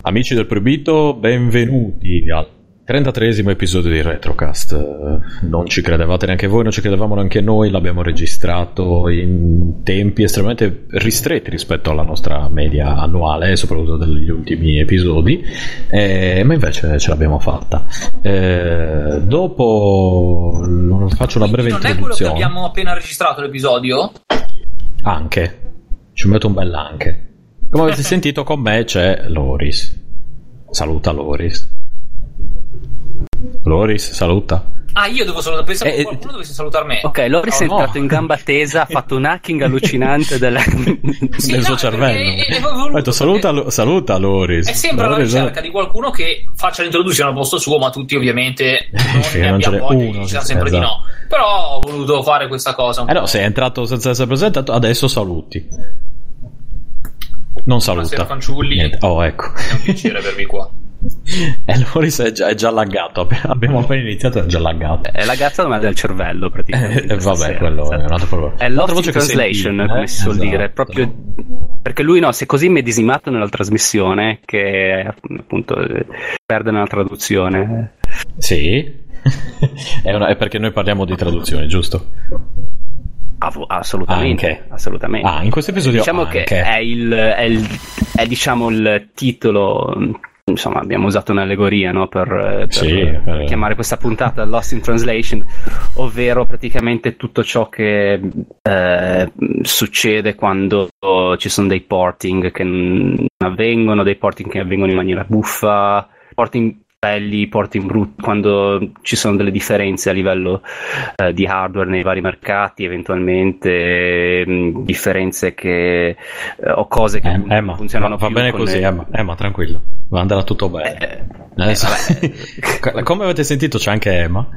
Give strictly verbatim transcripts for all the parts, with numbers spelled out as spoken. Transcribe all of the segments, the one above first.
Amici del Proibito, benvenuti al trentatreesimo episodio di Retrocast. Non ci credevate neanche voi, non ci credevamo neanche noi, l'abbiamo registrato in tempi estremamente ristretti rispetto alla nostra media annuale, soprattutto degli ultimi episodi, eh, ma invece ce l'abbiamo fatta. Eh, dopo faccio una breve non introduzione. Non è quello che abbiamo appena registrato l'episodio? Anche, ci metto un bel anche. Come avete sentito, con me c'è Loris. Saluta Loris. Loris, saluta. Ah, io devo salutare. Pensavo Eh, che qualcuno dovesse salutare me. Ok, Loris è Oh, no. entrato in gamba tesa, ha fatto un hacking allucinante del, Sì, del no, suo cervello. perché è- è voluto, Ho detto, saluta, perché saluta Loris. È sempre alla Loris- ricerca di qualcuno che faccia l'introduzione al posto suo, ma tutti ovviamente non, Sì, ne non ce abbiamo n'è voglia, uno, diciamo sì, sempre esatto. di no. Però ho voluto fare questa cosa. un Eh no, po'. sei entrato senza essere presentato, adesso saluti. Non Buonasera, saluta. fanciulli. Niente. Oh, ecco. È un piacere avervi qua. E Loris è già, è già laggato. App- Abbiamo appena iniziato, è già laggato. è la gazza ma del cervello praticamente. Eh, vabbè, stasera, quello esatto. è un altro problema. È L'altra lost voce in che translation, sentite, come si suol esatto. dire, proprio perché lui no, si è così medesimato nella trasmissione che appunto eh, perde nella traduzione. Sì. è, una- è perché noi parliamo di traduzione, giusto? Av- assolutamente, Anche. assolutamente. Ah, in questo episodio Diciamo anche. che è il, è il è diciamo il titolo, insomma abbiamo usato un'allegoria, no, per, per, Sì, per eh. chiamare questa puntata Lost in Translation, ovvero praticamente tutto ciò che eh, succede quando ci sono dei porting che non avvengono, dei porting che avvengono in maniera buffa, porting belli, porting brutti, quando ci sono delle differenze a livello eh, di hardware nei vari mercati, eventualmente mh, differenze che eh, o cose che Eh, appunto Emma, non funzionano va più bene con così, le- Emma, Emma, tranquillo, andrà tutto bene. Eh, Adesso- eh, come avete sentito c'è anche Emma.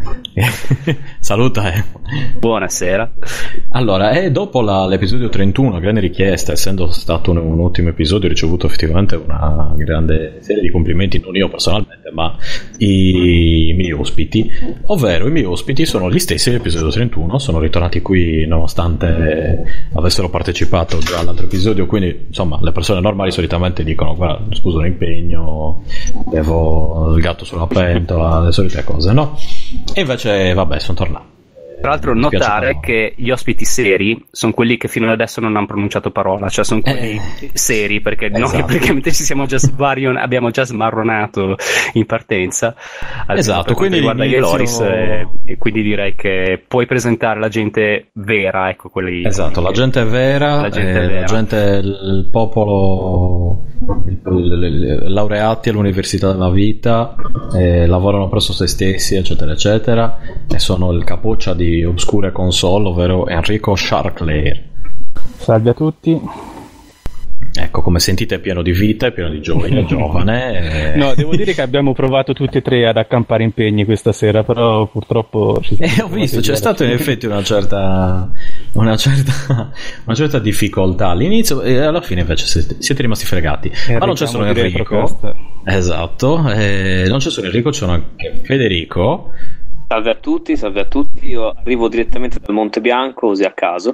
Saluta Emma. Buonasera. Allora, e dopo la- l'episodio trentuno, grande richiesta, essendo stato un, un ottimo episodio, ho ricevuto effettivamente una grande serie di complimenti, non io personalmente, ma i, i miei ospiti, ovvero i miei ospiti sono gli stessi dell'episodio trentuno, sono ritornati qui nonostante avessero partecipato già all'altro episodio, quindi insomma le persone normali solitamente dicono guarda, scusa un impegno, devo il gatto sulla pentola, le solite cose, no? E invece vabbè, sono tornato. Tra l'altro Mi spiace notare però. che gli ospiti seri sono quelli che fino ad adesso non hanno pronunciato parola, cioè sono quelli Eh. seri, perché noi Esatto. praticamente ci siamo già svarion- abbiamo già smarronato in partenza. Almeno Esatto, per quanto quindi riguarda io e l'inizio- Loris, eh, e quindi direi che puoi presentare la gente vera, ecco quelli. Esatto, la gente è vera, La gente eh, è vera. la gente, il popolo, il- il- il- laureati all'università della vita, eh, lavorano presso se stessi, eccetera, eccetera, e sono il capoccia di Obscure Console, ovvero Enrico Sharklair. Salve a tutti. Ecco, come sentite è pieno di vita, è pieno di gioia, è giovane. eh. No, devo dire che abbiamo provato tutti e tre ad accampare impegni questa sera, però purtroppo ci Eh, ho visto, c'è stata in effetti una certa, una certa, una certa difficoltà all'inizio e alla fine invece siete, siete rimasti fregati. Ma non c'è solo Enrico. Esatto, eh, non c'è solo Enrico, c'è anche Federico. Salve a tutti, salve a tutti, io arrivo direttamente dal Monte Bianco, così a caso.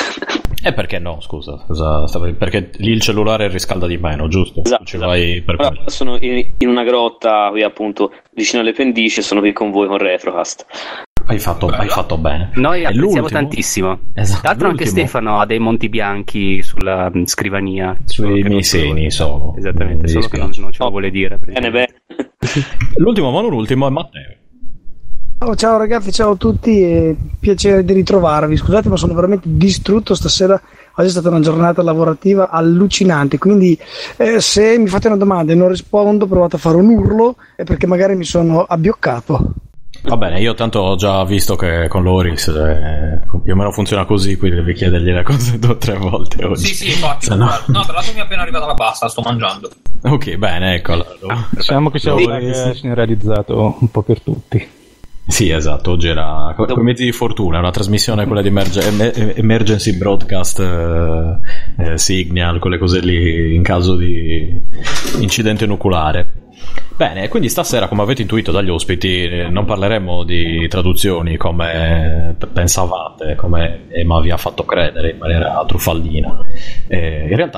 E perché no, scusa, cosa stavi- perché lì il cellulare riscalda di meno, giusto? Esatto, Tu ci vai per Ora quello. sono in, in una grotta qui appunto vicino alle pendici e sono qui con voi con Retrocast. Hai fatto, hai fatto bene. Noi E apprezziamo l'ultimo? tantissimo. Esatto, Tra l'altro anche l'ultimo. Stefano ha dei monti bianchi sulla mh, scrivania. Sui Solo che miei non ce lo- seni, solo. Esattamente, Mi solo che non, dispiace. non ce lo vuole dire. Bene, bene. L'ultimo, ma non l'ultimo, è Matteo. Oh, ciao ragazzi, ciao a tutti e piacere di ritrovarvi. Scusate, ma sono veramente distrutto stasera. Oggi è stata una giornata lavorativa allucinante, quindi eh, se mi fate una domanda e non rispondo, provate a fare un urlo, è perché magari mi sono abbioccato. Va bene, io tanto ho già visto che con Loris eh, più o meno funziona così, quindi devi chiedergli le cose due o tre volte oggi. Sì, sì, infatti. Se no- No, tra l'altro mi è appena arrivata la pasta, sto mangiando. Ok, bene, ecco. Allora. Diciamo che c'è un Loris. lag generalizzato un po' per tutti. Sì, esatto, oggi era con con i mezzi di fortuna, è una trasmissione quella di emerge- em- Emergency Broadcast eh, eh, Signal, quelle cose lì in caso di incidente nucleare. Bene, quindi stasera, come avete intuito dagli ospiti, eh, non parleremo di traduzioni come p- pensavate, come Emma vi ha fatto credere in maniera truffaldina. Eh, in realtà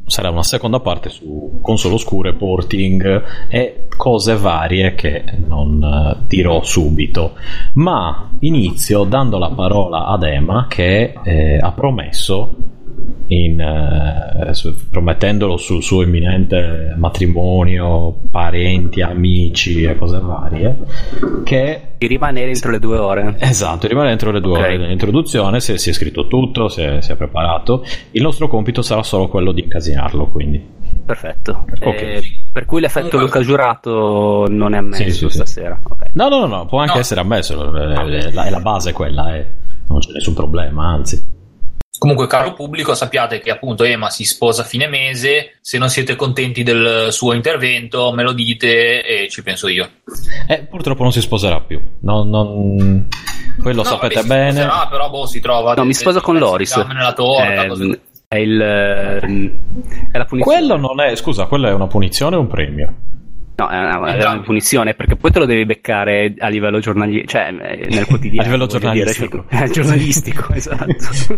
sarà una seconda parte su console oscure, porting e cose varie che non uh, dirò subito, ma inizio dando la parola ad Emma che eh, ha promesso in, eh, su, promettendolo sul suo imminente matrimonio, parenti, amici e cose varie, che di rimanere entro le due ore. Esatto, rimanere entro le due okay. ore dell'introduzione. Si è, si è scritto tutto, si è, si è preparato. Il nostro compito sarà solo quello di incasinarlo, quindi perfetto. Okay. Eh, per cui l'effetto Luca Giurato non è ammesso sì, sì, stasera. Sì. Okay. No, no, no, no, può anche no. essere ammesso. È la, è la base quella, è, non c'è nessun problema, anzi. Comunque, caro pubblico, sappiate che appunto Emma si sposa a fine mese. Se non siete contenti del suo intervento, me lo dite e ci penso io. Eh, purtroppo non si sposerà più. No, non... Voi lo no, sapete vabbè, si bene. Sposerà, però boh, si trova. No, mi sposo con Loris. Nella torta, eh, cose... è il è la punizione. Quello non è, scusa, quello è una punizione o un premio? No, è una, è una punizione, perché poi te lo devi beccare a livello giornaliero, cioè nel quotidiano. A livello giornalistico. Dire, cioè, giornalistico, esatto.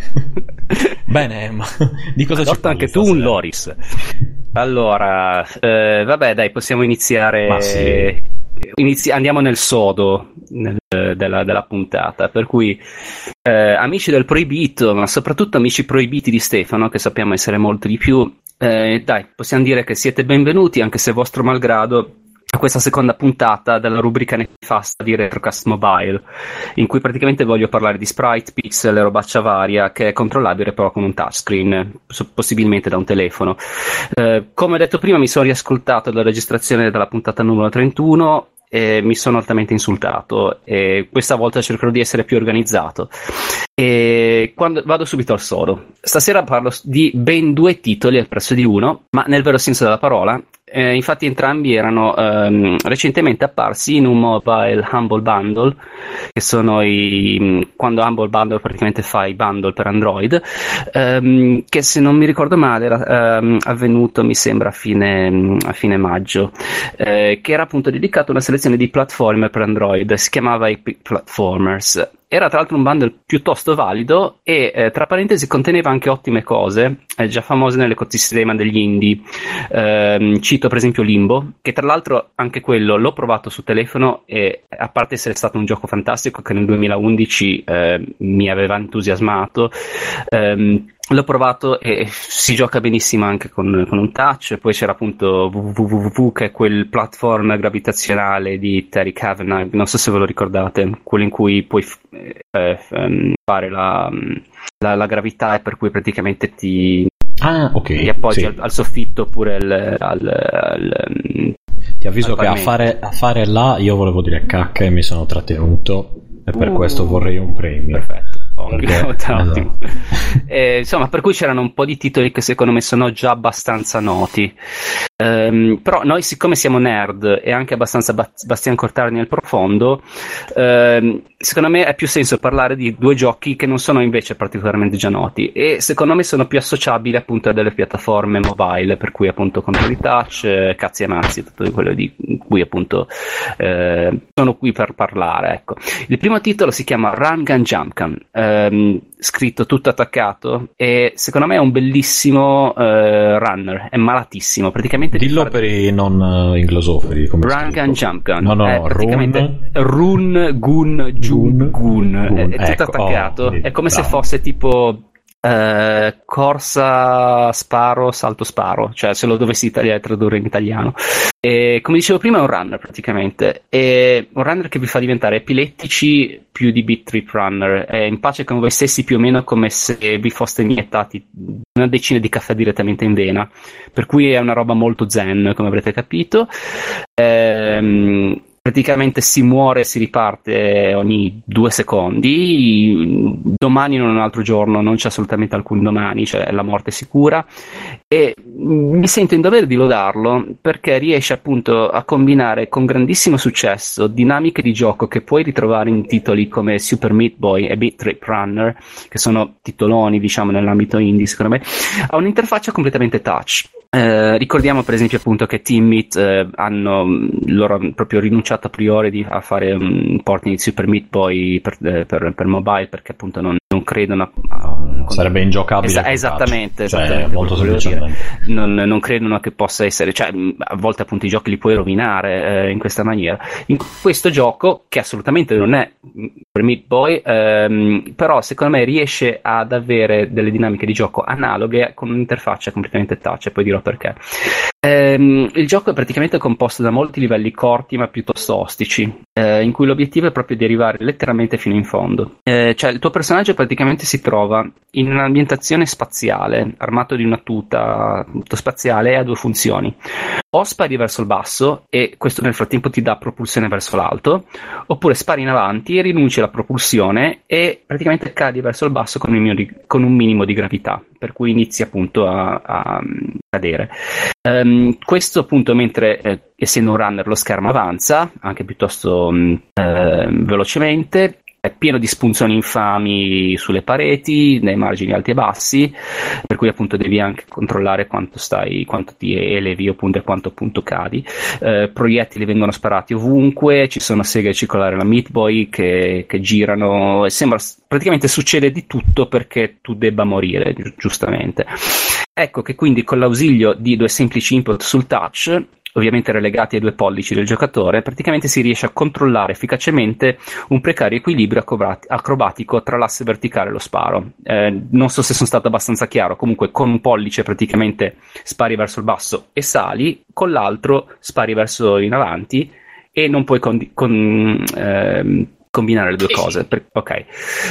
Bene, ma di cosa ci parli anche tu stasera? un Loris. Allora, eh, vabbè, dai, possiamo iniziare. Ma sì. Inizi- andiamo nel sodo nel, della, della puntata, per cui eh, amici del proibito, ma soprattutto amici proibiti di Stefano, che sappiamo essere molto di più, eh, dai, possiamo dire che siete benvenuti, anche se vostro malgrado, a questa seconda puntata della rubrica nefasta di Retrocast Mobile, in cui praticamente voglio parlare di sprite, pixel e robaccia varia, che è controllabile però con un touchscreen, possibilmente da un telefono. Eh, come ho detto prima, mi sono riascoltato la registrazione della puntata numero trentuno e mi sono altamente insultato, e questa volta cercherò di essere più organizzato. E quando vado subito al sodo, stasera parlo di ben due titoli al prezzo di uno, ma nel vero senso della parola. Eh, infatti entrambi erano ehm, recentemente apparsi in un mobile Humble Bundle, che sono i quando Humble Bundle praticamente fa i bundle per Android, ehm, che se non mi ricordo male era ehm, avvenuto, mi sembra, a fine, a fine maggio, eh, che era appunto dedicato a una selezione di platformer per Android, si chiamava Epic Platformers. Era tra l'altro un bundle piuttosto valido e eh, tra parentesi conteneva anche ottime cose, eh, già famose nell'ecosistema degli indie. Eh, cito per esempio Limbo, che tra l'altro anche quello l'ho provato su telefono e, a parte essere stato un gioco fantastico che nel duemilaundici eh, mi aveva entusiasmato, ehm, l'ho provato e si gioca benissimo anche con, con un touch. Poi c'era appunto www, che è quel platform gravitazionale di Terry Kavanagh, non so se ve lo ricordate, quello in cui puoi eh, fare la, la, la gravità, e per cui praticamente ti, ah, okay, ti appoggi sì. al, al soffitto oppure al, al, al ti avviso che a fare, a fare là io volevo dire cacca e mi sono trattenuto, e per uh, questo vorrei un premio. Perfetto. Perché, ottimo. Eh, insomma, per cui c'erano un po' di titoli che secondo me sono già abbastanza noti. Um, però noi, siccome siamo nerd e anche abbastanza Bastian Cortari nel profondo, um, secondo me è più senso parlare di due giochi che non sono invece particolarmente già noti, e secondo me sono più associabili appunto a delle piattaforme mobile, per cui appunto controlli touch, eh, cazzi e mazzi, tutto quello di cui appunto eh, sono qui per parlare, ecco. Il primo titolo si chiama Run Gun Jump Gun, ehm, scritto tutto attaccato, e secondo me è un bellissimo eh, runner, è malatissimo, praticamente. Dillo per i non uh, inglosofili. Run Gun Jump Gun. No, no, è praticamente Run Gun Jump Gun, è, è tutto ecco, attaccato, oh, è come bravo. se fosse tipo Uh, corsa sparo salto sparo, cioè se lo dovessi itali- tradurre in italiano. E come dicevo prima è un runner praticamente, è un runner che vi fa diventare epilettici più di Beat Trip Runner, è in pace con voi stessi più o meno come se vi foste iniettati una decina di caffè direttamente in vena, per cui è una roba molto zen, come avrete capito. ehm Praticamente si muore e si riparte ogni due secondi. Domani non è un altro giorno, non c'è assolutamente alcun domani, cioè la morte è sicura. E mi sento in dovere di lodarlo perché riesce appunto a combinare con grandissimo successo dinamiche di gioco che puoi ritrovare in titoli come Super Meat Boy e Beat Trip Runner, che sono titoloni diciamo nell'ambito indie secondo me, a un'interfaccia completamente touch. Eh, ricordiamo per esempio appunto che Teammate eh, hanno loro proprio rinunciato a priori di, a fare un porting di Super Meat Boy per, eh, per, per mobile, perché appunto non, non credono a, a gioco. Sarebbe ingiocabile. Esa- esattamente, cioè, esattamente molto semplicemente. Non, non credono che possa essere, cioè a volte appunto i giochi li puoi rovinare eh, in questa maniera. In questo gioco, che assolutamente non è per Meat Boy, ehm, però secondo me riesce ad avere delle dinamiche di gioco analoghe con un'interfaccia completamente touch, e poi dirò perché. Ehm, il gioco è praticamente composto da molti livelli corti ma piuttosto ostici, eh, in cui l'obiettivo è proprio di arrivare letteralmente fino in fondo. Eh, cioè il tuo personaggio praticamente si trova in un'ambientazione spaziale, armato di una tuta, tuta spaziale, e ha due funzioni: o spari verso il basso e questo nel frattempo ti dà propulsione verso l'alto, oppure spari in avanti e rinunci alla propulsione e praticamente cadi verso il basso con un minimo di, con un minimo di gravità, per cui inizi appunto a, a cadere. Um, questo appunto mentre eh, essendo un runner lo schermo avanza anche piuttosto um, eh, velocemente, è pieno di spunzoni infami sulle pareti, nei margini alti e bassi, per cui appunto devi anche controllare quanto stai, quanto ti elevi appunto e quanto appunto cadi. Eh, proiettili vengono sparati ovunque, ci sono seghe circolari alla Meat Boy che, che girano, e sembra praticamente succede di tutto perché tu debba morire, gi- giustamente. Ecco che quindi con l'ausilio di due semplici input sul touch, ovviamente relegati ai due pollici del giocatore, praticamente si riesce a controllare efficacemente un precario equilibrio acrobatico tra l'asse verticale e lo sparo. Eh, non so se sono stato abbastanza chiaro, comunque con un pollice praticamente spari verso il basso e sali, con l'altro spari verso in avanti e non puoi con, con, ehm, combinare le due cose. Per, ok.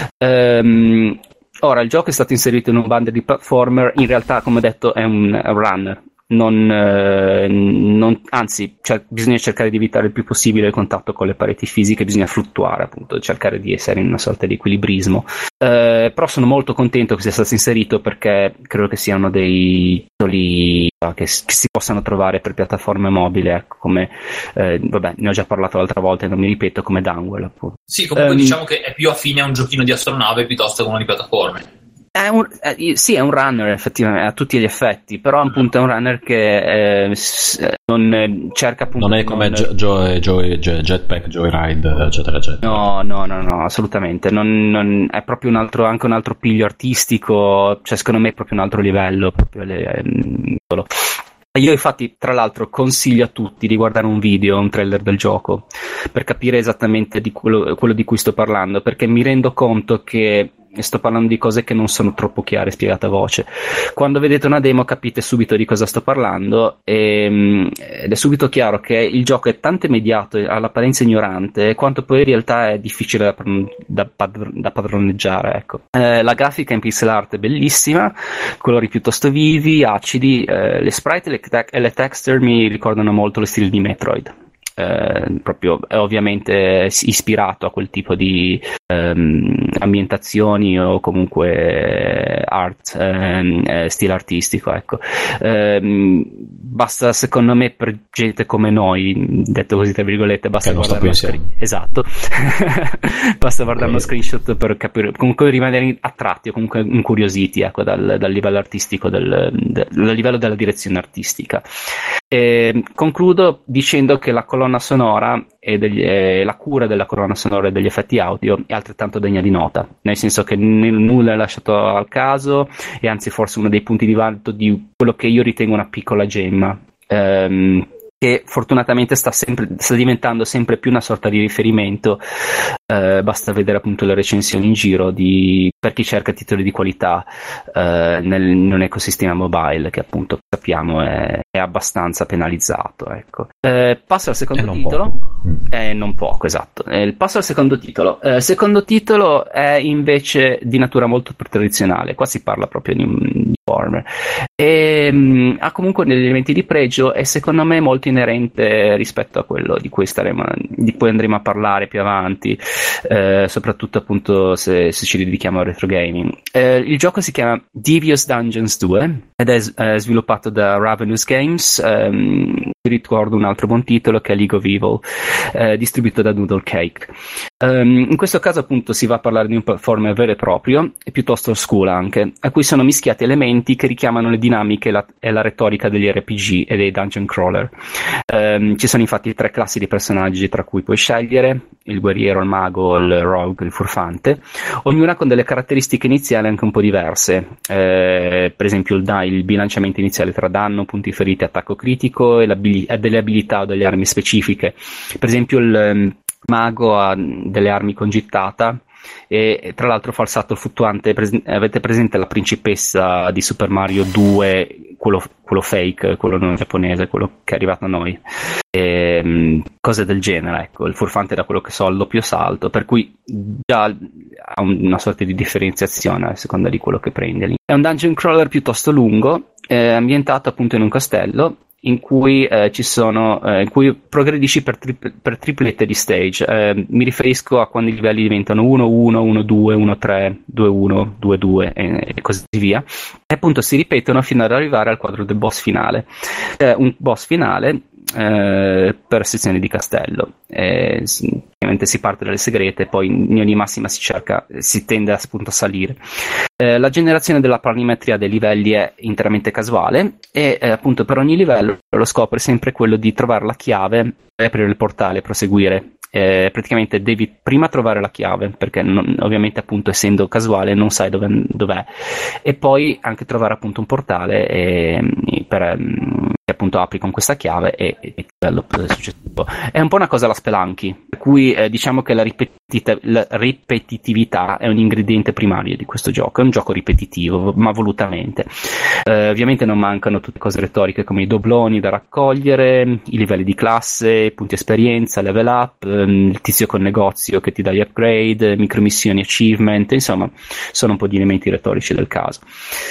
Ehm, ora, il gioco è stato inserito in un bundle di platformer, in realtà come detto è un, è un runner. Non, eh, non, anzi, cioè, bisogna cercare di evitare il più possibile il contatto con le pareti fisiche, bisogna fluttuare appunto, cercare di essere in una sorta di equilibrismo. Eh, però sono molto contento che sia stato inserito perché credo che siano dei titoli che, che si possano trovare per piattaforme mobili, ecco, come eh, vabbè, ne ho già parlato l'altra volta e non mi ripeto, come Downwell appunto. Sì, comunque um, diciamo che è più affine a un giochino di astronave piuttosto che uno di piattaforme. È un, eh, sì, è un runner effettivamente a tutti gli effetti, però appunto è un runner che eh, non eh, cerca appunto. Non è come non... Joy, Joy, Joy, Jetpack, Joyride, eccetera, eccetera. No, no, no, no, assolutamente. Non, non, è proprio un altro, anche un altro piglio artistico, cioè secondo me è proprio un altro livello. Proprio le, eh, Io infatti tra l'altro consiglio a tutti di guardare un video, un trailer del gioco, per capire esattamente di quello, quello di cui sto parlando, perché mi rendo conto che sto parlando di cose che non sono troppo chiare spiegate a voce. Quando vedete una demo capite subito di cosa sto parlando e, ed è subito chiaro che il gioco è tanto immediato, all'apparenza ignorante, quanto poi in realtà è difficile da, da, da padroneggiare, ecco. Eh, la grafica in pixel art è bellissima, colori piuttosto vivi, acidi, eh, le sprite e le, te- e le texture mi ricordano molto lo stile di Metroid. Eh, proprio è ovviamente ispirato a quel tipo di ehm, ambientazioni o comunque art, ehm, eh, stile artistico, ecco. Eh, basta secondo me per gente come noi, detto così tra virgolette, basta guardare uno screen- esatto basta guardare uno screenshot per capire, comunque rimanere attratti o comunque incuriositi, ecco, dal, dal livello artistico del, del, dal livello della direzione artistica. E concludo dicendo che la colonna sonora e degli, eh, la cura della colonna sonora e degli effetti audio è altrettanto degna di nota, nel senso che n- nulla è lasciato al caso, e anzi forse uno dei punti di vanto di quello che io ritengo una piccola gemma, ehm, che fortunatamente sta sempre sta diventando sempre più una sorta di riferimento. Eh, basta vedere appunto le recensioni in giro di, per chi cerca titoli di qualità eh, nel, in un ecosistema mobile che appunto sappiamo è, è abbastanza penalizzato, ecco. Eh, passo al secondo non titolo. Poco. Eh, non poco, esatto. Eh, passo al secondo titolo. Il eh, secondo titolo è invece di natura molto più tradizionale, qua si parla proprio di, di platformer, e mh, ha comunque degli elementi di pregio e secondo me molto inerente rispetto a quello di cui staremo di cui andremo a parlare più avanti, eh, soprattutto appunto se, se ci dedichiamo al retro gaming. Eh, il gioco si chiama Devious Dungeons due ed è eh, sviluppato da Ravenous Games, ehm, vi ricordo un altro buon titolo che è League of Evil, eh, distribuito da Noodle Cake. Um, in questo caso appunto si va a parlare di un platformer vero e proprio e piuttosto school anche, a cui sono mischiati elementi che richiamano le dinamiche e la, e la retorica degli R P G e dei dungeon crawler. Um, ci sono infatti tre classi di personaggi tra cui puoi scegliere: il guerriero, il mago, il rogue, il furfante, ognuna con delle caratteristiche iniziali anche un po' diverse, eh, per esempio il, il bilanciamento iniziale tra danno, punti feriti, attacco critico e, e delle abilità o delle armi specifiche. Per esempio il um, mago ha delle armi con gittata e tra l'altro fa il salto fluttuante. Pres- avete presente la principessa di Super Mario due, quello, quello fake, quello non giapponese, quello che è arrivato a noi, e, um, cose del genere, ecco. Il furfante, da quello che so, ha il doppio salto, per cui già ha un, una sorta di differenziazione a seconda di quello che prendi. È un dungeon crawler piuttosto lungo, eh, ambientato appunto in un castello in cui eh, ci sono eh, in cui progredisci per, tri- per triplette di stage. Eh, mi riferisco a quando i livelli diventano uno uno, uno due, uno tre, due uno, due due e, e così via, e appunto si ripetono fino ad arrivare al quadro del boss finale. È un boss finale eh, per sezioni di castello. Eh, si, ovviamente si parte dalle segrete, poi in ogni massima si cerca, si tende appunto a salire. Eh, la generazione della planimetria dei livelli è interamente casuale e eh, appunto per ogni livello lo scopo è sempre quello di trovare la chiave per aprire il portale e proseguire. Eh, praticamente devi prima trovare la chiave, perché non, ovviamente appunto essendo casuale non sai dove, dov'è, e poi anche trovare appunto un portale e, e per, che appunto apri con questa chiave e, e il livello successivo. È un po' una cosa alla Spelunky, per cui eh, diciamo che la, ripetita- la ripetitività è un ingrediente primario di questo gioco. È un gioco ripetitivo, ma volutamente. Eh, ovviamente non mancano tutte cose retoriche come i dobloni da raccogliere, i livelli di classe, punti esperienza, level up, ehm, il tizio col negozio che ti dà gli upgrade, micromissioni, achievement, insomma sono un po' di elementi retorici del caso.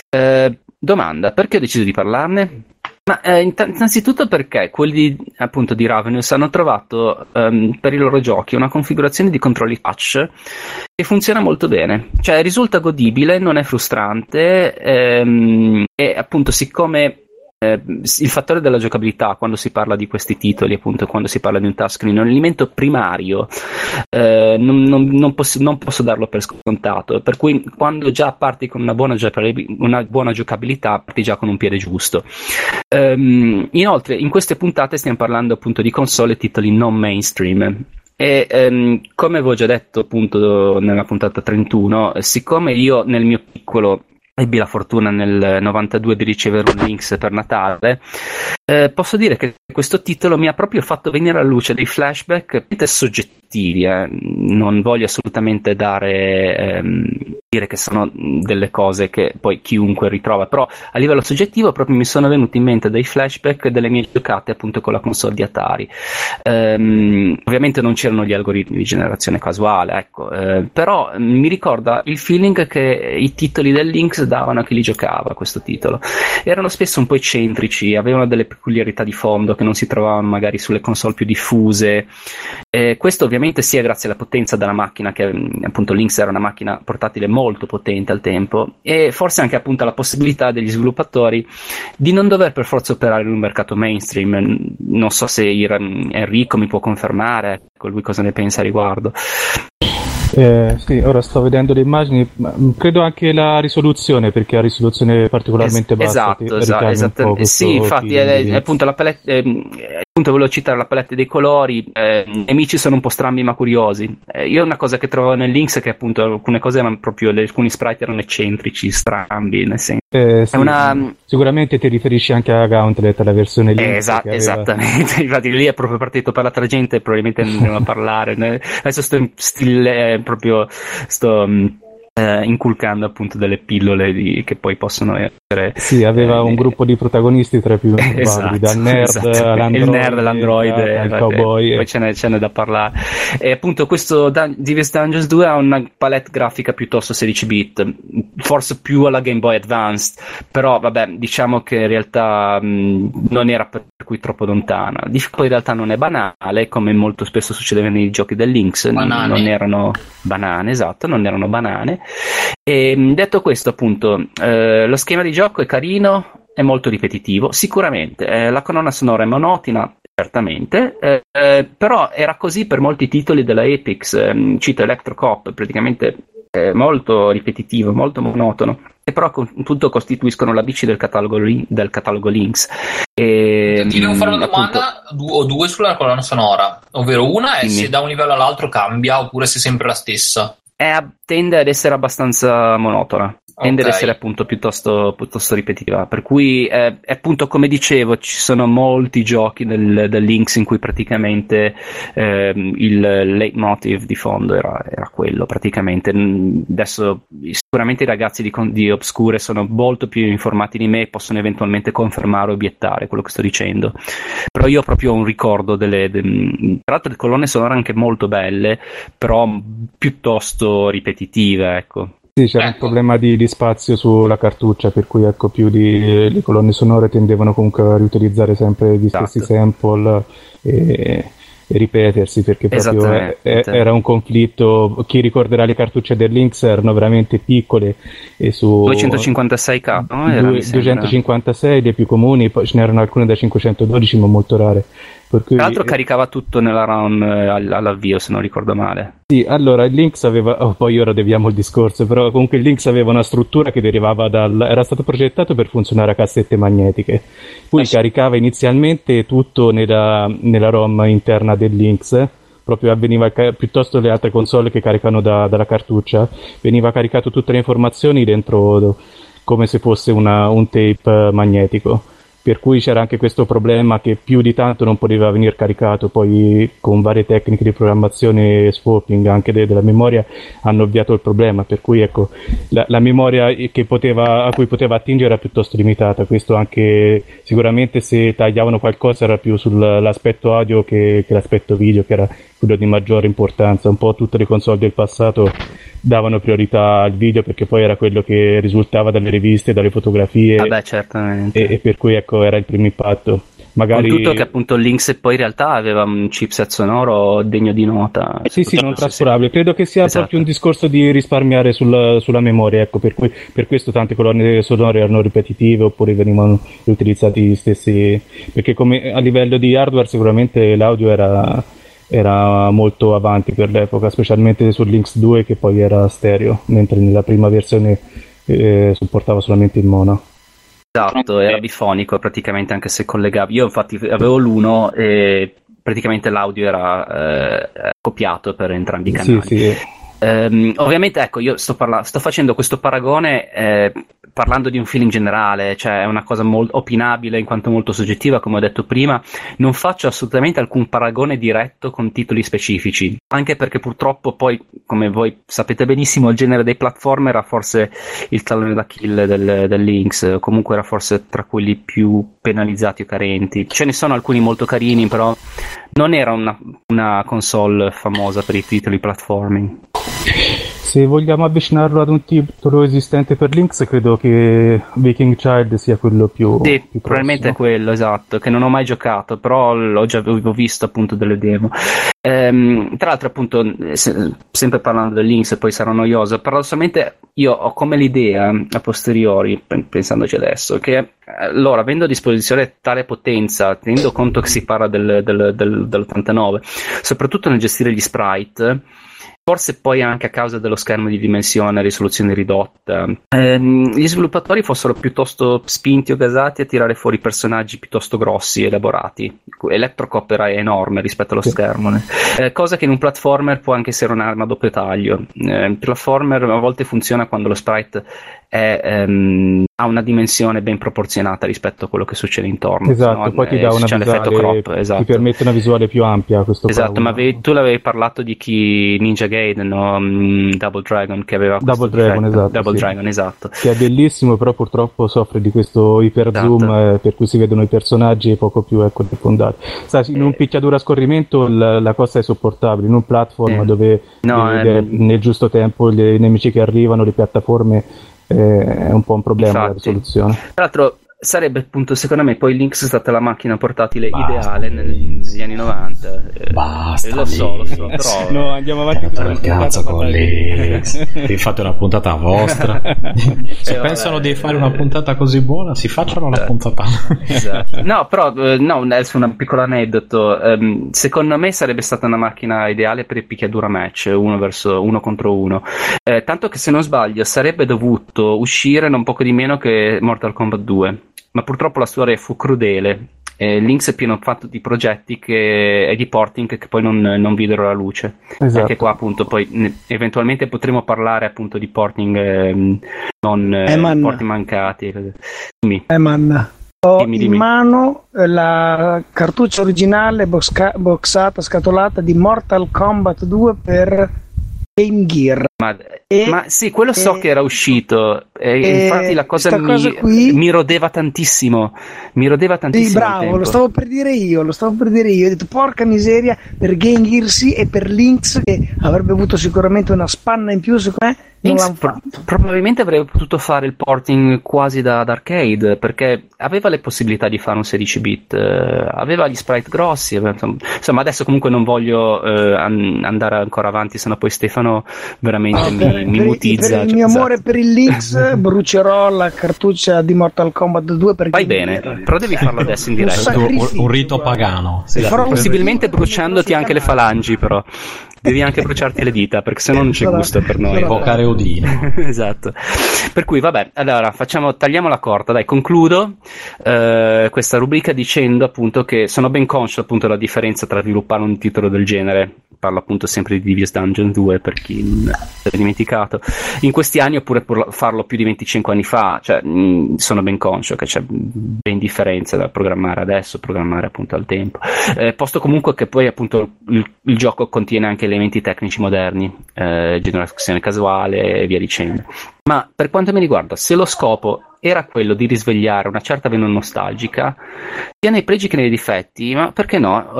Eh, domanda: perché ho deciso di parlarne? Ma eh, innanzitutto perché quelli appunto di Ravenous hanno trovato um, per i loro giochi una configurazione di controlli touch che funziona molto bene, cioè risulta godibile, non è frustrante, ehm, e appunto siccome eh, il fattore della giocabilità quando si parla di questi titoli, appunto quando si parla di un touchscreen, è un elemento primario, eh, non, non, non, posso, non posso darlo per scontato, per cui quando già parti con una buona, giocabil- una buona giocabilità parti già con un piede giusto. Um, inoltre in queste puntate stiamo parlando appunto di console e titoli non mainstream. E um, come avevo già detto appunto nella puntata trentuno, siccome io nel mio piccolo ebbi la fortuna nel novantadue di ricevere un Lynx per Natale, eh, posso dire che questo titolo mi ha proprio fatto venire alla luce dei flashback soggettivi, eh. Non voglio assolutamente dare ehm, dire che sono delle cose che poi chiunque ritrova, però a livello soggettivo proprio mi sono venuti in mente dei flashback delle mie giocate appunto con la console di Atari. Ehm, ovviamente non c'erano gli algoritmi di generazione casuale, ecco, eh, però mi ricorda il feeling che i titoli del Lynx davano a chi li giocava. Questo titolo erano spesso un po' eccentrici, avevano delle peculiarità di fondo che non si trovavano magari sulle console più diffuse, eh, questo ovviamente sia grazie alla potenza della macchina, che appunto Lynx era una macchina portatile molto potente al tempo, e forse anche appunto alla possibilità degli sviluppatori di non dover per forza operare in un mercato mainstream. Non so se Enrico mi può confermare, ecco, lui cosa ne pensa a riguardo. Eh, sì, ora sto vedendo le immagini, ma credo anche la risoluzione, perché ha risoluzione particolarmente es- bassa. Esatto, esatto, esatto. Sì, infatti è, è appunto la palette, eh, appunto volevo citare la palette dei colori, eh, i nemici sono un po' strambi ma curiosi. Eh, io una cosa che trovavo nel Lynx è che appunto alcune cose erano proprio, alcuni sprite erano eccentrici, strambi, nel senso. Eh, sì, è una... Sicuramente ti riferisci anche a Gauntlet, la versione Lynx. Esa- aveva... Esattamente, infatti lì è proprio partito per l'altra gente, probabilmente ne andremo a parlare. Adesso sto in stile, proprio sto eh, inculcando appunto delle pillole di, che poi possono essere. Sì, aveva eh, un gruppo di protagonisti tra i più esatto, dal nerd esatto. all'android, il nerd, l'android, il cowboy. Poi ce n'è, ce n'è da parlare. E appunto questo Dun- Devious Dungeons due ha una palette grafica piuttosto sedici bit, forse più alla Game Boy Advanced, però vabbè, diciamo che in realtà mh, non era per cui troppo lontana. Poi in realtà non è banale, come molto spesso succedeva nei giochi del Lynx, banane. non erano banane, esatto, non erano banane. E detto questo, appunto, eh, lo schema di gioco è carino, è molto ripetitivo, sicuramente. Eh, la colonna sonora è monotina, certamente, eh, eh, però era così per molti titoli della Epix, eh, cito Electrocop, praticamente è molto ripetitivo, molto monotono, e però appunto costituiscono la bici del catalogo, del catalogo Lynx. E, ti devo fare una appunto, domanda o due sulla colonna sonora, ovvero una è dimmi. Se da un livello all'altro cambia oppure se è sempre la stessa. È, tende ad essere abbastanza monotona, tende Okay. ad essere appunto piuttosto, piuttosto ripetitiva, per cui eh, appunto, come dicevo, ci sono molti giochi del, del Lynx in cui praticamente ehm, il leitmotiv di fondo era, era quello praticamente. Adesso sicuramente i ragazzi di, di Obscure sono molto più informati di me e possono eventualmente confermare o obiettare quello che sto dicendo, però io ho proprio un ricordo delle, de, tra l'altro, le colonne sonore anche molto belle, però piuttosto ripetitive, ecco. Sì, c'era un problema di, di spazio sulla cartuccia, per cui ecco, più di le colonne sonore tendevano comunque a riutilizzare sempre gli Esatto. stessi sample e, e ripetersi, perché proprio è- è- era un conflitto. Chi ricorderà le cartucce del Lynx erano veramente piccole e su duecentocinquantasei K, no? Era, due- mi sembra. duecentocinquantasei le più comuni, poi ce n'erano alcune da cinquecentododici ma molto rare. Per cui, Tra l'altro caricava tutto nella ROM eh, all- all'avvio, se non ricordo male. sì, allora il Lynx aveva, oh, poi ora deviamo il discorso, però comunque il Lynx aveva una struttura che derivava dal, era stato progettato per funzionare a cassette magnetiche, poi Eh sì. caricava inizialmente tutto nella, nella ROM interna del Lynx, proprio avveniva ca- piuttosto le altre console che caricano da- dalla cartuccia, veniva caricato tutte le informazioni dentro come se fosse una- un tape magnetico. Per cui c'era anche questo problema che più di tanto non poteva venire caricato, poi con varie tecniche di programmazione e swapping anche de- della memoria hanno ovviato il problema, per cui ecco, la, la memoria che poteva, a cui poteva attingere era piuttosto limitata. Questo anche sicuramente, se tagliavano qualcosa, era più sull'aspetto audio che, che l'aspetto video, che era quello di maggiore importanza. Un po' tutte le console del passato davano priorità al video perché poi era quello che risultava dalle riviste, dalle fotografie. Vabbè, certamente. E, e per cui ecco era il primo impatto. Magari... Con tutto che appunto il Lynx poi in realtà aveva un chipset sonoro degno di nota. Sì, sì, non trascurabile. Credo che sia Esatto. proprio un discorso di risparmiare sulla, sulla memoria, ecco, per cui per questo tante colonne sonore erano ripetitive oppure venivano utilizzati gli stessi, perché come a livello di hardware sicuramente l'audio era, era molto avanti per l'epoca, specialmente sul Lynx due che poi era stereo, mentre nella prima versione eh, supportava solamente il mono. Esatto, era bifonico praticamente, anche se collegavi. Io infatti avevo l'uno e praticamente l'audio era eh, copiato per entrambi i canali. Sì, sì. Ehm, ovviamente, ecco, io sto, parla- sto facendo questo paragone eh, parlando di un film generale, cioè è una cosa molto opinabile in quanto molto soggettiva, come ho detto prima. Non faccio assolutamente alcun paragone diretto con titoli specifici, anche perché purtroppo poi, come voi sapete benissimo, il genere dei platformer era forse il tallone d'Achille del, del Lynx, comunque era forse tra quelli più penalizzati o carenti. Ce ne sono alcuni molto carini, però non era una, una console famosa per i titoli platforming. Se vogliamo avvicinarlo ad un titolo esistente per Lynx, credo che Viking Child sia quello più, Sì, più probabilmente è prossimo. quello, esatto, che non ho mai giocato, però l'ho già avevo visto appunto delle demo. Ehm, tra l'altro appunto, se, sempre parlando del Lynx, poi sarò noioso, paradossalmente io ho come l'idea, a posteriori, pensandoci adesso, che eh, loro, avendo a disposizione tale potenza, tenendo conto che si parla del, del, del, dell'ottantanove, soprattutto nel gestire gli sprite, forse poi anche a causa dello schermo di dimensione a risoluzione ridotta, ehm, gli sviluppatori fossero piuttosto spinti o gasati a tirare fuori personaggi piuttosto grossi e elaborati. Electrocop era enorme rispetto allo Sì. schermo, né? Eh, cosa che in un platformer può anche essere un'arma a doppio taglio. Eh, il platformer a volte funziona quando lo sprite è, ehm, ha una dimensione ben proporzionata rispetto a quello che succede intorno. Esatto, sennò, poi ti eh, dà una c'è l'effetto visuale, crop, esatto. ti permette una visuale più ampia. Questo Esatto, qua, ma una- avevi- tu l'avevi parlato di chi Ninja Gaiden, no? Mm, Double Dragon, che aveva questo Double Dragon, difetto. esatto, Double sì. Dragon, esatto. che è bellissimo, però purtroppo soffre di questo iper zoom, Esatto. eh, per cui si vedono i personaggi poco più ecco, diffondati. Sai, in un Eh. picchiaduro a scorrimento la, la cosa è sopportabile, in un platform Sì. dove No, devi vedere ehm, nel giusto tempo i nemici che arrivano, le piattaforme, eh, è un po' un problema la Infatti. risoluzione. Tra l'altro, sarebbe appunto secondo me poi Lynx è stata la macchina portatile Basta, ideale nel, negli anni novanta. Basta, eh, lo so, lo so, però No, andiamo avanti tutta la il cazzo con Lynx. Vi fate una puntata vostra. Se Eh, pensano vabbè, di fare una puntata così buona, si facciano la eh, puntata. Esatto. No, però eh, no, adesso un piccolo aneddoto. Ehm, secondo me sarebbe stata una macchina ideale per il picchiaduro match, uno verso uno contro uno. Eh, tanto che se non sbaglio sarebbe dovuto uscire non poco di meno che Mortal Kombat due. Ma purtroppo la storia fu crudele. Eh, Lynx è pieno fatto di progetti che, e di porting che poi non, non videro la luce. Esatto. Anche qua appunto poi ne- eventualmente potremo parlare appunto di porting ehm, non eh, Eman. porting mancati. Dimmi. Eh, man. Ho Dimmi, dimmi. in mano eh, la cartuccia originale boxca- boxata, scatolata di Mortal Kombat due per Game Gear. Ma, E- ma sì, quello so e- che era uscito. E e infatti la cosa, sta mi, cosa qui- mi rodeva tantissimo. Mi rodeva Sì, tantissimo. al bravo, tempo. lo stavo per dire io, lo stavo per dire io. Ho detto porca miseria per Game Gear sì e per Lynx che avrebbe avuto sicuramente una spanna in più, secondo me non Lynx l'hanno pro- fatto. probabilmente avrebbe potuto fare il porting quasi da, da arcade, perché aveva le possibilità di fare un sedici bit, eh, aveva gli sprite grossi, aveva- insomma, insomma, adesso comunque non voglio eh, an- andare ancora avanti, sennò poi Stefano veramente Ah, mi, per, mi per- mutizza. per il cioè, mio esatto. amore per il Lynx brucerò la cartuccia di Mortal Kombat due per Vai Game bene, Gear. però devi farlo adesso in Un diretta. sacrificio, Un rito guarda. pagano. Sì, farò un Possibilmente sacrificio bruciandoti sul anche le canale. falangi, però devi anche bruciarti le dita, perché sennò non c'è Sarà- gusto per noi. sarà- Evocare Odino. Esatto. Per cui vabbè, allora facciamo, tagliamo la corda, dai, concludo eh, questa rubrica dicendo appunto che sono ben conscio appunto della differenza tra sviluppare un titolo del genere, parlo appunto sempre di Devious Dungeon due per chi non si è dimenticato, in questi anni oppure pur farlo più di venticinque anni fa, cioè mh, sono ben conscio che c'è ben differenza da programmare adesso, programmare appunto al tempo, eh, posto comunque che poi appunto il, il gioco contiene anche elementi tecnici moderni, eh, generazione casuale e via dicendo. Ma per quanto mi riguarda, se lo scopo era quello di risvegliare una certa vena nostalgica, sia nei pregi che nei difetti, ma perché no?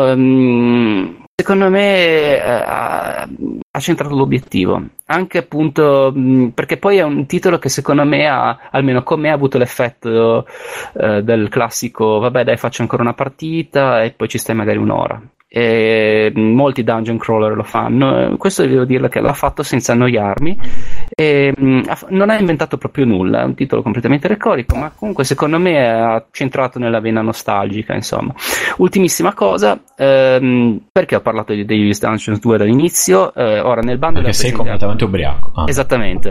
Um, secondo me eh, ha, ha centrato l'obiettivo, anche appunto mh, perché poi è un titolo che secondo me ha, almeno con me, ha avuto l'effetto eh, del classico, vabbè dai faccio ancora una partita e poi ci stai magari un'ora. E molti dungeon crawler lo fanno, questo devo dirle che l'ha fatto senza annoiarmi e, mh, ha- non ha inventato proprio nulla, è un titolo completamente retorico, ma comunque secondo me ha centrato nella vena nostalgica, insomma. Ultimissima cosa, ehm, perché ho parlato di Devious Dungeons due dall'inizio, eh, ora nel bando Perché sei della presente- completamente ubriaco. Ah. Esattamente,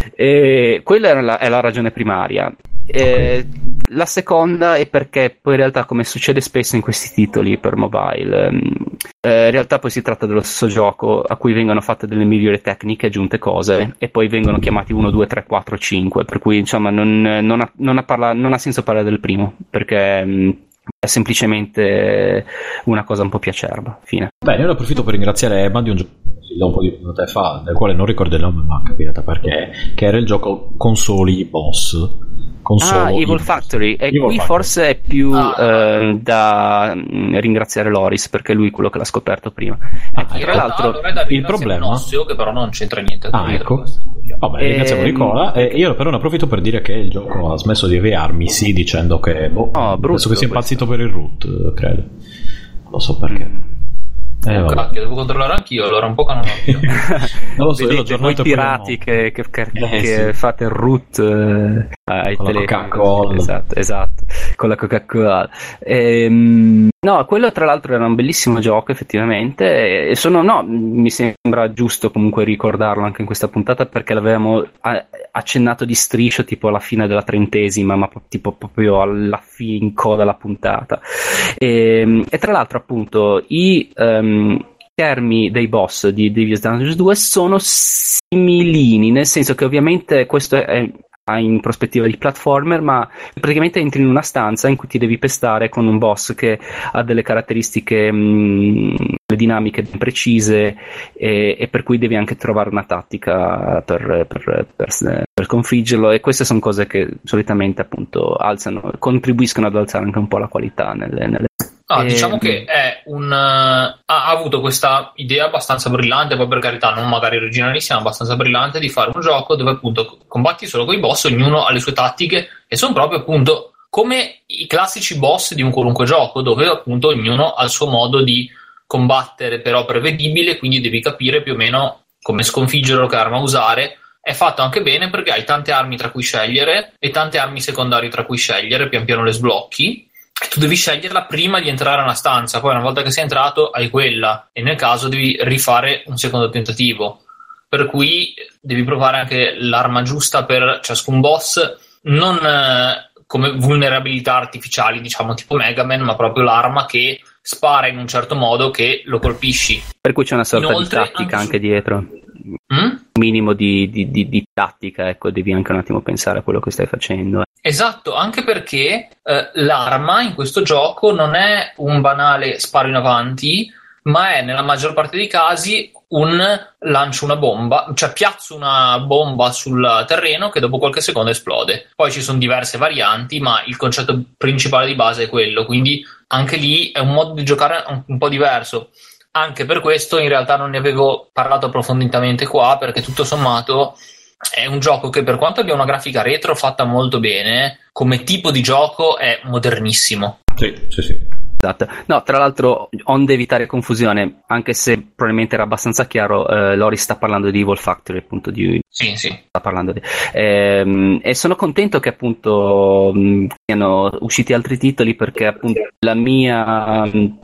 e quella è la, è la ragione primaria. Eh, la seconda è perché poi in realtà, come succede spesso in questi titoli per mobile, ehm, eh, in realtà poi si tratta dello stesso gioco a cui vengono fatte delle migliori tecniche, aggiunte cose e poi vengono chiamati uno, due, tre, quattro, cinque, per cui insomma non, non, ha, non, ha, parla, non ha senso parlare del primo perché mh, è semplicemente una cosa un po' più acerba. Fine. Bene, io ne approfitto per ringraziare Emma di un gioco da un po' di puntate fa, del quale non ricordo il nome, ma capirete perché, che era il gioco Consoli Boss. Console Ah, Evil Boss. Factory, e Evil qui Factory. forse è più Ah. eh, da mh, ringraziare Loris perché è lui quello che l'ha scoperto prima. Ah, E in tra realtà l'altro allora è da il ringraziare problema- Nossio, che però non c'entra niente. Ah, ecco. Vabbè, Ehm, ringraziamo Nicola. E io però ne approfitto per dire che il gioco ha smesso di avviarmi, sì, dicendo che boh, Oh, brutto penso che sia questo. impazzito per il root, credo. Non lo so perché. Eh, Oh, vabbè. cacchio, devo controllare anch'io, allora un po' che non ho più. Non lo so, io l'ho Vedete, aggiornato voi poi pirati no. che, che, che, Eh, che sì. fate il root eh, ai Con la telefoni. Coca-Cola. Esatto, esatto, con la Coca-Cola. Ehm, no, quello tra l'altro era un bellissimo gioco effettivamente e sono, no, mi sembra giusto comunque ricordarlo anche in questa puntata perché l'avevamo a- accennato di striscio tipo alla fine della trentesima, ma po- tipo proprio alla fine in coda alla puntata. E, e tra l'altro appunto i ehm, termi dei boss di Devious Dungeons due sono similini, nel senso che ovviamente questo è in prospettiva di platformer, ma praticamente entri in una stanza in cui ti devi pestare con un boss che ha delle caratteristiche, mh, le dinamiche ben precise e, e per cui devi anche trovare una tattica per, per, per, per sconfiggerlo, e queste sono cose che solitamente appunto alzano, contribuiscono ad alzare anche un po' la qualità nelle, nelle... No, Eh, diciamo che è un, uh, ha, ha avuto questa idea abbastanza brillante, poi per carità non magari originalissima, abbastanza brillante, di fare un gioco dove appunto combatti solo con i boss, ognuno ha le sue tattiche e sono proprio appunto come i classici boss di un qualunque gioco, dove appunto ognuno ha il suo modo di combattere, però prevedibile, quindi devi capire più o meno come sconfiggerlo, che arma usare. È fatto anche bene perché hai tante armi tra cui scegliere e tante armi secondarie tra cui scegliere, pian piano le sblocchi e tu devi sceglierla prima di entrare a una stanza, poi una volta che sei entrato hai quella e nel caso devi rifare un secondo tentativo, per cui devi provare anche l'arma giusta per ciascun boss, non eh, come vulnerabilità artificiali, diciamo tipo Mega Man, ma proprio l'arma che spara in un certo modo che lo colpisci. Per cui c'è una sorta Inoltre, di tattica anche, anche su... dietro. Mm? Minimo di, di, di, di tattica, ecco, devi anche un attimo pensare a quello che stai facendo. Esatto, anche perché eh, l'arma in questo gioco non è un banale sparo in avanti, ma è nella maggior parte dei casi un lancio una bomba, cioè piazzo una bomba sul terreno che dopo qualche secondo esplode. Poi ci sono diverse varianti, ma il concetto principale di base è quello, quindi anche lì è un modo di giocare un, un po' diverso. Anche per questo in realtà non ne avevo parlato approfonditamente qua, perché tutto sommato è un gioco che, per quanto abbia una grafica retro fatta molto bene, come tipo di gioco è modernissimo. Sì, sì, sì. Esatto. No, tra l'altro, onde evitare confusione, anche se probabilmente era abbastanza chiaro, eh, Lori sta parlando di Evil Factory, appunto di... Sì, sì. Sta parlando di... Ehm, e sono contento che appunto mh, siano usciti altri titoli, perché appunto la mia... Mh,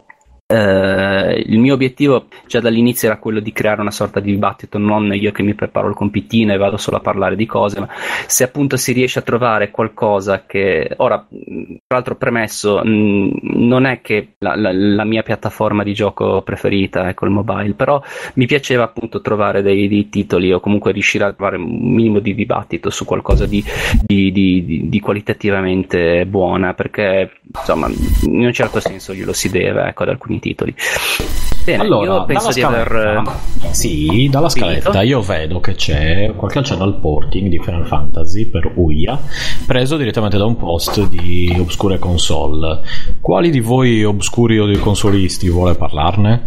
Uh, il mio obiettivo già dall'inizio era quello di creare una sorta di dibattito, non io che mi preparo il compitino e vado solo a parlare di cose, ma se appunto si riesce a trovare qualcosa che, ora tra l'altro premesso, mh, non è che la, la, la mia piattaforma di gioco preferita è col mobile, però mi piaceva appunto trovare dei, dei titoli o comunque riuscire a trovare un minimo di dibattito su qualcosa di, di, di, di, di qualitativamente buona, perché insomma in un certo senso glielo si deve, ecco, ad alcuni titoli. Bene, allora, io penso di aver sì, dalla scaletta finito. Io vedo che c'è qualche accenno al porting di Final Fantasy per U I A preso direttamente da un post di Obscure Console. Quali di voi obscuri o dei consolisti vuole parlarne?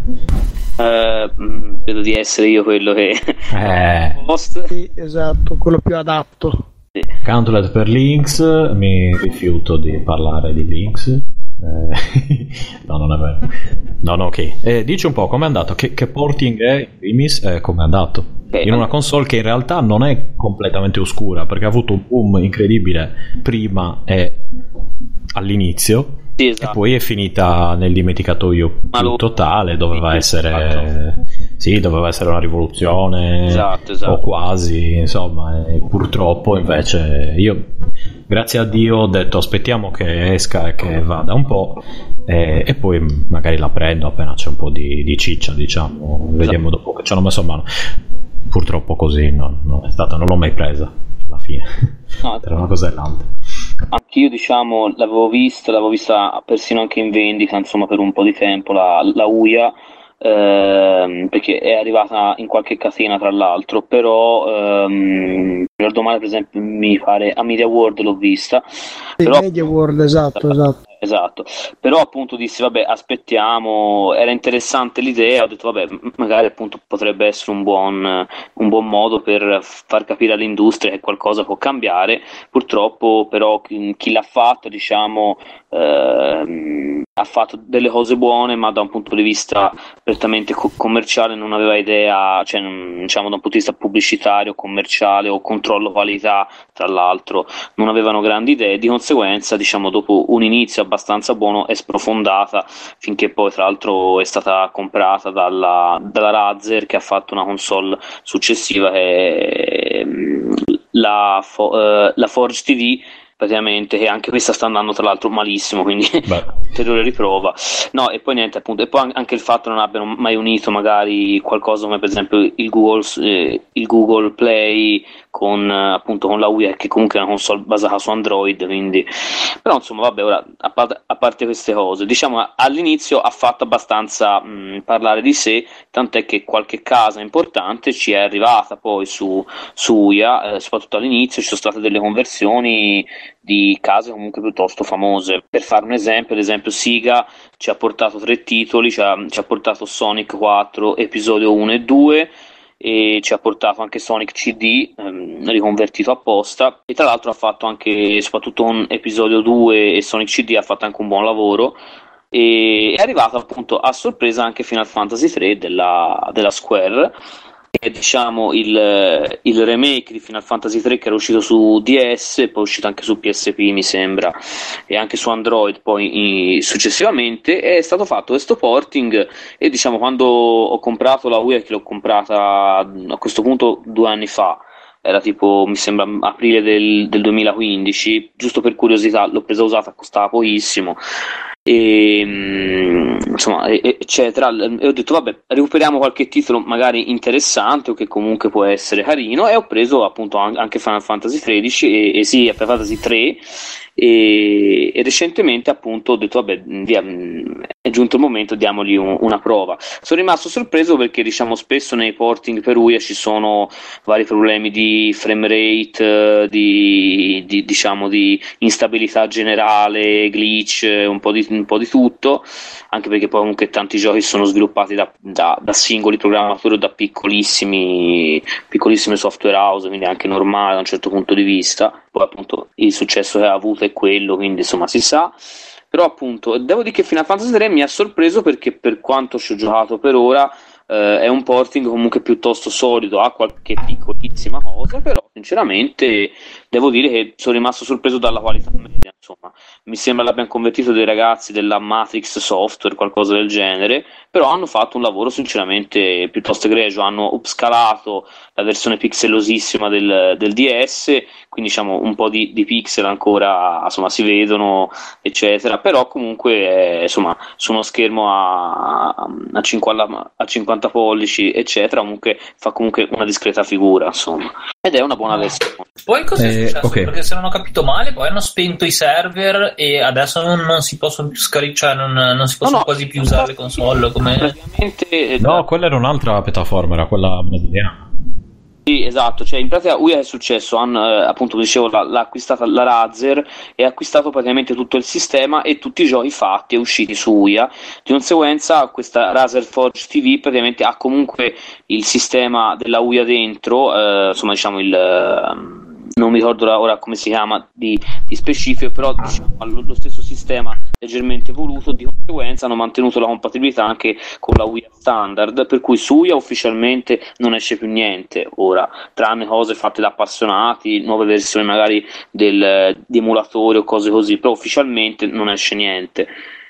Uh, credo di essere io quello che eh. post. Sì, esatto, quello più adatto. Countlet per Lynx, mi rifiuto di parlare di Lynx. Eh, no, non è vero. No, no, ok. Eh, dici un po' com'è andato, che, che porting è in primis, eh, com'è andato? Okay. In una console che in realtà non è completamente oscura, perché ha avuto un boom incredibile prima e all'inizio. Sì, esatto. E poi è finita nel dimenticatoio più totale. Doveva essere esatto. Sì, doveva essere una rivoluzione, esatto, esatto. O quasi, insomma, e purtroppo invece io, grazie a Dio, ho detto aspettiamo che esca e che vada un po' e, e poi magari la prendo appena c'è un po' di, di ciccia, diciamo, esatto. Vediamo dopo che ci hanno messo a mano. Purtroppo così non, non è stata, non l'ho mai presa alla fine. No, tra una cosa e l'altra. Anch'io, diciamo, l'avevo vista, l'avevo vista persino anche in vendita, insomma, per un po' di tempo, la, la U I A, ehm, perché è arrivata in qualche catena, tra l'altro, però ehm, per domani, per esempio, mi pare a Media World l'ho vista. Sì, però, Media World, esatto, esatto. Esatto, però appunto dissi vabbè aspettiamo, era interessante l'idea, ho detto vabbè magari appunto potrebbe essere un buon, un buon modo per far capire all'industria che qualcosa può cambiare. Purtroppo però chi, chi l'ha fatto, diciamo, eh, ha fatto delle cose buone, ma da un punto di vista prettamente co- commerciale non aveva idea, cioè non, diciamo da un punto di vista pubblicitario, commerciale o controllo qualità, tra l'altro non avevano grandi idee, di conseguenza diciamo dopo un inizio abbastanza buono è sprofondata, finché poi tra l'altro è stata comprata dalla, dalla Razer, che ha fatto una console successiva che è la, uh, la Forge T V praticamente, che anche questa sta andando tra l'altro malissimo, quindi ulteriore riprova. No, e poi niente, appunto, e poi anche il fatto che non abbiano mai unito magari qualcosa come per esempio il Google, eh, il Google Play con appunto con la U I A, che comunque è una console basata su Android, quindi però insomma vabbè, ora a parte, a parte queste cose, diciamo all'inizio ha fatto abbastanza mh, parlare di sé, tant'è che qualche casa importante ci è arrivata poi su, su U I A, eh, soprattutto all'inizio ci sono state delle conversioni di case comunque piuttosto famose. Per fare un esempio, ad esempio Sega ci ha portato tre titoli, ci ha, ci ha portato Sonic quattro episodio uno e due, e ci ha portato anche Sonic C D ehm, riconvertito apposta, e tra l'altro ha fatto anche, soprattutto con episodio due e Sonic C D, ha fatto anche un buon lavoro, e è arrivato appunto a sorpresa anche Final Fantasy tre della, della Square, che è diciamo il, il remake di Final Fantasy tre che era uscito su D S, poi è uscito anche su P S P mi sembra, e anche su Android poi in, successivamente. È stato fatto questo porting, e diciamo quando ho comprato la Wii, che l'ho comprata a questo punto due anni fa, era tipo mi sembra aprile del, del duemilaquindici, giusto per curiosità l'ho presa usata, costava pochissimo, e insomma eccetera, e ho detto vabbè, recuperiamo qualche titolo magari interessante o che comunque può essere carino, e ho preso appunto anche Final Fantasy tredici e, e sì, Final Fantasy tre, e, e recentemente appunto ho detto vabbè, via, è giunto il momento, diamogli un, una prova. Sono rimasto sorpreso perché diciamo spesso nei porting per Wii ci sono vari problemi di frame rate, di, di diciamo di instabilità generale, glitch, un po' di un po' di tutto, anche perché poi comunque tanti giochi sono sviluppati da, da, da singoli programmatori o da piccolissimi piccolissime software house, quindi è anche normale da un certo punto di vista. Poi appunto il successo che ha avuto è quello, quindi insomma si sa. Però appunto devo dire che Final Fantasy tre mi ha sorpreso perché per quanto ci ho giocato per ora eh, è un porting comunque piuttosto solido, ha qualche piccolissima cosa, però sinceramente devo dire che sono rimasto sorpreso dalla qualità media, insomma mi sembra l'abbiano convertito dei ragazzi della Matrix Software, qualcosa del genere, però hanno fatto un lavoro sinceramente piuttosto egregio, hanno upscalato la versione pixelosissima del, del D S, quindi diciamo un po' di, di pixel ancora insomma si vedono eccetera, però comunque eh, insomma su uno schermo a, a, cinquanta, a cinquanta pollici eccetera comunque fa comunque una discreta figura, insomma, ed è una buona versione. Poi cosa è eh, successo? Okay. Perché se non ho capito male poi hanno spento i server e adesso non, non si possono più scaricare, cioè non, non si possono no, no, quasi più usare le console come... praticamente no, quella era un'altra piattaforma, era quella brasiliana. Sì, esatto, cioè in pratica Wii è successo, hanno, eh, appunto dicevo l'ha, l'ha acquistata la Razer e ha acquistato praticamente tutto il sistema e tutti i giochi fatti e usciti su Wii, di conseguenza questa Razer Forge T V praticamente ha comunque il sistema della Wii dentro, eh, insomma diciamo il... Eh, non mi ricordo ora come si chiama di, di specifico, però diciamo, lo stesso sistema leggermente evoluto, di conseguenza hanno mantenuto la compatibilità anche con la Wii standard, per cui su Wii ufficialmente non esce più niente ora, tranne cose fatte da appassionati, nuove versioni magari del, di emulatori o cose così, però ufficialmente non esce niente.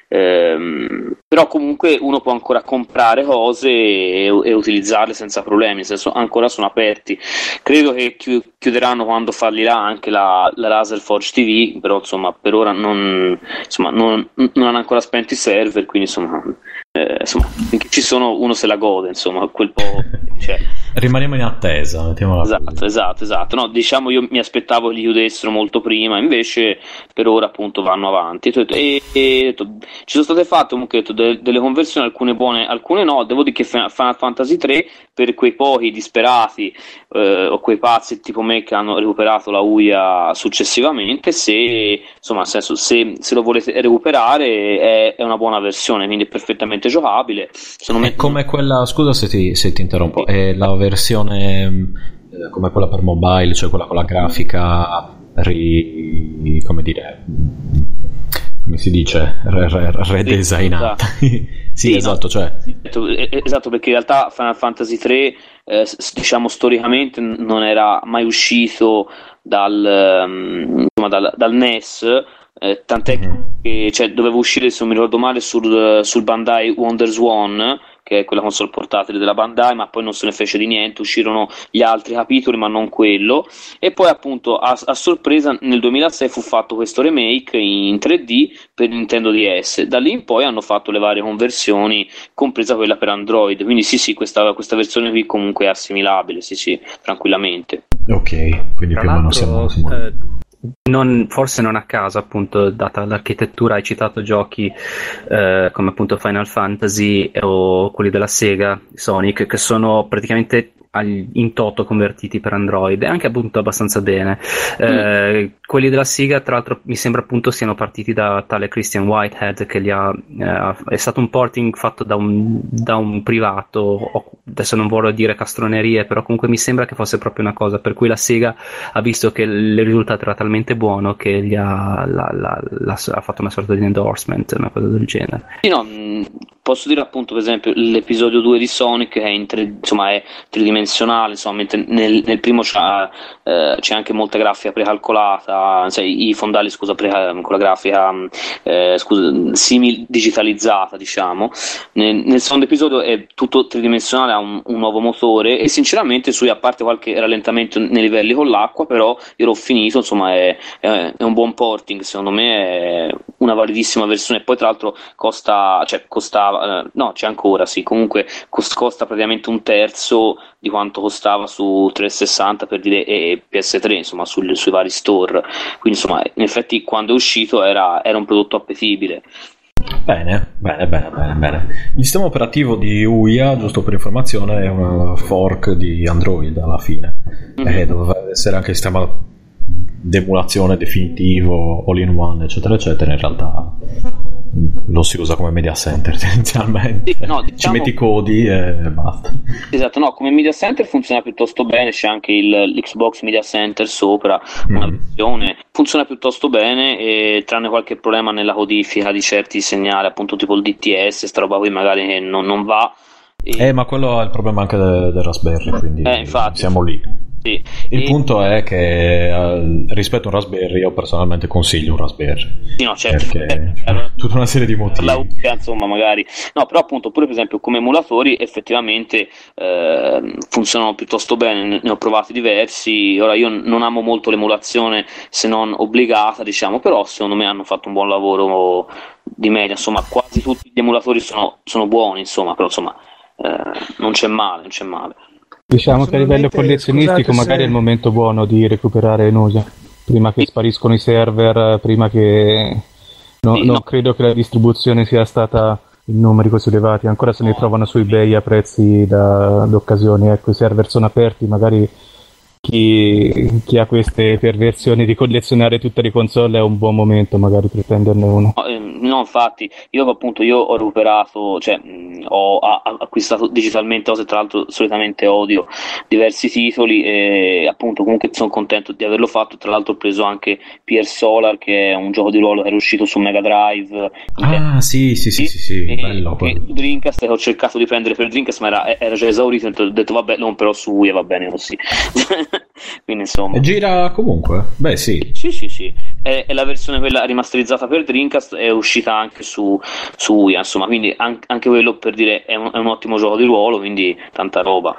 Ehm, però comunque uno può ancora comprare cose e, e utilizzarle senza problemi, nel senso ancora sono aperti. Credo che chi, chiuderanno quando fallirà anche la, la Razer Forge T V, però insomma per ora non, insomma, non, non hanno ancora spento i server, quindi insomma, eh, insomma finché ci sono uno se la gode, insomma quel po', cioè. Rimaniamo in attesa, mettiamola esatto, così. esatto, esatto. No, diciamo io mi aspettavo che li chiudessero molto prima, invece per ora appunto vanno avanti. E, e, e ci sono state fatte comunque delle, delle conversioni, alcune buone, alcune no. Devo dire che Final Fantasy tre, per quei pochi disperati eh, o quei pazzi tipo me che hanno recuperato la U I A successivamente, se insomma nel senso, se, se lo volete recuperare è, è una buona versione, quindi è perfettamente giocabile. Sono è me- come quella, scusa se ti, se ti interrompo, è la versione eh, come quella per mobile, cioè quella con la grafica ri, come dire, come si dice, redesignata. Sì, sì, esatto, no, cioè. Esatto, perché in realtà Final Fantasy tre eh, diciamo storicamente non era mai uscito dal, um, insomma, dal, dal N E S, eh, tant'è mm-hmm. che cioè, doveva uscire, se non mi ricordo male, sul, sul Bandai WonderSwan, che è quella console portatile della Bandai, ma poi non se ne fece di niente, uscirono gli altri capitoli ma non quello, e poi appunto a, a sorpresa nel duemilasei fu fatto questo remake in tre D per Nintendo D S, da lì in poi hanno fatto le varie conversioni, compresa quella per Android, quindi sì sì, questa, questa versione qui comunque è assimilabile, sì sì, tranquillamente. Ok, quindi più o meno siamo... siamo... Eh... Non, forse non a caso, appunto, data l'architettura, hai citato giochi eh, come appunto Final Fantasy o quelli della Sega, Sonic, che sono praticamente in toto convertiti per Android, e anche appunto abbastanza bene. Eh, mm. Quelli della Sega, tra l'altro, mi sembra appunto siano partiti da tale Christian Whitehead, che li ha, eh, è stato un porting fatto da un, da un privato, o, adesso non voglio dire castronerie, però comunque mi sembra che fosse proprio una cosa per cui la Sega ha visto che il risultato era talmente buono che gli ha, la, la, la, ha fatto una sorta di endorsement, una cosa del genere. Sì, no, posso dire appunto per esempio l'episodio due di Sonic è, in tre, insomma, è tridimensionale, insomma, mentre nel, nel primo c'è, eh, c'è anche molta grafica precalcolata, sai, i fondali scusa pre, con la grafica eh, scusa, simil digitalizzata, diciamo. Nel, nel secondo episodio è tutto tridimensionale, ha un, un nuovo motore, e sinceramente su, a parte qualche rallentamento nei livelli con l'acqua, però io l'ho finito, insomma è, è, è un buon porting, secondo me è una validissima versione. Poi tra l'altro costa, cioè costava, eh, no c'è ancora, sì, comunque cost, costa praticamente un terzo di quanto costava su trecentosessanta, per dire, e P S tre, insomma, sul, sui vari store. Quindi insomma, in effetti quando è uscito era, era un prodotto appetibile. Bene, bene, bene, bene, bene. Il sistema operativo di U I A, giusto per informazione, è un fork di Android alla fine. Mm-hmm. E doveva essere anche il sistema d'emulazione definitivo, all in one, eccetera, eccetera. In realtà lo si usa come media center tendenzialmente. Sì, no, diciamo, ci metti i codi e basta. Esatto, no, come media center funziona piuttosto bene, c'è anche il, l'Xbox Media Center sopra, una mm. versione, funziona piuttosto bene, e tranne qualche problema nella codifica di certi segnali, appunto tipo il D T S, sta roba qui magari che non, non va. E... Eh, ma quello è il problema anche del, del Raspberry, quindi eh, infatti, siamo lì. Sì. Il e... punto è che uh, rispetto a un Raspberry io personalmente consiglio un Raspberry. Sì, no, certo, perché eh, allora, tutta una serie di motivi. La U I A, insomma, magari no, però appunto pure per esempio come emulatori effettivamente eh, funzionano piuttosto bene, ne ho provati diversi. Ora io non amo molto l'emulazione se non obbligata, diciamo, però secondo me hanno fatto un buon lavoro di media, insomma, quasi tutti gli emulatori sono, sono buoni, insomma, però insomma eh, non c'è male, non c'è male. Diciamo che a livello collezionistico magari se... è il momento buono di recuperare Nausea, prima che sì. spariscono i server, prima che... No, sì, non no. credo che la distribuzione sia stata in numeri così elevati, ancora se ne trovano su eBay a prezzi da, d'occasione, ecco, i server sono aperti, magari chi, chi ha queste perversioni di collezionare tutte le console è un buon momento magari per prenderne uno. No, eh, no, infatti io appunto io ho recuperato, cioè mh, ho a, acquistato digitalmente cose, tra l'altro solitamente odio diversi titoli, e appunto comunque sono contento di averlo fatto. Tra l'altro ho preso anche Pier Solar, che è un gioco di ruolo che era uscito su Mega Drive. Ah sì sì sì sì, sì, sì bello. Dreamcast, che ho cercato di prendere per Dreamcast ma era, era già esaurito, ho detto vabbè, non, però su Wii va bene così. Quindi insomma, e gira comunque? Beh sì sì sì sì è, è la versione quella rimasterizzata per Dreamcast, è uscita anche su, su Wii, insomma, quindi an- anche quello per dire è un, è un ottimo gioco di ruolo, quindi tanta roba.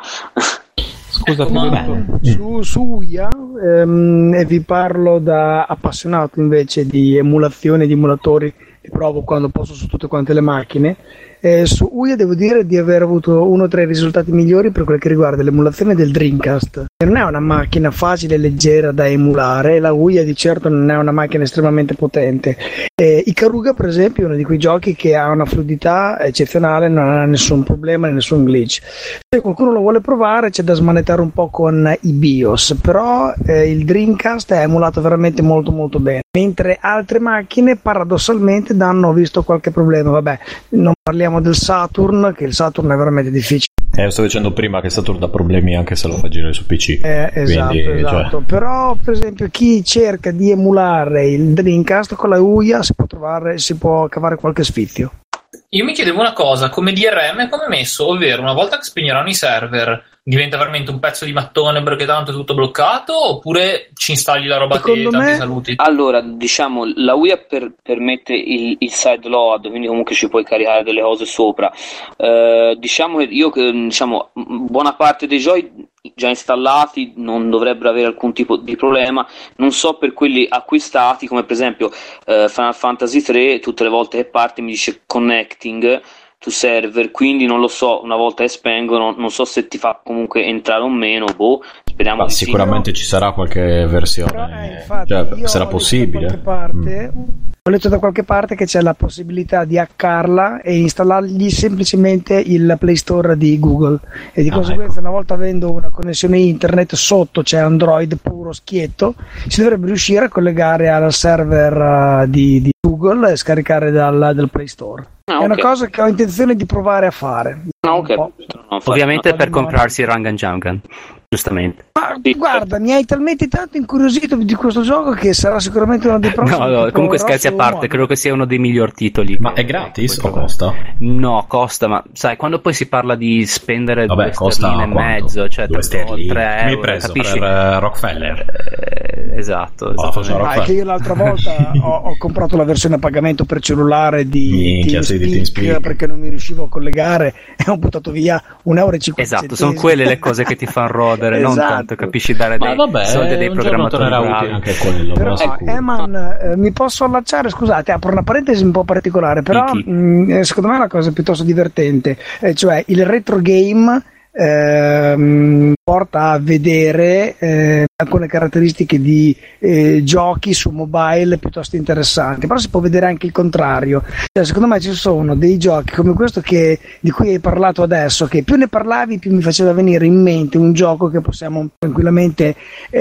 Scusa, su, su Wii ehm, e vi parlo da appassionato invece di emulazione, di emulatori, li provo quando posso su tutte quante le macchine. Eh, su U I A devo dire di aver avuto uno tra i risultati migliori per quel che riguarda l'emulazione del Dreamcast. Non è una macchina facile e leggera da emulare, la U I A di certo non è una macchina estremamente potente. Eh, Ikaruga per esempio è uno di quei giochi che ha una fluidità eccezionale, non ha nessun problema, nessun glitch. Se qualcuno lo vuole provare c'è da smanettare un po' con i BIOS, però eh, il Dreamcast è emulato veramente molto molto bene, mentre altre macchine paradossalmente danno visto qualche problema. Vabbè, non parliamo del Saturn, che il Saturn è veramente difficile. Eh, stavo dicendo prima che Saturn dà problemi anche se lo fa girare su P C. Eh, esatto, Quindi, esatto. Cioè... Però, per esempio, chi cerca di emulare il Dreamcast con la U I A si può trovare, si può cavare qualche sfizio. Io mi chiedevo una cosa, come D R M come è messo? Ovvero, una volta che spegneranno i server, diventa veramente un pezzo di mattone perché tanto è tutto bloccato, oppure ci installi la roba Secondo te, me... tanti saluti? Allora, diciamo, la U I A per, permette il, il side load, quindi comunque ci puoi caricare delle cose sopra. Uh, diciamo che io, diciamo, buona parte dei giochi già installati non dovrebbero avere alcun tipo di problema. Non so per quelli acquistati, come per esempio uh, Final Fantasy tre, tutte le volte che parte mi dice connecting, to server, quindi non lo so, una volta che spengono, non so se ti fa comunque entrare o meno, boh, speriamo Ma di sicuramente sì. ci sarà qualche versione, Però, eh, infatti, cioè, io sarà ho possibile. letto da qualche parte, mm. ho letto da qualche parte che c'è la possibilità di hackarla e installargli semplicemente il Play Store di Google, e di Ah, conseguenza, ecco. una volta avendo una connessione internet, sotto c'è Android puro schietto, si dovrebbe riuscire a collegare al server uh, di, di Google e scaricare dal, dal Play Store. Ah, È una ok. cosa che ho intenzione di provare a fare. Ah, ok. Un po'. No, fa- Ovviamente no, per no. comprarsi Rangan Jangan, giustamente. Ma Sì, guarda, mi hai talmente tanto incuriosito di questo gioco che sarà sicuramente uno dei prossimi. No, che no, comunque proverò scherzi a su parte, Mono. credo che sia uno dei miglior titoli. Ma che- è gratis che o puoi costa? trovare. No, costa, ma sai, quando poi si parla di spendere Vabbè, due costa sterline e quanto? mezzo, cioè Due tre sterline. tre Mi hai euro, preso capisci? per eh, Rockefeller. Eh, esatto, Oh, esattamente. faccio Ah, è che io l'altra volta ho, ho comprato la versione a pagamento per cellulare di Minchia, sì, di TeamSpeak, TeamSpeak. perché non mi riuscivo a collegare e ho buttato via un euro e cinquanta Esatto, sono quelle le cose che ti fanno rodere, non Esatto. tanto, capisci, dare Ma dei vabbè, soldi a dei un giorno programmatori tornerà bravi. utile anche quello. Però, me lo sicuro. Eman, eh, mi posso allacciare, scusate, apro una parentesi un po' particolare, però Chi, chi? mh, eh, secondo me è una cosa piuttosto divertente, eh, cioè il retro game ehm, porta a vedere eh, alcune caratteristiche di eh, giochi su mobile piuttosto interessanti, però si può vedere anche il contrario. Cioè, secondo me ci sono dei giochi come questo che, di cui hai parlato adesso, che più ne parlavi più mi faceva venire in mente un gioco che possiamo tranquillamente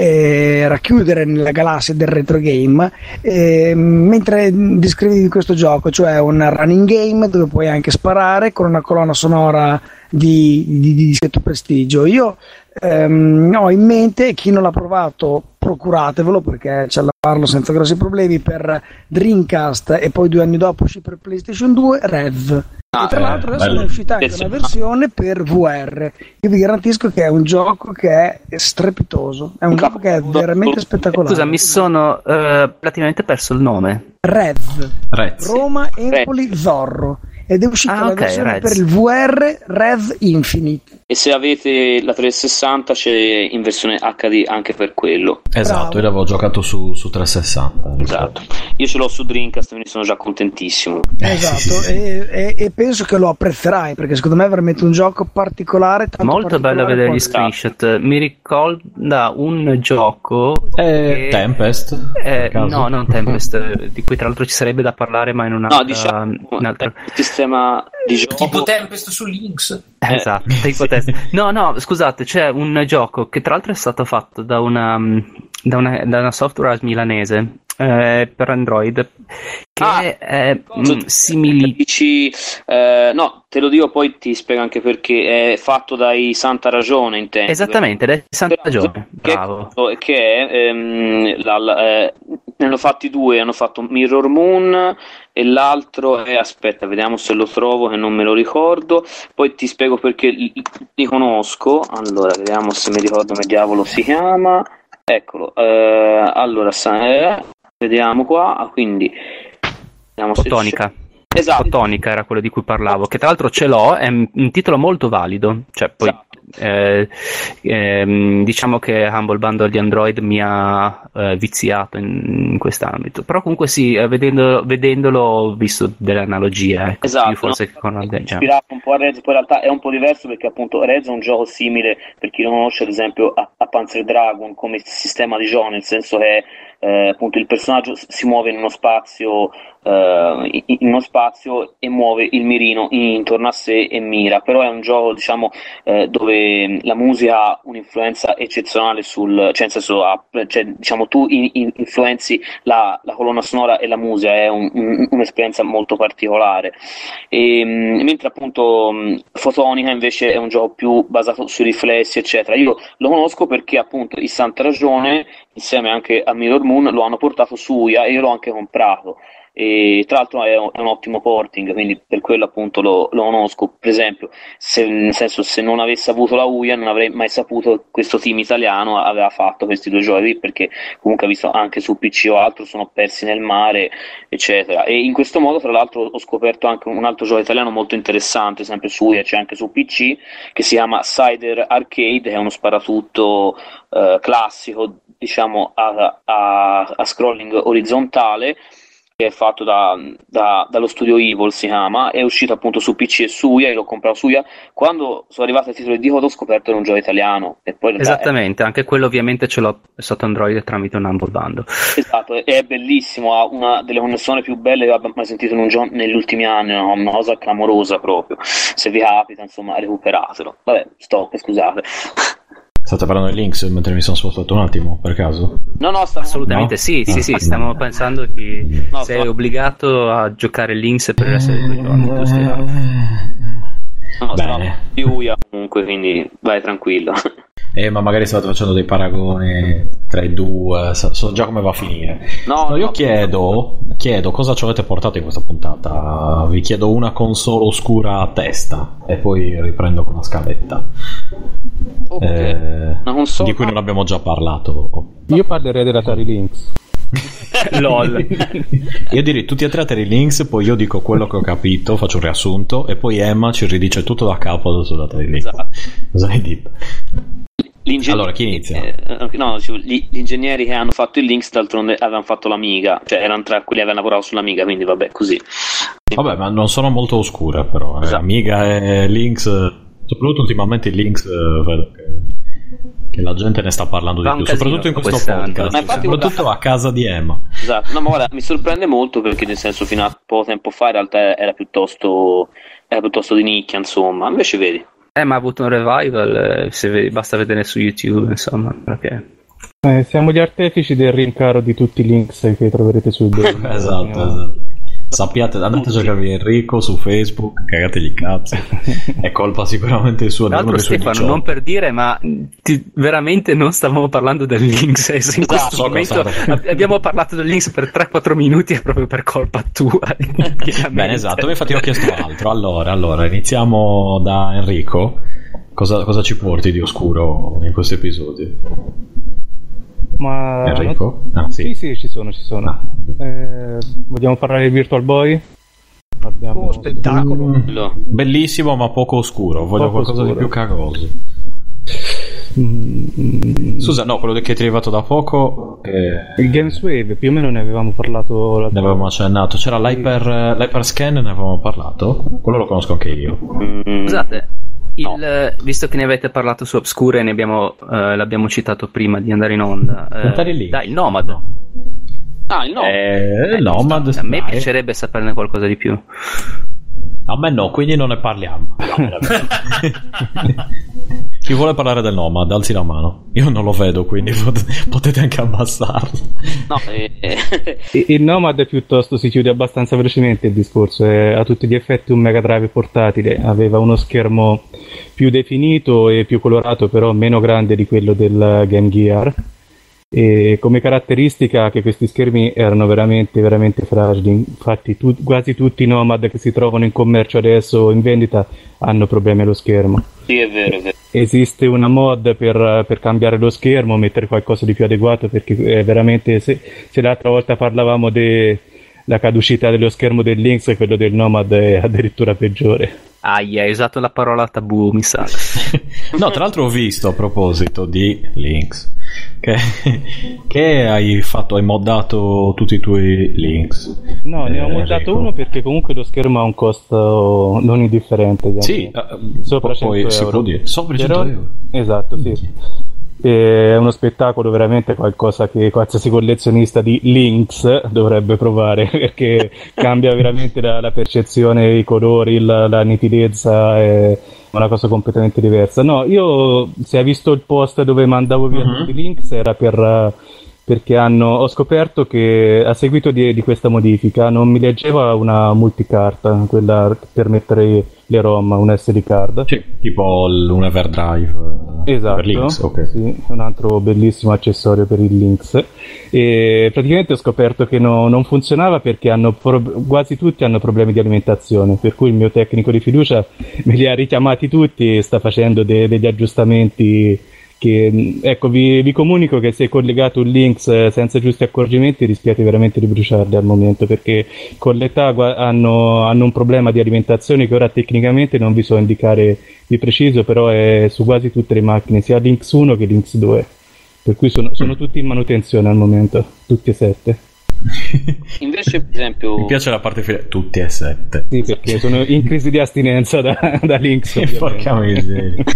eh, racchiudere nella galassia del retro game, eh, mentre descrivi questo gioco, cioè un running game dove puoi anche sparare con una colonna sonora di, di, di discreto prestigio. Io ehm, ho in mente, chi non l'ha provato procuratevelo, perché ce la parlo senza grossi problemi, per Dreamcast, e poi due anni dopo uscì per PlayStation due, Rev. Ah, E tra eh, l'altro adesso bello. è uscita anche Sì, una sì. versione per V R. Io vi garantisco che è un gioco che è strepitoso, è un gioco che è veramente spettacolare. Scusa, mi sono eh, praticamente perso il nome. Rev, Rezzi. Roma Empoli Zorro, ed è uscita Ah, la ok, versione Rez. per il V R Rev Infinite. E se avete la trecentosessanta c'è in versione acca di anche per quello. Esatto, Bravo. io l'avevo giocato su, su trecentosessanta. Esatto. Io ce l'ho su Dreamcast, quindi sono già contentissimo. Eh, Esatto, sì, sì, sì. E, e- e penso che lo apprezzerai, perché secondo me è veramente un gioco particolare, tanto Molto bello particolare vedere gli quanto- screenshot. Mi ricorda un gioco Eh, che- Tempest? eh, per caso? no, non Tempest, di cui tra l'altro ci sarebbe da parlare, ma in un'altra, No, diciamo un'altra- il sistema di gioco. Tipo Tempest su Links. Eh. Esatto, tipo test. No, no, scusate, c'è un gioco che tra l'altro è stato fatto da una, da una, da una software house milanese eh, per Android che Ah, è cosa- mm, simili. Dici, eh, no, te lo dico, poi ti spiego anche perché è fatto dai Santa Ragione, intendo. Esattamente, ed è Santa Ragione, Che- bravo. Che è, ehm, la- la- eh, ne hanno fatti due, hanno fatto Mirror Moon e l'altro è, aspetta, vediamo se lo trovo, che non me lo ricordo, poi ti spiego perché li, li conosco. Allora, vediamo se mi ricordo come diavolo si chiama. Eccolo, eh, allora, sa- eh, vediamo qua, ah, quindi vediamo se Fotonica. c'è- Esatto. Fotonica era quello di cui parlavo, che tra l'altro ce l'ho, è un titolo molto valido, cioè poi Esatto. eh, ehm, diciamo che Humble Bundle di Android mi ha eh, viziato in, in quest'ambito, però comunque sì, eh, vedendo- vedendolo ho visto delle analogie, ecco, Esatto, più forse no? che con Android. Ispirato un po' a Rez, poi in realtà è un po' diverso perché appunto Rez è un gioco simile, per chi lo conosce, ad esempio a, a Panzer Dragon come sistema di gioco, nel senso che eh, appunto il personaggio s- si muove in uno spazio eh, in in uno spazio e muove il mirino intorno a sé e mira, però è un gioco diciamo eh, dove la musica ha un'influenza eccezionale sul, cioè nel senso ha- cioè, diciamo tu in- in- influenzi la, la colonna sonora e la musica, è un- un- un'esperienza molto particolare. E, mh, mentre appunto mh, Fotonica invece è un gioco più basato sui riflessi eccetera. Io lo conosco perché appunto il Santa Ragione insieme anche a Mirror Moon lo hanno portato su U I A e io l'ho anche comprato, e tra l'altro è un, è un ottimo porting, quindi per quello appunto lo, lo conosco. Per esempio, se, nel senso, se non avesse avuto la U I A non avrei mai saputo che questo team italiano aveva fatto questi due giochi, perché comunque ho visto anche su P C o altro sono persi nel mare eccetera, e in questo modo tra l'altro ho scoperto anche un altro gioco italiano molto interessante, sempre su U I A, c'è anche su P C, che si chiama Cider Arcade, che è uno sparatutto eh, classico, diciamo a, a, a scrolling orizzontale, che è fatto da, da, dallo studio Evil, si chiama, è uscito appunto su P C e su U I A, io l'ho comprato su U I A. Quando sono arrivato al titolo di Dico ho scoperto che era un gioco italiano e poi esattamente, è... anche quello ovviamente ce l'ho sotto Android tramite un Humble Bundle. Esatto, è bellissimo, ha una delle connessioni più belle che abbia mai sentito in un gioco negli ultimi anni, no? Una cosa clamorosa proprio, se vi capita insomma recuperatelo. Vabbè, stop, scusate. State parlando di Lynx mentre mi sono spostato un attimo, per caso? No, no, stiamo... assolutamente no? sì, sì, ah, sì, stiamo no. pensando che no, sei no. obbligato a giocare Lynx per il resto dei tuoi giorni, giusto? No, bene. Più U I A comunque, quindi vai tranquillo. Eh, ma magari state facendo dei paragoni tra i due, so già come va a finire. No, no io no, chiedo, chiedo cosa ci avete portato in questa puntata. Vi chiedo una console oscura a testa e poi riprendo con la scaletta. Okay. Eh, una console... di cui non abbiamo già parlato. Io parlerei dell'Atari Lynx. LOL. Io direi tutti e tre Atari Lynx, poi io dico quello che ho capito, faccio un riassunto e poi Emma ci ridice tutto da capo sull'Atari Lynx. Esatto. Cosa hai detto? Allora, chi inizia? Eh, no, gli, gli ingegneri che hanno fatto il Lynx d'altronde avevano fatto l'Amiga, cioè erano tra quelli che avevano lavorato sull'Amiga, quindi vabbè, così. Vabbè, ma non sono molto oscure però, eh. Esatto. Amiga e Lynx, soprattutto ultimamente il Lynx, vedo che, che la gente ne sta parlando di più, soprattutto in questo podcast, ma infatti, soprattutto guarda, a casa di Emma. Esatto, no, ma guarda, mi sorprende molto perché nel senso fino a poco tempo fa in realtà era piuttosto, era piuttosto di nicchia, insomma, invece vedi. Eh, ma ha avuto un revival, eh, se vedi, basta vedere su YouTube, insomma, perché... Eh, siamo gli artefici del rincaro di tutti i links che troverete sul blog. Esatto, esatto. Sappiate, andate a cercarvi Enrico su Facebook, cagategli il cazzo. È colpa sicuramente sua. Tra l'altro, Stefano, non per dire, ma ti, veramente non stavamo parlando del Lynx. In esatto, questo so momento ab- abbiamo parlato del Lynx per tre quattro minuti proprio per colpa tua. Bene, esatto, infatti ho chiesto altro. Allora, allora, iniziamo da Enrico. Cosa, cosa ci porti di oscuro in questo episodio? Ma Enrico? Ah, sì. sì, sì, ci sono, ci sono. Ah. Eh, vogliamo parlare di Virtual Boy? Abbiamo... Oh, spettacolo. Mm. Bellissimo, ma poco oscuro. Voglio poco qualcosa oscuro. Di più cagoso. Mm. Scusa, no, quello che ti è arrivato da poco. Eh... Il Gameswave, più o meno ne avevamo parlato. La ne avevamo accennato. C'era l'hyper, l'hyperscan, ne avevamo parlato. Quello lo conosco anche io. Scusate. Il, no. Visto che ne avete parlato su Obscure e ne abbiamo, eh, l'abbiamo citato prima di andare in onda, eh, dai, il Nomad. Ah, il Nomad. Eh, il Nomad. A me dai. piacerebbe saperne qualcosa di più. A me no, quindi non ne parliamo. Chi vuole parlare del Nomad, alzi la mano. Io non lo vedo, quindi pot- potete anche abbassarlo. No, eh. Il Nomad piuttosto si chiude abbastanza velocemente il discorso. È a tutti gli effetti un Mega Drive portatile. Aveva uno schermo più definito e più colorato, però meno grande di quello del Game Gear. E come caratteristica che questi schermi erano veramente veramente fragili. Infatti tu, quasi tutti i Nomad che si trovano in commercio adesso in vendita hanno problemi allo schermo. Sì, è vero, è vero. Esiste una mod per, per cambiare lo schermo, mettere qualcosa di più adeguato, perché è veramente, se, se l'altra volta parlavamo della caducità dello schermo del Lynx, quello del Nomad è addirittura peggiore. Ah, hai usato la parola tabù, mi sa. No, tra l'altro ho visto, a proposito di Lynx, che, che hai fatto, hai moddato tutti i tuoi Lynx. No, ne ho eh, moddato Enrico. Uno perché comunque lo schermo ha un costo non indifferente. Sì, uh, sopra cento euro. Si può dire. Sopra cento euro. Esatto, sì. È uno spettacolo, veramente qualcosa che qualsiasi collezionista di Lynx dovrebbe provare, perché cambia veramente la, la percezione, i colori, la, la nitidezza, è una cosa completamente diversa. No, io, se hai visto il post dove mandavo via uh-huh. tutti i Lynx, era per... perché hanno, ho scoperto che a seguito di, di questa modifica non mi leggeva una multicarta, quella per mettere le ROM, un S D card. Sì, tipo un Everdrive. Esatto, per Lynx, okay. Sì, un altro bellissimo accessorio per il Lynx. E praticamente ho scoperto che no, non funzionava perché hanno pro- quasi tutti hanno problemi di alimentazione, per cui il mio tecnico di fiducia me li ha richiamati tutti e sta facendo de- degli aggiustamenti. Che, ecco, vi, vi comunico che se collegato un Lynx senza giusti accorgimenti rischiate veramente di bruciarli al momento, perché con l'età hanno, hanno un problema di alimentazione che ora tecnicamente non vi so indicare di preciso, però è su quasi tutte le macchine, sia Lynx uno che Lynx due, per cui sono, sono tutti in manutenzione al momento, tutti e sette. Invece, per esempio, mi piace la parte finale, tutti e sette. Sì, perché sono in crisi di astinenza da, da Lynx. Porca miseria.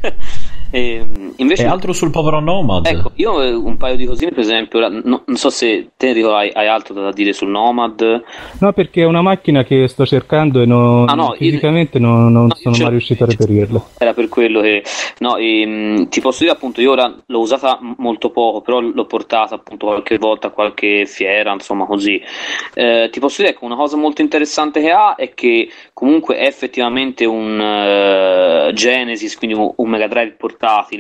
E, invece, e altro sul povero Nomad. Ecco, io un paio di cosine, per esempio, no, non so se te Enrico hai, hai altro da dire sul Nomad. No, perché è una macchina che sto cercando e non, ah, no, fisicamente io, non, non no, sono mai riuscito a reperirla. Era per quello che no, e, ti posso dire appunto, io ora l'ho usata molto poco, però l'ho portata appunto qualche volta a qualche fiera, insomma così. Eh, ti posso dire che una cosa molto interessante che ha è che comunque è effettivamente un uh, Genesis, quindi un, un Mega Drive portatile.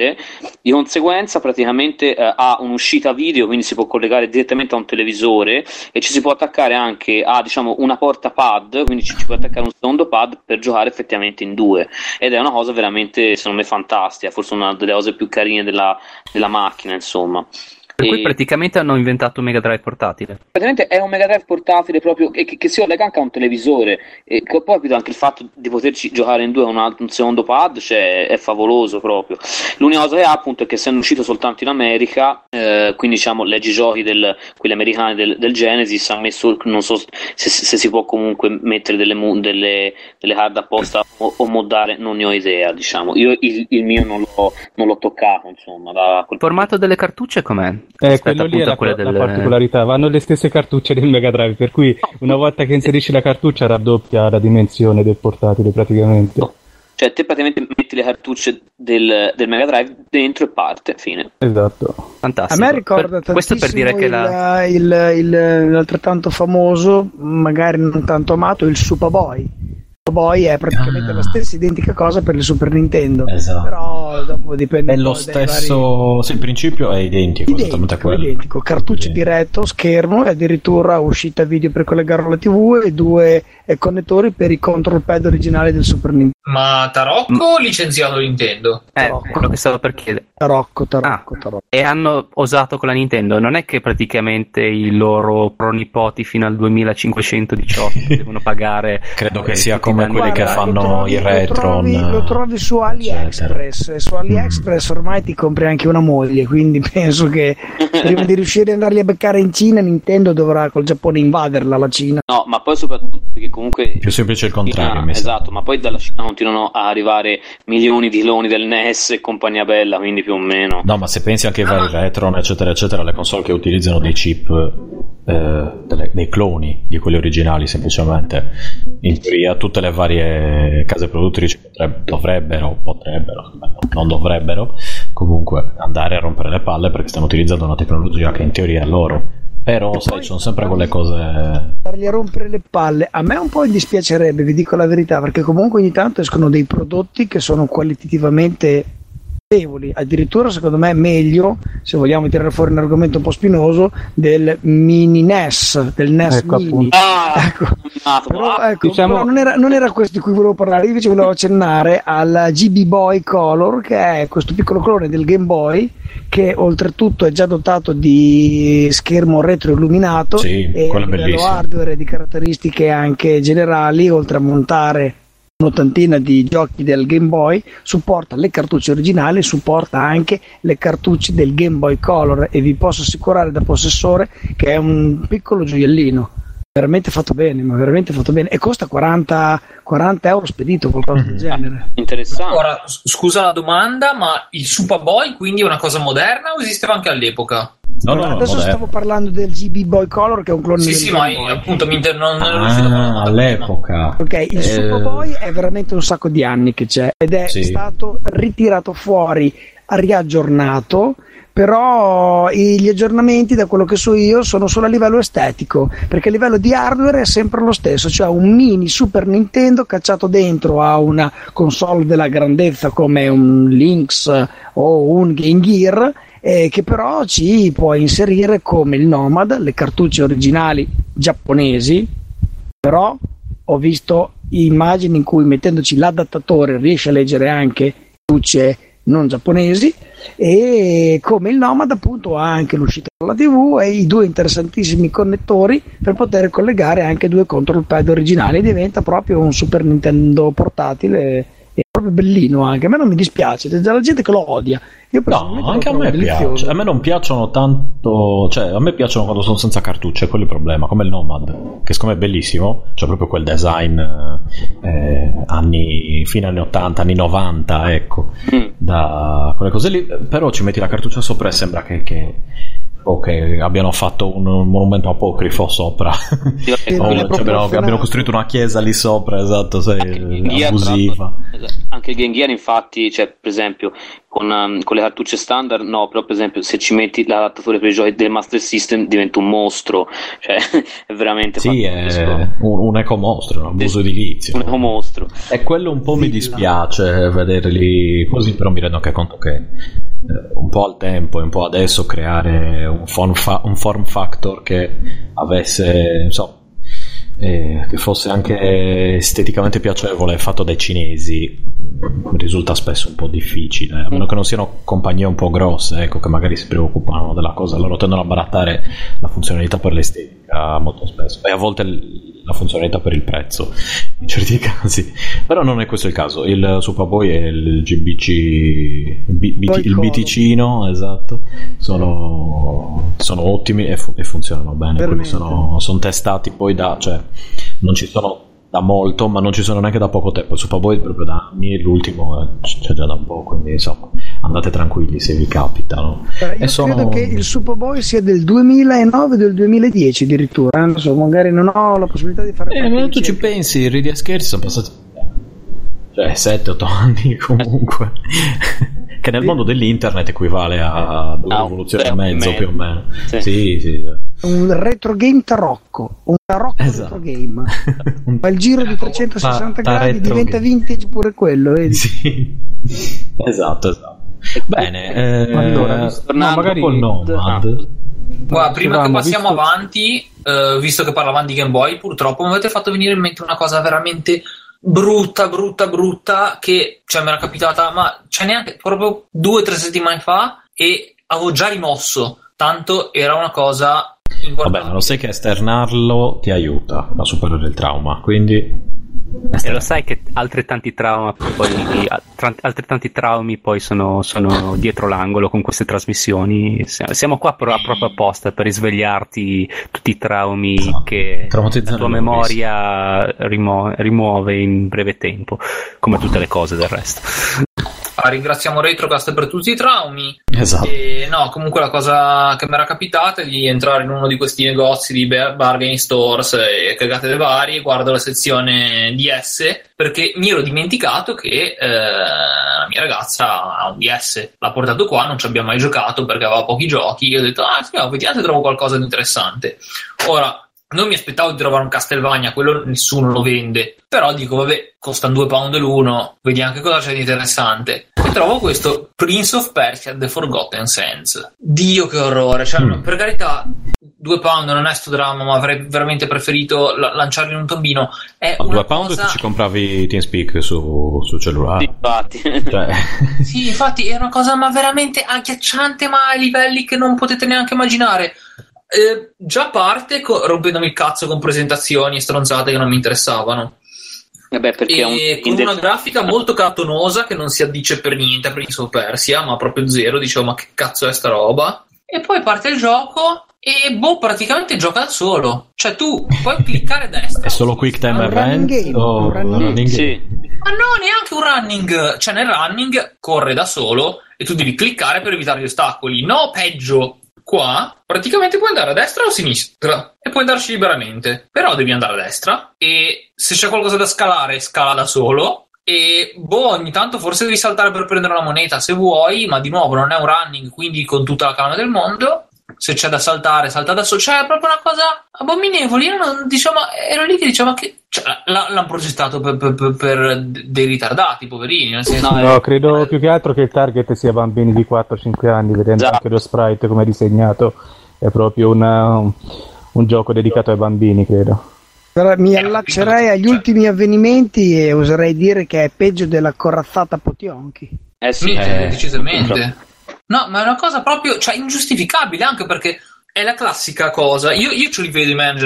Di conseguenza praticamente eh, ha un'uscita video, quindi si può collegare direttamente a un televisore e ci si può attaccare anche a, diciamo, una porta pad, quindi ci, ci può attaccare un secondo pad per giocare effettivamente in due, ed è una cosa veramente, secondo me, fantastica, forse una delle cose più carine della, della macchina, insomma. Per cui praticamente hanno inventato un Mega Drive portatile. Praticamente è un Mega Drive portatile proprio che, che si collega anche a un televisore, e poi capito anche il fatto di poterci giocare in due con un, un secondo pad, cioè è favoloso proprio. L'unica cosa che ha appunto è che essendo uscito soltanto in America, eh, quindi diciamo leggi giochi del, quelli americani del, del Genesis, ha messo, non so se, se si può comunque mettere delle, delle, delle card apposta o, o moddare, non ne ho idea, diciamo. Io il, il mio non l'ho, non l'ho toccato, insomma. Da quel il formato delle cartucce com'è? Eh, quello lì è la, la delle... particolarità, vanno le stesse cartucce del Mega Drive, per cui una volta che inserisci la cartuccia raddoppia la dimensione del portatile praticamente. Cioè te praticamente metti le cartucce del, del Mega Drive dentro e parte, fine. Esatto. Fantastico. A me ricorda per, questo per dire che il, la... il, il, il, l'altrettanto famoso, magari non tanto amato, il Superboy. Boy è praticamente ah. la stessa identica cosa per il Super Nintendo, esatto. Però dopo dipende è lo stesso vari... sì, il principio è identico, identico, quello. identico. Cartuccio sì. diretto, schermo e addirittura uscita video per collegarlo alla tivù e due eh, connettori per i control pad originali del Super Nintendo. Ma Tarocco o mm. licenziato Nintendo? Eh, Tarocco. Quello che stavo per chiedere. Tarocco, Tarocco, ah. Tarocco. E hanno osato con la Nintendo, non è che praticamente i loro pronipoti fino al duemilacinquecentodiciotto devono pagare. Credo che sia come quelli Guarda, che fanno trovi, i Retron, lo trovi, lo trovi su AliExpress. Su AliExpress ormai ti compri anche una moglie, quindi penso che prima di riuscire ad andarli a beccare in Cina, Nintendo dovrà col Giappone invaderla la Cina. No, ma poi soprattutto perché comunque più semplice il contrario, Cina, esatto, ma poi dalla Cina continuano a arrivare milioni di cloni del N E S e compagnia bella, quindi più o meno. No, ma se pensi anche ai vari Retron, eccetera, eccetera, le console che utilizzano dei chip, eh, delle, dei cloni di quelli originali, semplicemente, in teoria tutte le varie case produttrici potrebbero, dovrebbero, potrebbero, non dovrebbero, comunque andare a rompere le palle perché stanno utilizzando una tecnologia che in teoria è loro. Però e sai, ci sono sempre quelle cose. Dargli a rompere le palle. A me un po' dispiacerebbe, vi dico la verità, perché comunque ogni tanto escono dei prodotti che sono qualitativamente notevoli. Addirittura secondo me è meglio, se vogliamo tirare fuori un argomento un po' spinoso, del mini N E S, del N E S ecco, mini. Ah, ecco. Però, ecco, diciamo... però non, era, non era questo di cui volevo parlare, io invece volevo accennare al G B Boy Color, che è questo piccolo clone del Game Boy che oltretutto è già dotato di schermo retroilluminato sì, e a livello hardware e di caratteristiche anche generali, oltre a montare un'ottantina di giochi del Game Boy, supporta le cartucce originali, supporta anche le cartucce del Game Boy Color, e vi posso assicurare da possessore che è un piccolo gioiellino veramente fatto bene, ma veramente fatto bene, e costa quaranta euro spedito, qualcosa del genere. Interessante. Ora, scusa la domanda, ma il Superboy quindi è una cosa moderna o esisteva anche all'epoca? No, no, no, adesso moderno. Stavo parlando del G B Boy Color, che è un clone sì, del sì, Game ma Boy. appunto mi inter- non, non ah, ero riuscito a fare all'epoca. Ok, il eh... Superboy è veramente un sacco di anni che c'è ed è sì. stato ritirato fuori, riaggiornato, però gli aggiornamenti, da quello che so io, sono solo a livello estetico, perché a livello di hardware è sempre lo stesso, cioè un mini Super Nintendo cacciato dentro a una console della grandezza come un Lynx o un Game Gear, eh, che però ci può inserire come il Nomad le cartucce originali giapponesi, però ho visto immagini in cui mettendoci l'adattatore riesce a leggere anche cartucce non giapponesi, e come il Nomad appunto ha anche l'uscita dalla tivù e i due interessantissimi connettori per poter collegare anche due control pad originali, diventa proprio un Super Nintendo portatile, e proprio bellino anche, a me non mi dispiace, c'è già la gente che lo odia. Io No, anche a me piace. A me non piacciono tanto, cioè a me piacciono quando sono senza cartucce, quello è il problema, come il Nomad, che secondo me è bellissimo, c'è proprio quel design eh, anni fine anni ottanta, anni novanta, ecco, da quelle cose lì, però ci metti la cartuccia sopra e sembra che, che o che abbiano fatto un, un monumento apocrifo sopra o, cioè, abbiano, abbiano costruito una chiesa lì sopra, esatto, sei abusiva. Anche il Game Gear infatti, cioè per esempio con, um, con le cartucce standard no, però per esempio se ci metti l'adattatore per i giochi del Master System diventa un mostro, cioè è veramente sì, è un, un ecomostro, un abuso edilizio, un ecomostro, e quello un po' mi dispiace vederli così, però mi rendo anche conto che eh, un po' al tempo e un po' adesso creare un form, fa- un form factor che avesse, insomma, eh, che fosse anche esteticamente piacevole, fatto dai cinesi, risulta spesso un po' difficile, a meno che non siano compagnie un po' grosse, ecco, che magari si preoccupano della cosa, loro tendono a barattare la funzionalità per l'estetica molto spesso, e a volte la funzionalità per il prezzo in certi casi, però non è questo il caso. Il Superboy e il G B C, il, B- B- il Biticino, esatto, sono, sono ottimi e, fu- e funzionano bene, quelli sono, sono testati poi da, cioè non ci sono da molto, ma non ci sono neanche da poco tempo. Il Superboy è proprio da anni, l'ultimo c'è già da un po', quindi insomma andate tranquilli se vi capitano. Eh, io e sono... credo che il Superboy sia del duemilanove, del duemiladieci addirittura, non so, magari non ho la possibilità di fare eh, ma tu ci pensi, ridi a scherzi, sono passati cioè sette otto anni comunque che nel mondo dell'internet equivale a due ah, rivoluzioni e mezzo più o meno. Sì, sì, sì. Un retro game tarocco, un tarocco esatto. retro game. Ma il giro di trecentosessanta ta, ta gradi diventa game. Vintage pure quello, vedi? Sì. Esatto, esatto. Bene, eh, allora, no, magari il Nomad. Ah. Guarda, prima Dicevamo, che passiamo visto... avanti, eh, visto che parlavamo di Game Boy, purtroppo mi avete fatto venire in mente una cosa veramente brutta, brutta, brutta, che cioè mi era capitata, ma c'è neanche proprio due o tre settimane fa, e avevo già rimosso, tanto era una cosa importante. Vabbè, ma lo sai che esternarlo ti aiuta a superare il trauma, quindi e lo sai che altrettanti traumi poi, tra, altrettanti traumi poi sono, sono dietro l'angolo con queste trasmissioni. Siamo qua però proprio apposta per risvegliarti tutti i traumi no, che la tua memoria rimo- rimuove in breve tempo, come tutte le cose del resto. Ah, ringraziamo Retrocast per tutti i traumi. Esatto. E no, comunque la cosa che mi era capitata è di entrare in uno di questi negozi di bargain stores e cagate dei vari, guardo la sezione D S perché mi ero dimenticato che eh, la mia ragazza ha un D S, l'ha portato qua, non ci abbiamo mai giocato perché aveva pochi giochi. Io ho detto ah sì, vediamo se trovo qualcosa di interessante. Ora non mi aspettavo di trovare un Castlevania, quello nessuno lo vende, però dico vabbè, costano due pound l'uno, vediamo che cosa c'è di interessante, e trovo questo Prince of Persia The Forgotten Sands. Dio che orrore, cioè mm. per carità due pound non è sto dramma, ma avrei veramente preferito la- lanciarlo in un tombino. È ma una due pound cosa... se ci compravi TeamSpeak su, su cellulare. Sì, infatti. Cioè... sì, infatti è una cosa ma veramente agghiacciante, ma a livelli che non potete neanche immaginare. Eh, già parte co- rompendomi il cazzo con presentazioni e stronzate che non mi interessavano. Vabbè, perché e è un... con una grafica molto cartonosa che non si addice per niente a Prince of Persia, ma proprio zero. Dicevo, ma che cazzo è sta roba? E poi parte il gioco e boh, praticamente gioca da solo. Cioè tu puoi cliccare a destra. È solo quick time event o running game? Sì. Ma no, neanche un running. Cioè nel running corre da solo e tu devi cliccare per evitare gli ostacoli. No, peggio. Qua praticamente puoi andare a destra o a sinistra e puoi andarci liberamente, però devi andare a destra e se c'è qualcosa da scalare scala da solo e boh, ogni tanto forse devi saltare per prendere una moneta se vuoi, ma di nuovo non è un running, quindi con tutta la calma del mondo. Se c'è da saltare, salta da solo. Cioè è proprio una cosa abominevole. Io non, diciamo, ero lì che diceva che cioè, l'hanno progettato per, per, per, per dei ritardati, poverini. Nel senso, no, no, credo più che altro che il target sia bambini di quattro cinque anni, vedendo esatto. anche lo sprite come è disegnato. È proprio una, un, un gioco dedicato ai bambini, credo. Però mi allaccerei agli ultimi avvenimenti e oserei dire che è peggio della corazzata Potionchi. Eh sì, eh, eh, decisamente. No, ma è una cosa proprio, cioè, ingiustificabile, anche perché è la classica cosa. Io, io ce li vedo i manager.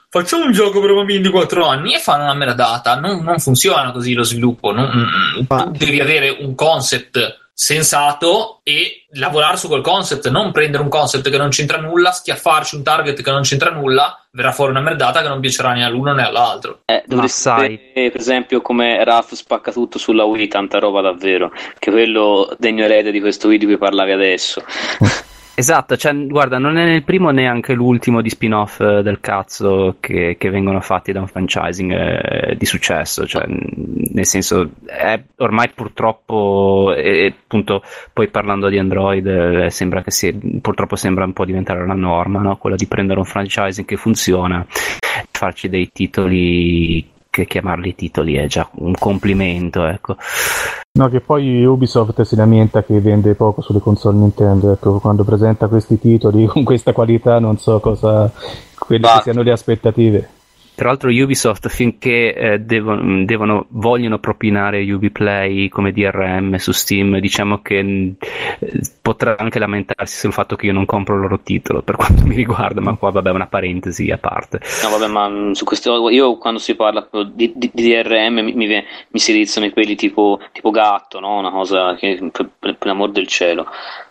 facciamo un gioco per bambini di quattro anni e fanno una meradata. Non, non funziona così lo sviluppo. Non, tu devi avere un concept sensato e lavorare su quel concept, non prendere un concept che non c'entra nulla, schiaffarci un target che non c'entra nulla, verrà fuori una merdata che non piacerà né all'uno né all'altro. Eh, dovresti sapere, per esempio, come Ralph spacca tutto sulla Wii, tanta roba davvero, che quello degno erede di questo video di cui parlavi adesso. Esatto, cioè, guarda, non è né il primo né anche l'ultimo di spin-off eh, del cazzo che, che vengono fatti da un franchising eh, di successo, cioè, nel senso, è ormai purtroppo, e, appunto, poi parlando di Android, eh, sembra che sia, purtroppo sembra un po' diventare la norma, no? Quella di prendere un franchising che funziona, farci dei titoli, che chiamarli titoli è già un complimento, ecco. No, che poi Ubisoft si lamenta che vende poco sulle console Nintendo, ecco, quando presenta questi titoli con questa qualità non so cosa, quelle bah. che siano le aspettative. Tra l'altro Ubisoft finché eh, devono, devono, vogliono propinare Ubiplay come D R M su Steam, diciamo che eh, potrà anche lamentarsi sul fatto che io non compro il loro titolo per quanto mi riguarda, ma qua vabbè è una parentesi a parte. No vabbè, ma su questo io quando si parla di, di, di D R M mi, mi, mi si rizzano i peli tipo, tipo gatto, no? Una cosa che per, per l'amor del cielo.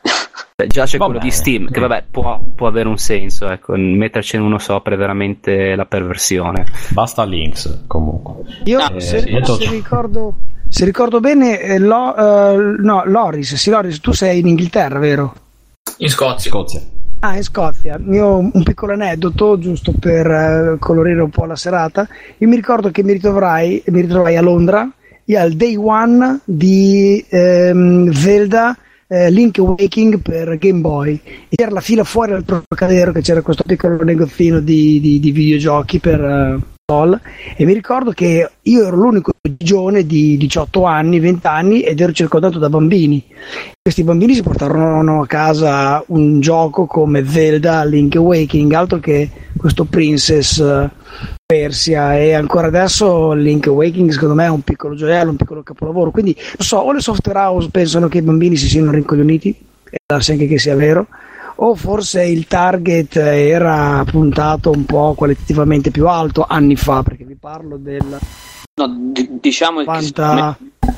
Già c'è vabbè. quello di Steam, che vabbè può, può avere un senso, ecco, mettercene uno sopra è veramente la perversione. Basta links comunque. Io ah, se, eh, se, ricordo, se ricordo bene, eh, lo, uh, no, Loris, sì, Loris, tu sei in Inghilterra, vero? In Scozia. Scozia. Ah, in Scozia. Io un piccolo aneddoto, giusto per uh, colorire un po' la serata. Io mi ricordo che mi ritrovai, mi ritrovai a Londra, io al day one di um, Zelda Eh, Link Awakening per Game Boy, e c'era la fila fuori dal Trocadero, che c'era questo piccolo negozino di, di, di videogiochi per uh, console, e mi ricordo che io ero l'unico giovane di diciotto anni, venti anni, ed ero circondato da bambini. Questi bambini si portarono a casa un gioco come Zelda Link Awakening, altro che questo Princess uh, Persia, e ancora adesso Link Awakening secondo me è un piccolo gioiello, un piccolo capolavoro. Quindi non so, o le software house pensano che i bambini si siano rincoglioniti, e darsi anche che sia vero, o forse il target era puntato un po' qualitativamente più alto anni fa, perché vi parlo del no, d- diciamo novanta...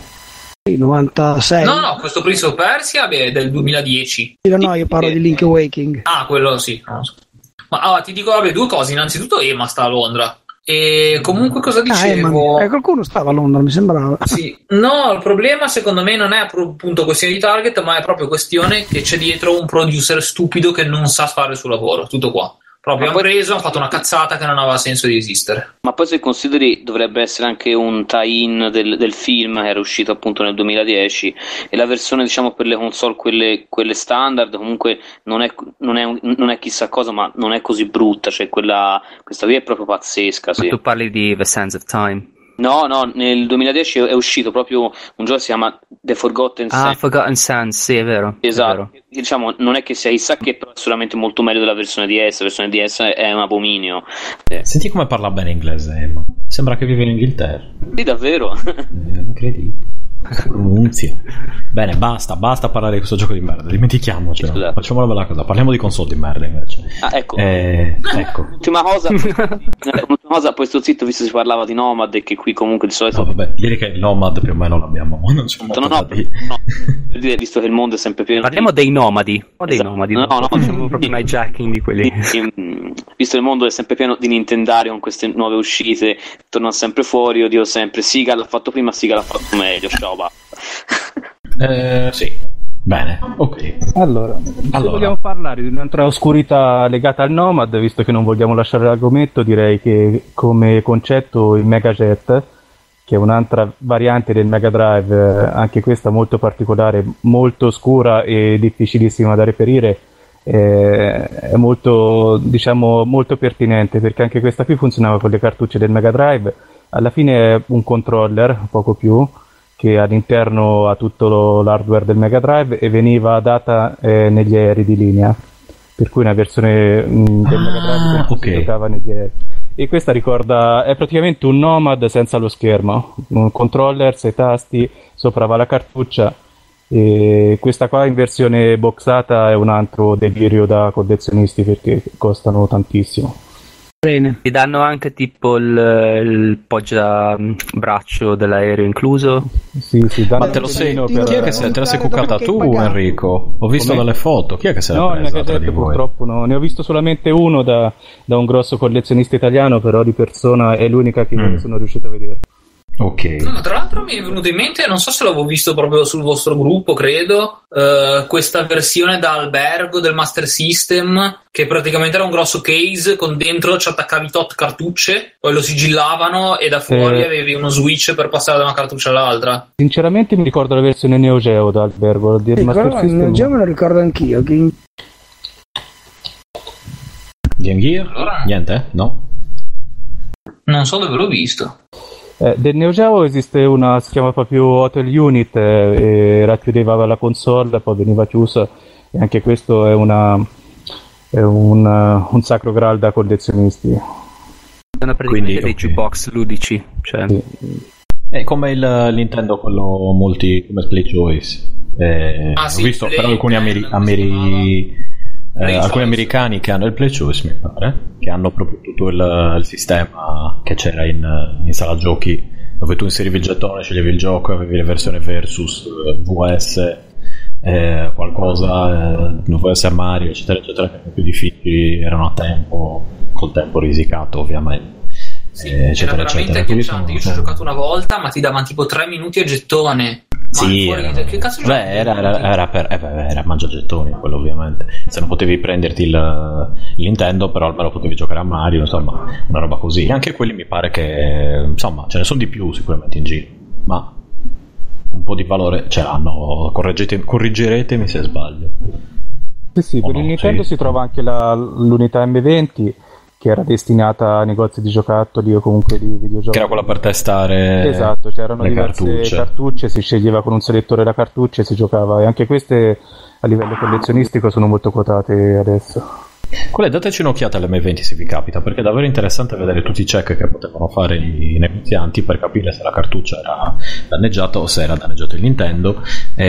sì, novantasei. No, no, questo Prince of Persia beh, è del duemiladieci. No, no, io parlo di Link Awakening. Ah, quello sì. No, so. Ma ah, ti dico, vabbè, due cose. Innanzitutto Emma sta a Londra. E comunque cosa dicevo? Ah, eh, qualcuno stava a Londra, mi sembrava. Sì. No, il problema secondo me non è appunto questione di target, ma è proprio questione che c'è dietro un producer stupido che non sa fare il suo lavoro. Tutto qua. Proprio hanno preso, hanno fatto una cazzata che non aveva senso di esistere. Ma poi se consideri dovrebbe essere anche un tie-in del, del film che era uscito appunto nel duemiladieci, e la versione diciamo per le console quelle, quelle standard comunque non è, non, è, non è chissà cosa, ma non è così brutta, cioè quella, questa qui è proprio pazzesca. Sì. Ma tu parli di The Sands of Time? No, no, nel duemiladieci è uscito proprio un gioco che si chiama The Forgotten Sands. Ah, Forgotten Sands, sì, è vero. Esatto, è vero. Diciamo, non è che sia chissà che, però è solamente molto meglio della versione D S. La versione D S è un abominio. Eh. Senti come parla bene inglese, Emma. Sembra che vive in Inghilterra. Sì, davvero. È incredibile. Pronunzia. Bene, basta, basta parlare di questo gioco di merda, dimentichiamocelo. Scusate. Facciamo una bella cosa, parliamo di console di merda invece. Ah, ecco. Eh, ecco. Ultima cosa, ultima cosa, poi sto zitto visto si parlava di Nomad e che qui comunque di solito. No, vabbè, direi che il Nomad più o meno l'abbiamo. Non c'è molto no, no, da dire. No, per dire, visto che il mondo è sempre pieno. Parliamo di... dei nomadi. O dei esatto. nomadi. No, no, no, facciamo proprio un hijacking di quelli. Visto che il mondo è sempre pieno di Nintendario con queste nuove uscite, tornano sempre fuori, io dico sempre Siga l'ha fatto prima, Siga l'ha fatto meglio, ciao va. Eh, sì, bene, ok. Allora, allora, se vogliamo parlare di un'altra oscurità legata al Nomad, visto che non vogliamo lasciare l'argomento, direi che come concetto il Mega Jet, che è un'altra variante del Mega Drive, anche questa molto particolare, molto oscura e difficilissima da reperire, è molto, diciamo, molto pertinente, perché anche questa qui funzionava con le cartucce del Mega Drive. Alla fine è un controller, poco più, che all'interno ha tutto lo, l'hardware del Mega Drive e veniva data eh, negli aerei di linea, per cui una versione mh, del ah, Mega Drive che okay. si giocava negli aerei. E questa ricorda, è praticamente un Nomad senza lo schermo, un controller, sei tasti, sopra va la cartuccia, e questa qua in versione boxata è un altro delirio da collezionisti perché costano tantissimo. Bene. Ti danno anche tipo il, il poggia braccio dell'aereo incluso? Sì, sì, ma te lo sei, chi è che sei, te la sei cuccata tu, Enrico? Ho visto Come? dalle foto, chi è che se l'ha No, presa in tra di Gadget voi? purtroppo no, ne ho visto solamente uno da, da un grosso collezionista italiano, però di persona è l'unica che Mm. sono riuscito a vedere. Ok. No, ma tra l'altro mi è venuto in mente, non so se l'avevo visto proprio sul vostro gruppo, credo, eh, questa versione da albergo del Master System, che praticamente era un grosso case con dentro ci attaccavi tot cartucce, poi lo sigillavano e da fuori Eh. avevi uno switch per passare da una cartuccia all'altra. Sinceramente mi ricordo la versione Neo Geo da albergo, del Sì, Master quello System. Neo Geo me lo ricordo anch'io. Che... Game Gear? Allora- Niente? No? Non so dove l'ho visto. Eh, del Neo Geo esiste una, si chiama proprio Hotel Unit, eh, e racchiudeva la console, poi veniva chiusa, e anche questo è una è un, uh, un sacro graal da collezionisti. Sono praticamente Quindi, dei ok. jukebox ludici, cioè Sì. È come il Nintendo, quello multi, come Split Choice. Eh, Ah, sì, ho visto Play, però alcuni, ameri- come si ameri- Play eh, alcuni Choice. americani che hanno il Play Choice, mi pare, che hanno proprio tutto il, il sistema che c'era in, in sala giochi, dove tu inserivi il gettone, sceglievi il gioco, avevi la versione versus eh, V S, eh, qualcosa, eh, V S a Mario, eccetera, eccetera, che erano più difficili, erano a tempo, col tempo risicato, ovviamente. Sì, Eh, era eccetera, veramente eccetera. Quindi agghiacciante. Io ci ho sono- giocato una volta, ma ti davano tipo tre minuti a gettone. Ma Sì, fuori- era, che cazzo beh, giochi? era, era, era per eh, beh, era mangiagettoni quello, ovviamente. Se non potevi prenderti il, il Nintendo, però almeno potevi giocare a Mario, insomma, una roba così. E anche quelli mi pare che, insomma, ce ne sono di più sicuramente in giro, ma un po' di valore ce l'hanno. Correggete- corrigeretemi se sbaglio. Sì, sì, Oh, per no, il Nintendo sì. si trova anche la- l'unità M venti, che era destinata a negozi di giocattoli o comunque di videogiochi. Che era quella per testare Esatto, c'erano le diverse cartucce. cartucce, si sceglieva con un selettore la cartuccia e si giocava, e anche queste a livello collezionistico sono molto quotate adesso. Quelle dateci un'occhiata alle M venti se vi capita, perché è davvero interessante vedere tutti i check che potevano fare i negozianti per capire se la cartuccia era danneggiata o se era danneggiato il Nintendo,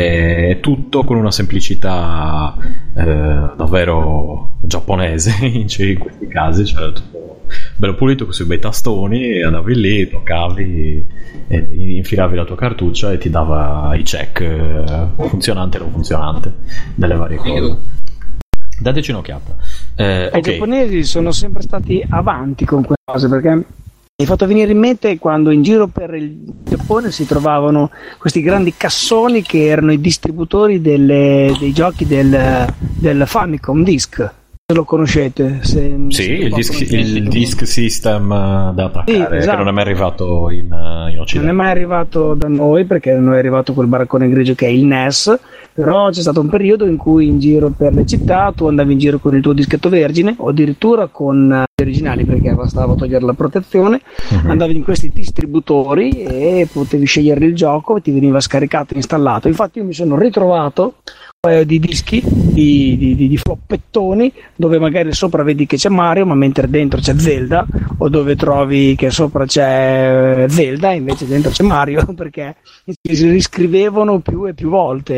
e tutto con una semplicità eh, davvero giapponese in in questi casi, cioè tutto bello pulito con sui bei tastoni, e andavi lì, toccavi, e infilavi la tua cartuccia e ti dava i check eh, funzionante e non funzionante delle varie cose. Dateci un'occhiata. Eh, I ok. giapponesi sono sempre stati avanti con quelle cose, perché mi hai fatto venire in mente quando in giro per il Giappone si trovavano questi grandi cassoni che erano i distributori delle- dei giochi del, del Famicom Disc. Se lo conoscete? Se, Sì, se il lo disc, conoscete. il disc system eh, da attaccare, Sì, che esatto. non è mai arrivato in, eh, in Non Occidente. è mai arrivato da noi, perché non è arrivato quel baraccone grigio che è il N E S, però c'è stato un periodo in cui in giro per le città tu andavi in giro con il tuo dischetto vergine o addirittura con eh, gli originali, perché bastava togliere la protezione, Mhm. andavi in questi distributori e potevi scegliere il gioco e ti veniva scaricato e installato. Infatti io mi sono ritrovato un paio di dischi di, di, di, di floppettoni dove magari sopra vedi che c'è Mario ma mentre dentro c'è Zelda, o dove trovi che sopra c'è Zelda e invece dentro c'è Mario, perché si riscrivevano più e più volte,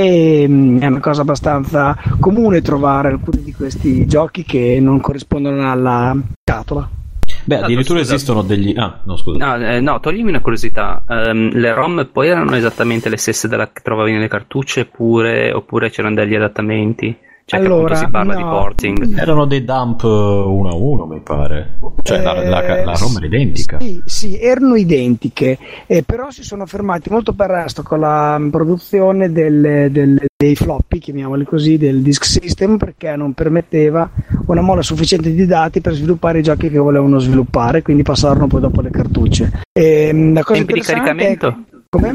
e mm, è una cosa abbastanza comune trovare alcuni di questi giochi che non corrispondono alla scatola. Beh, addirittura scusa. esistono degli... Ah, no, scusa. No, eh, no, toglimi una curiosità. Ehm, le ROM poi erano esattamente le stesse della che trovavi nelle cartucce, pure, oppure c'erano degli adattamenti? Cioè, Allora, che appunto si parla no. di porting. Erano dei dump uno a uno, mi pare. Cioè, la, la, Eh, la ROM era identica. Sì, sì, erano identiche, eh, però si sono fermati molto presto con la mm, produzione del- del- dei floppy, chiamiamoli così, del disk system, perché non permetteva una mole sufficiente di dati per sviluppare i giochi che volevano sviluppare, quindi passarono poi dopo le cartucce. E, mm, la cosa Tempi di interessante è caricamento? che- come?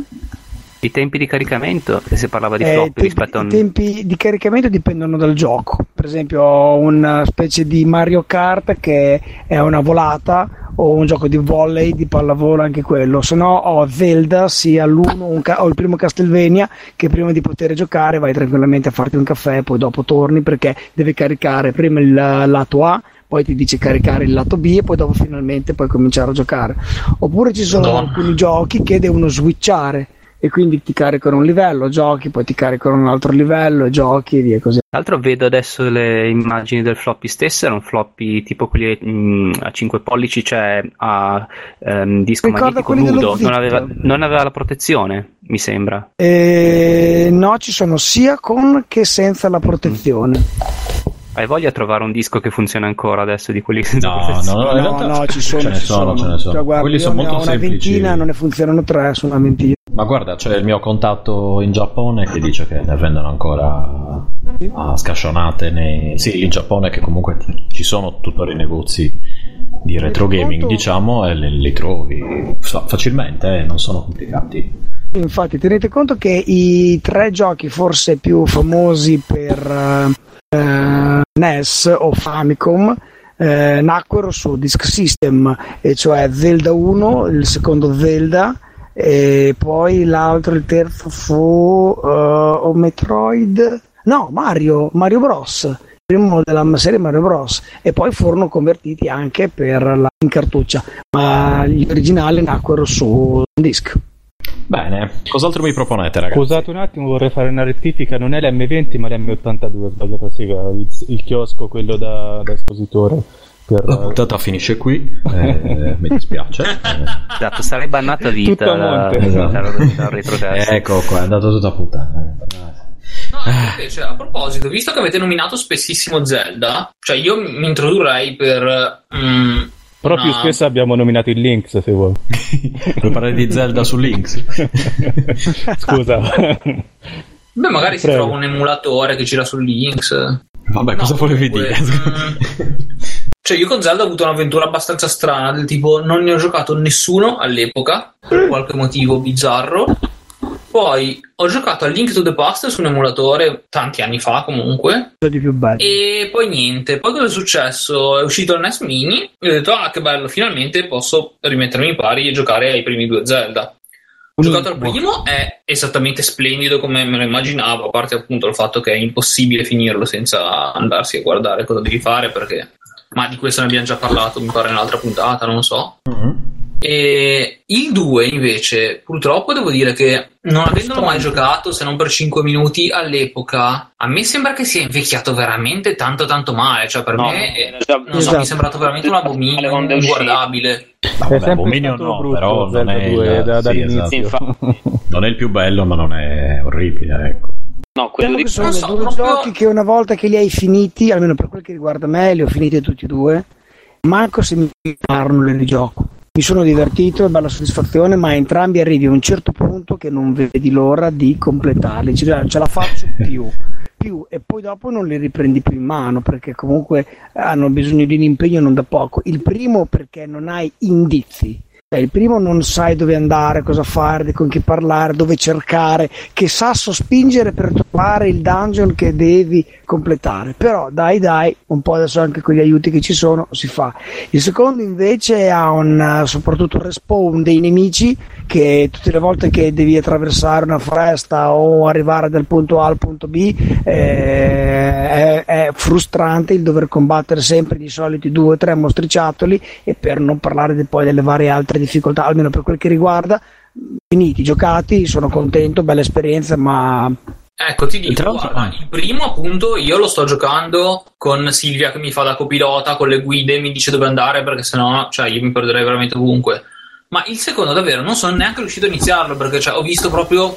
I tempi di caricamento, se si parlava di Eh, floppy i tempi, rispetto a un... i tempi di caricamento dipendono dal gioco. Per esempio, ho una specie di Mario Kart che è una volata, o un gioco di volley, di pallavolo, anche quello. Se no, ho Zelda, sia l'uno un ca- o il primo Castlevania, che prima di poter giocare vai tranquillamente a farti un caffè, poi dopo torni perché devi caricare prima il lato A, poi ti dice caricare il lato B e poi dopo finalmente puoi cominciare a giocare. Oppure ci sono Madonna. alcuni giochi che devono switchare e quindi ti caricano un livello, giochi, poi ti caricano un altro livello, giochi e via così. Tra l'altro vedo adesso le immagini del floppy stesso, era un floppy tipo quelli mh, a cinque pollici, cioè a um, disco Ricorda magnetico quelli nudo, dello non aveva, Zip. non aveva la protezione, mi sembra. E... no, ci sono sia con che senza la protezione. Hai voglia di trovare un disco che funziona ancora adesso di quelli senza No, protezione? no, no, in No, realtà no, ci sono, ce ne ci sono, sono. ce ne sono. Cioè, guarda, Quelli io sono ne ho molto una semplici. ventina, non ne funzionano tre su una ventina. Ma guarda, c'è il mio contatto in Giappone che dice che ne vendono ancora a scascionate nei... Sì, in Giappone, che comunque ci sono tuttora i negozi di retro gaming, conto... diciamo, e li, li trovi facilmente, eh, non sono complicati. Infatti tenete conto che i tre giochi forse più famosi per uh, uh, N E S o Famicom uh, nacquero su Disk System, e cioè Zelda uno, il secondo Zelda, e poi l'altro, il terzo fu uh, o Metroid, no, Mario, Mario Bros, il primo della serie Mario Bros, e poi furono convertiti anche per la in cartuccia, ma gli originali nacquero su disc. Bene, cos'altro mi proponete, ragazzi? Scusate un attimo, vorrei fare una rettifica, non è l'emme venti ma l'emme ottantadue, ho sbagliato, sì, il, il chiosco, quello da, da espositore. Per... La puntata finisce qui, eh, mi dispiace. Esatto, sarei bannato a vita da, esatto. da, da retrocast. Ecco qua, è andato tutto a puttana. No, invece, a proposito, visto che avete nominato spessissimo Zelda, cioè io mi introdurrei per... Mm, Però una... più spesso abbiamo nominato il Lynx, se vuoi. Per parlare di Zelda su Lynx. Scusa. Beh, magari si Prego. trova un emulatore che gira su Lynx. Vabbè, No, cosa volevi comunque, dire? mm, cioè io con Zelda ho avuto un'avventura abbastanza strana, del tipo non ne ho giocato nessuno all'epoca, per qualche motivo bizzarro. Poi ho giocato a Link to the Past su un emulatore tanti anni fa comunque, Di più belli. e poi niente. Poi cosa è successo? È uscito il N E S Mini e ho detto ah che bello, finalmente posso rimettermi in pari e giocare ai primi due Zelda. Ho giocato al primo, è esattamente splendido come me lo immaginavo, a parte appunto il fatto che è impossibile finirlo senza andarsi a guardare cosa devi fare, perché... ma di questo ne abbiamo già parlato, mi pare, in un'altra puntata, non so. Mm-hmm. E il due invece, purtroppo devo dire che non avendolo mai giocato, se non per cinque minuti all'epoca, a me sembra che sia invecchiato veramente tanto tanto male, cioè per No, me è, già- non so, esatto. mi è sembrato veramente un abominio Quando è uscito. inguardabile. No, È vabbè, sempre Abominio stato no, brutto però non Zelda è, due il- da- sì, dall'inizio. esatto. Sì, infatti. Non è il più bello, ma non è orribile, ecco. No, quello Diciamo di che sono non so, due proprio- giochi che una volta che li hai finiti, almeno per quel che riguarda me, li ho finiti tutti e due, manco se mi parlano li rigioco. Mi sono divertito, è bella soddisfazione, ma entrambi arrivi a un certo punto che non vedi l'ora di completarli, cioè ce la faccio più, più e poi dopo non li riprendi più in mano, perché comunque hanno bisogno di un impegno non da poco. Il primo perché non hai indizi. Il primo non sai dove andare, cosa fare, con chi parlare, dove cercare, che sasso spingere per trovare il dungeon che devi completare. Però dai dai, un po' adesso anche con gli aiuti che ci sono si fa. Il secondo invece ha un soprattutto un respawn dei nemici, che tutte le volte che devi attraversare una foresta o arrivare dal punto A al punto B eh, è, è frustrante il dover combattere sempre i soliti due o tre mostriciattoli, e per non parlare de- poi delle varie altre difficoltà, almeno per quel che riguarda. Finiti, giocati, sono contento, bella esperienza, ma Ecco, ti dico, Tra l'altro- guarda, il primo appunto io lo sto giocando con Silvia che mi fa da copilota, con le guide, mi dice dove andare, perché sennò, cioè, io mi perderei veramente ovunque. Ma il secondo davvero non sono neanche riuscito a iniziarlo, perché cioè, ho visto proprio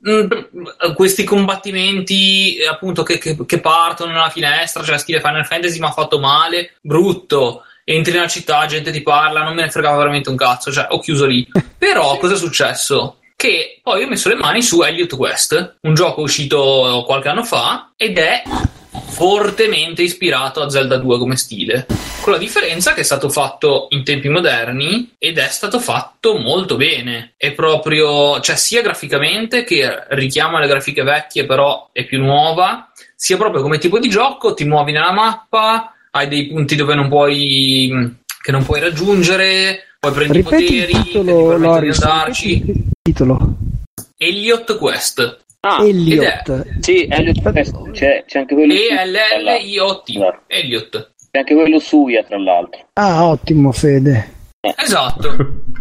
mh, questi combattimenti eh, appunto che, che, che partono nella finestra, cioè stile Final Fantasy, mi ha fatto male, brutto. Entri nella città, gente ti parla, non me ne fregava veramente un cazzo, cioè ho chiuso lì. Però cosa è successo? Che poi ho messo le mani su Elliot West, un gioco uscito qualche anno fa ed è fortemente ispirato a Zelda due come stile, con la differenza che è stato fatto in tempi moderni ed è stato fatto molto bene. È proprio, cioè sia graficamente, che richiama le grafiche vecchie però è più nuova, sia proprio come tipo di gioco, ti muovi nella mappa, hai dei punti dove non puoi che non puoi raggiungere, poi prendi i ripeti poteri il che ti titolo, permettono di Loris, andarci. ripeti il titolo. Elliot Quest, Ah, Elliot. sì, Elliot West, c'è, c'è anche quello E su- L L I O T, Esatto. Elliot. C'è anche quello su I A, tra l'altro. Ah, ottimo, Fede. Esatto.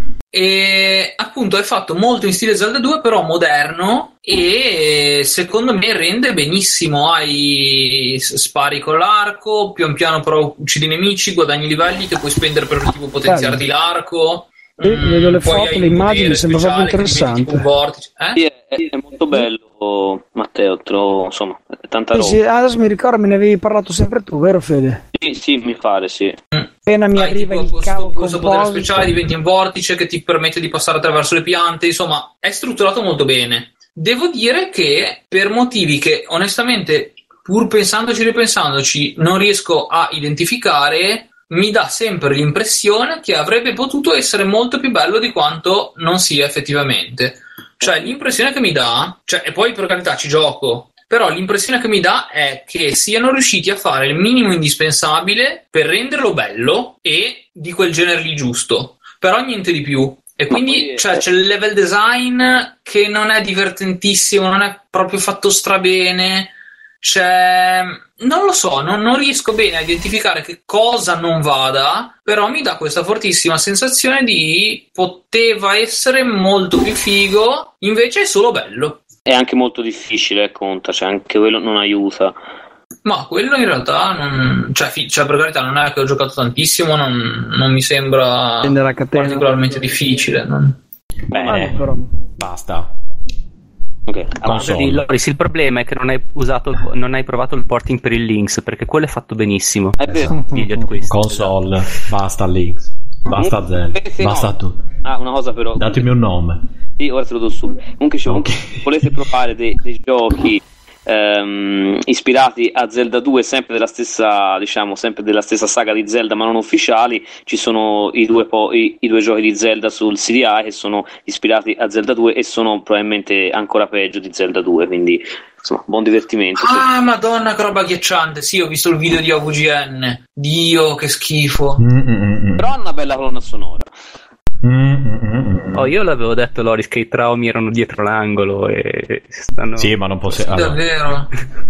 E appunto è fatto molto in stile Zelda due, però moderno, e secondo me rende benissimo. Hai spari con l'arco, pian piano però uccidi i nemici, guadagni livelli che puoi spendere per tipo potenziarti Bello. l'arco. E vedo le Mm, poi foto, hai le un immagini, potere sembra proprio speciale che diventi tipo un interessante. vortice. Eh? Sì, è, è molto bello, Matteo, trovo, insomma, è tanta Sì, roba. sì, adesso mi ricordo, me ne avevi parlato sempre tu, vero Fede? Sì, sì, mi pare, sì. Appena mi Hai arriva tipo il questo, cavo questo potere composito. speciale, diventi un vortice che ti permette di passare attraverso le piante. Insomma, è strutturato molto bene. Devo dire che per motivi che onestamente, pur pensandoci e ripensandoci, non riesco a identificare, mi dà sempre l'impressione che avrebbe potuto essere molto più bello di quanto non sia effettivamente. Cioè, l'impressione che mi dà, cioè, e poi per carità ci gioco, però l'impressione che mi dà è che siano riusciti a fare il minimo indispensabile per renderlo bello e di quel genere lì giusto, però niente di più. E quindi poi, cioè, eh, c'è il level design che non è divertentissimo, non è proprio fatto strabene. C'è... non lo so, non, non riesco bene a identificare che cosa non vada, però mi dà questa fortissima sensazione di poteva essere molto più figo, invece è solo bello. È anche molto difficile, conta, cioè anche quello non aiuta. Ma quello in realtà non... cioè, fi- cioè per carità non è che ho giocato tantissimo, non, non mi sembra Prende la catena. particolarmente difficile. non- Bene, Bello, però. basta. Ok, Console. avanti. Sì, Loris, il problema è che non hai usato il- non hai provato il porting per il Lynx, perché quello è fatto benissimo. È vero. Idiot Quest. Console, basta Links, basta Zelda, Volete- no. basta tutto. Ah, una cosa però. Datemi un nome. Sì, ora te lo do subito. Comunque, dicevo, Ok. volete provare dei, dei giochi ehm, ispirati a Zelda due, sempre della stessa, diciamo, sempre della stessa saga di Zelda, ma non ufficiali? Ci sono i due, po- i, i due giochi di Zelda sul C D I che sono ispirati a Zelda due e sono probabilmente ancora peggio di Zelda due, quindi insomma, buon divertimento. Ah, madonna, che roba agghiacciante. Sì, ho visto il video di A V G N. Dio, che schifo. Mm, mm, mm, mm. Però ha una bella colonna sonora. Mm, mm, mm, mm. Oh, io l'avevo detto, Loris, che i traumi erano dietro l'angolo e stanno... Sì, ma non possiamo. allora. Davvero.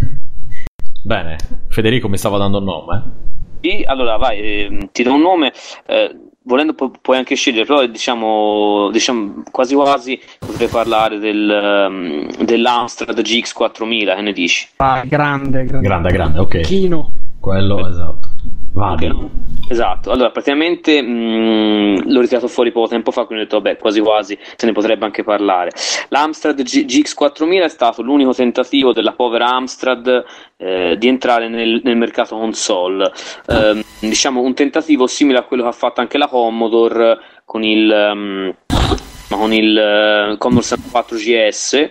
Bene, Federico mi stava dando un nome. Sì, allora vai, ehm, ti do un nome, eh, volendo pu- puoi anche scegliere, però diciamo, diciamo quasi quasi potrei parlare del, ehm, dell'Amstrad G X quattromila, che ne dici? Ah, grande, grande. Grande, grande, ok. Chino. Quello, esatto. Vado. Esatto, allora praticamente mh, l'ho ritirato fuori poco tempo fa, quindi ho detto vabbè, quasi quasi se ne potrebbe anche parlare. L'Amstrad G- GX quattromila è stato l'unico tentativo della povera Amstrad eh, di entrare nel, nel mercato console. Eh, diciamo un tentativo simile a quello che ha fatto anche la Commodore con il, um, con il uh, Commodore sessantaquattro G S.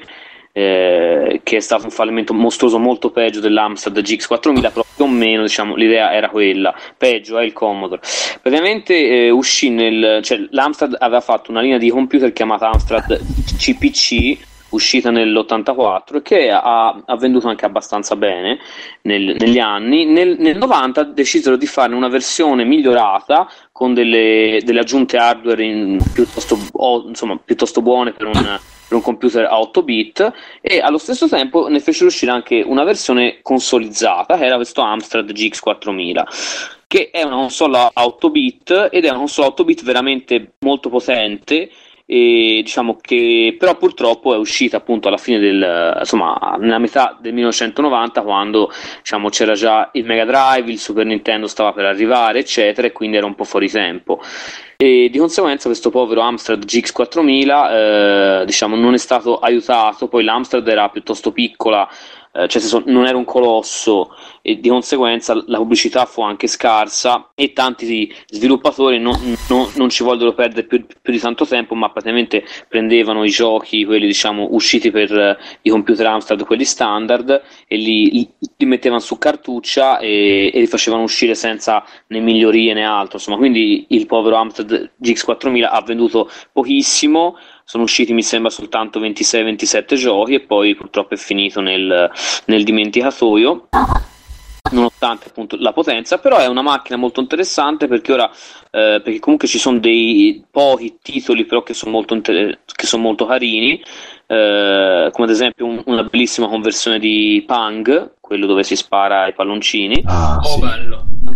Eh, che è stato un fallimento mostruoso, molto peggio dell'Amstrad G X quattromila, però più o meno diciamo l'idea era quella, peggio è il Commodore. Praticamente eh, uscì nel, cioè, l'Amstrad aveva fatto una linea di computer chiamata Amstrad C P C, uscita nell'ottantaquattro, e che ha, ha venduto anche abbastanza bene nel, negli anni. Nel, nel novanta decisero di farne una versione migliorata con delle, delle aggiunte hardware in, piuttosto, o, insomma, piuttosto buone per un, per un computer a otto bit, e allo stesso tempo ne fecero uscire anche una versione consolizzata che era questo Amstrad G X quattromila, che è una console a otto bit ed è una console a otto bit veramente molto potente, e diciamo che però purtroppo è uscita appunto alla fine del, insomma, nella metà del millenovecentonovanta, quando diciamo c'era già il Mega Drive, il Super Nintendo stava per arrivare, eccetera, e quindi era un po' fuori tempo. E di conseguenza questo povero Amstrad G X quattromila eh, diciamo non è stato aiutato. Poi l'Amstrad era piuttosto piccola, eh, cioè non era un colosso, e di conseguenza la pubblicità fu anche scarsa, e tanti sviluppatori non, non, non ci vollero perdere più, più di tanto tempo, ma praticamente prendevano i giochi, quelli diciamo usciti per eh, i computer Amstrad, quelli standard, e li, li, li mettevano su cartuccia e, e li facevano uscire senza né migliorie né altro, insomma. Quindi il povero Amstrad G X quattromila ha venduto pochissimo, sono usciti mi sembra soltanto ventisei ventisette giochi, e poi purtroppo è finito nel, nel dimenticatoio, nonostante appunto la potenza. Però è una macchina molto interessante, perché ora eh, perché comunque ci sono dei pochi titoli però che sono molto, inter- che sono molto carini, eh, come ad esempio un, una bellissima conversione di Pang, quello dove si spara ai palloncini. Ah, Oh, sì. bello. Esatto.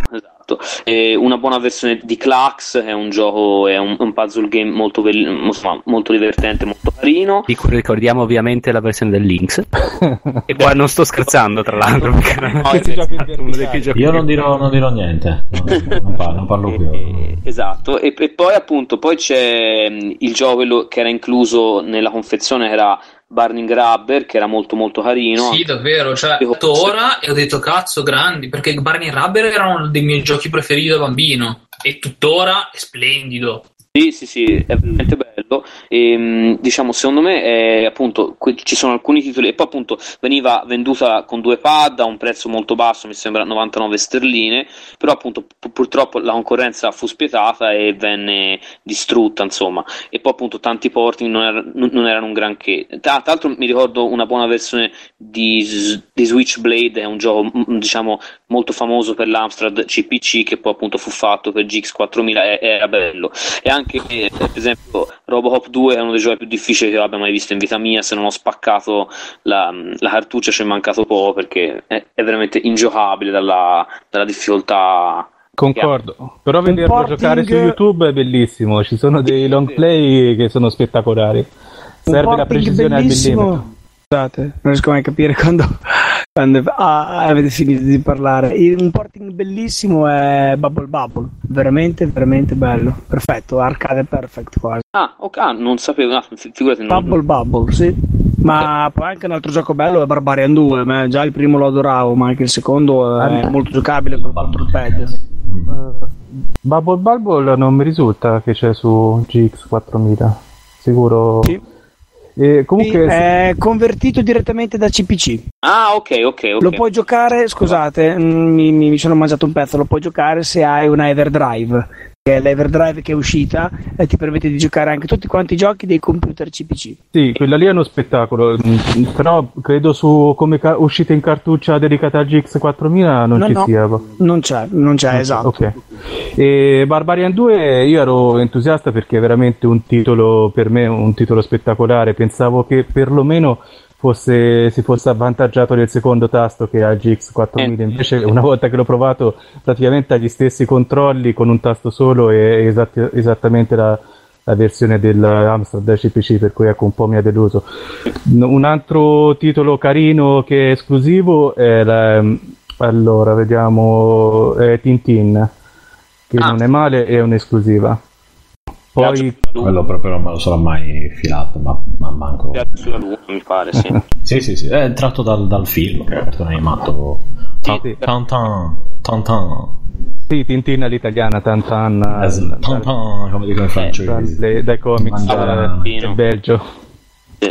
esatto. E una buona versione di Clax, è un gioco, è un, un puzzle game molto, insomma, molto divertente, molto carino. Di cui ricordiamo ovviamente la versione del Lynx. E qua non sto scherzando, tra l'altro, perché non No, è esatto, uno dei giochi. Io non dirò, non dirò niente, non, non parlo, non parlo più. E, esatto, e, e poi appunto poi c'è il gioco quello che era incluso nella confezione, che era Burning Rubber, che era molto molto carino. Sì, davvero, cioè ho detto ora e ho detto cazzo, grandi, perché Burning Rubber era uno dei miei giochi preferiti da bambino e tuttora è splendido. Sì, sì, sì, è veramente bello. E, diciamo, secondo me è, appunto qui ci sono alcuni titoli, e poi appunto veniva venduta con due pad a un prezzo molto basso, mi sembra novantanove sterline, però appunto pu- purtroppo la concorrenza fu spietata e venne distrutta, insomma, e poi appunto tanti porting non, era, non erano un granché. Tra, tra l'altro mi ricordo una buona versione di, di Switchblade, è un gioco diciamo molto famoso per l'Amstrad C P C, che poi appunto fu fatto per G X quattromila, e, era bello. E anche che, per esempio, Robocop due è uno dei giochi più difficili che abbia mai visto in vita mia. Se non ho spaccato la, la cartuccia ci è mancato poco, perché è, è veramente ingiocabile dalla, dalla difficoltà. Concordo, però vederlo porting... giocare su YouTube è bellissimo, ci sono dei long play che sono spettacolari, serve la precisione bellissimo. Al millimetro. Scusate, non riesco mai a capire quando, quando ah, avete finito di parlare. Un porting bellissimo è Bubble Bubble, veramente veramente bello, perfetto, arcade perfect quasi. Ah, ok, ah, non sapevo, no, figurati. Non... Bubble Bubble, sì. Ma okay. Poi anche un altro gioco bello è Barbarian due, ma già il primo lo adoravo, ma anche il secondo è ah, molto giocabile con il pad. Uh, Bubble Bubble non mi risulta che c'è su G X quattromila, sicuro? Sì. E comunque sì, è convertito direttamente da C P C. Ah, ok, ok, ok. Lo puoi giocare, scusate, mi, mi, mi sono mangiato un pezzo, lo puoi giocare se hai una Everdrive, che è l'Everdrive che è uscita e ti permette di giocare anche tutti quanti i giochi dei computer C P C. Sì, quella lì è uno spettacolo, però credo su come ca- uscita in cartuccia dedicata al G X quattromila non no, ci no, sia. Non c'è, non c'è, non esatto. Ok. E Barbarian due io ero entusiasta perché è veramente un titolo, per me un titolo spettacolare, pensavo che perlomeno fosse, si fosse avvantaggiato del secondo tasto che ha il G X quattromila, eh. invece una volta che l'ho provato praticamente ha gli stessi controlli con un tasto solo e esatti, esattamente la, la versione dell'Amstrad C P C, per cui ecco un po' mi ha deluso. Un altro titolo carino che è esclusivo è la, allora vediamo è Tintin, che ah. non è male, è un'esclusiva. Poi quello proprio non me lo sarò mai filato, ma, ma manco sulla luna, mi pare, sì. sì, sì, sì, è tratto dal, dal film che è cartone animato. Sì. Tantan, Tantan. Sì, Tintin all'italiana, Tantan. Es- Tantan, come dicono i francesi. Dai, dai comics del eh, Belgio. Sì.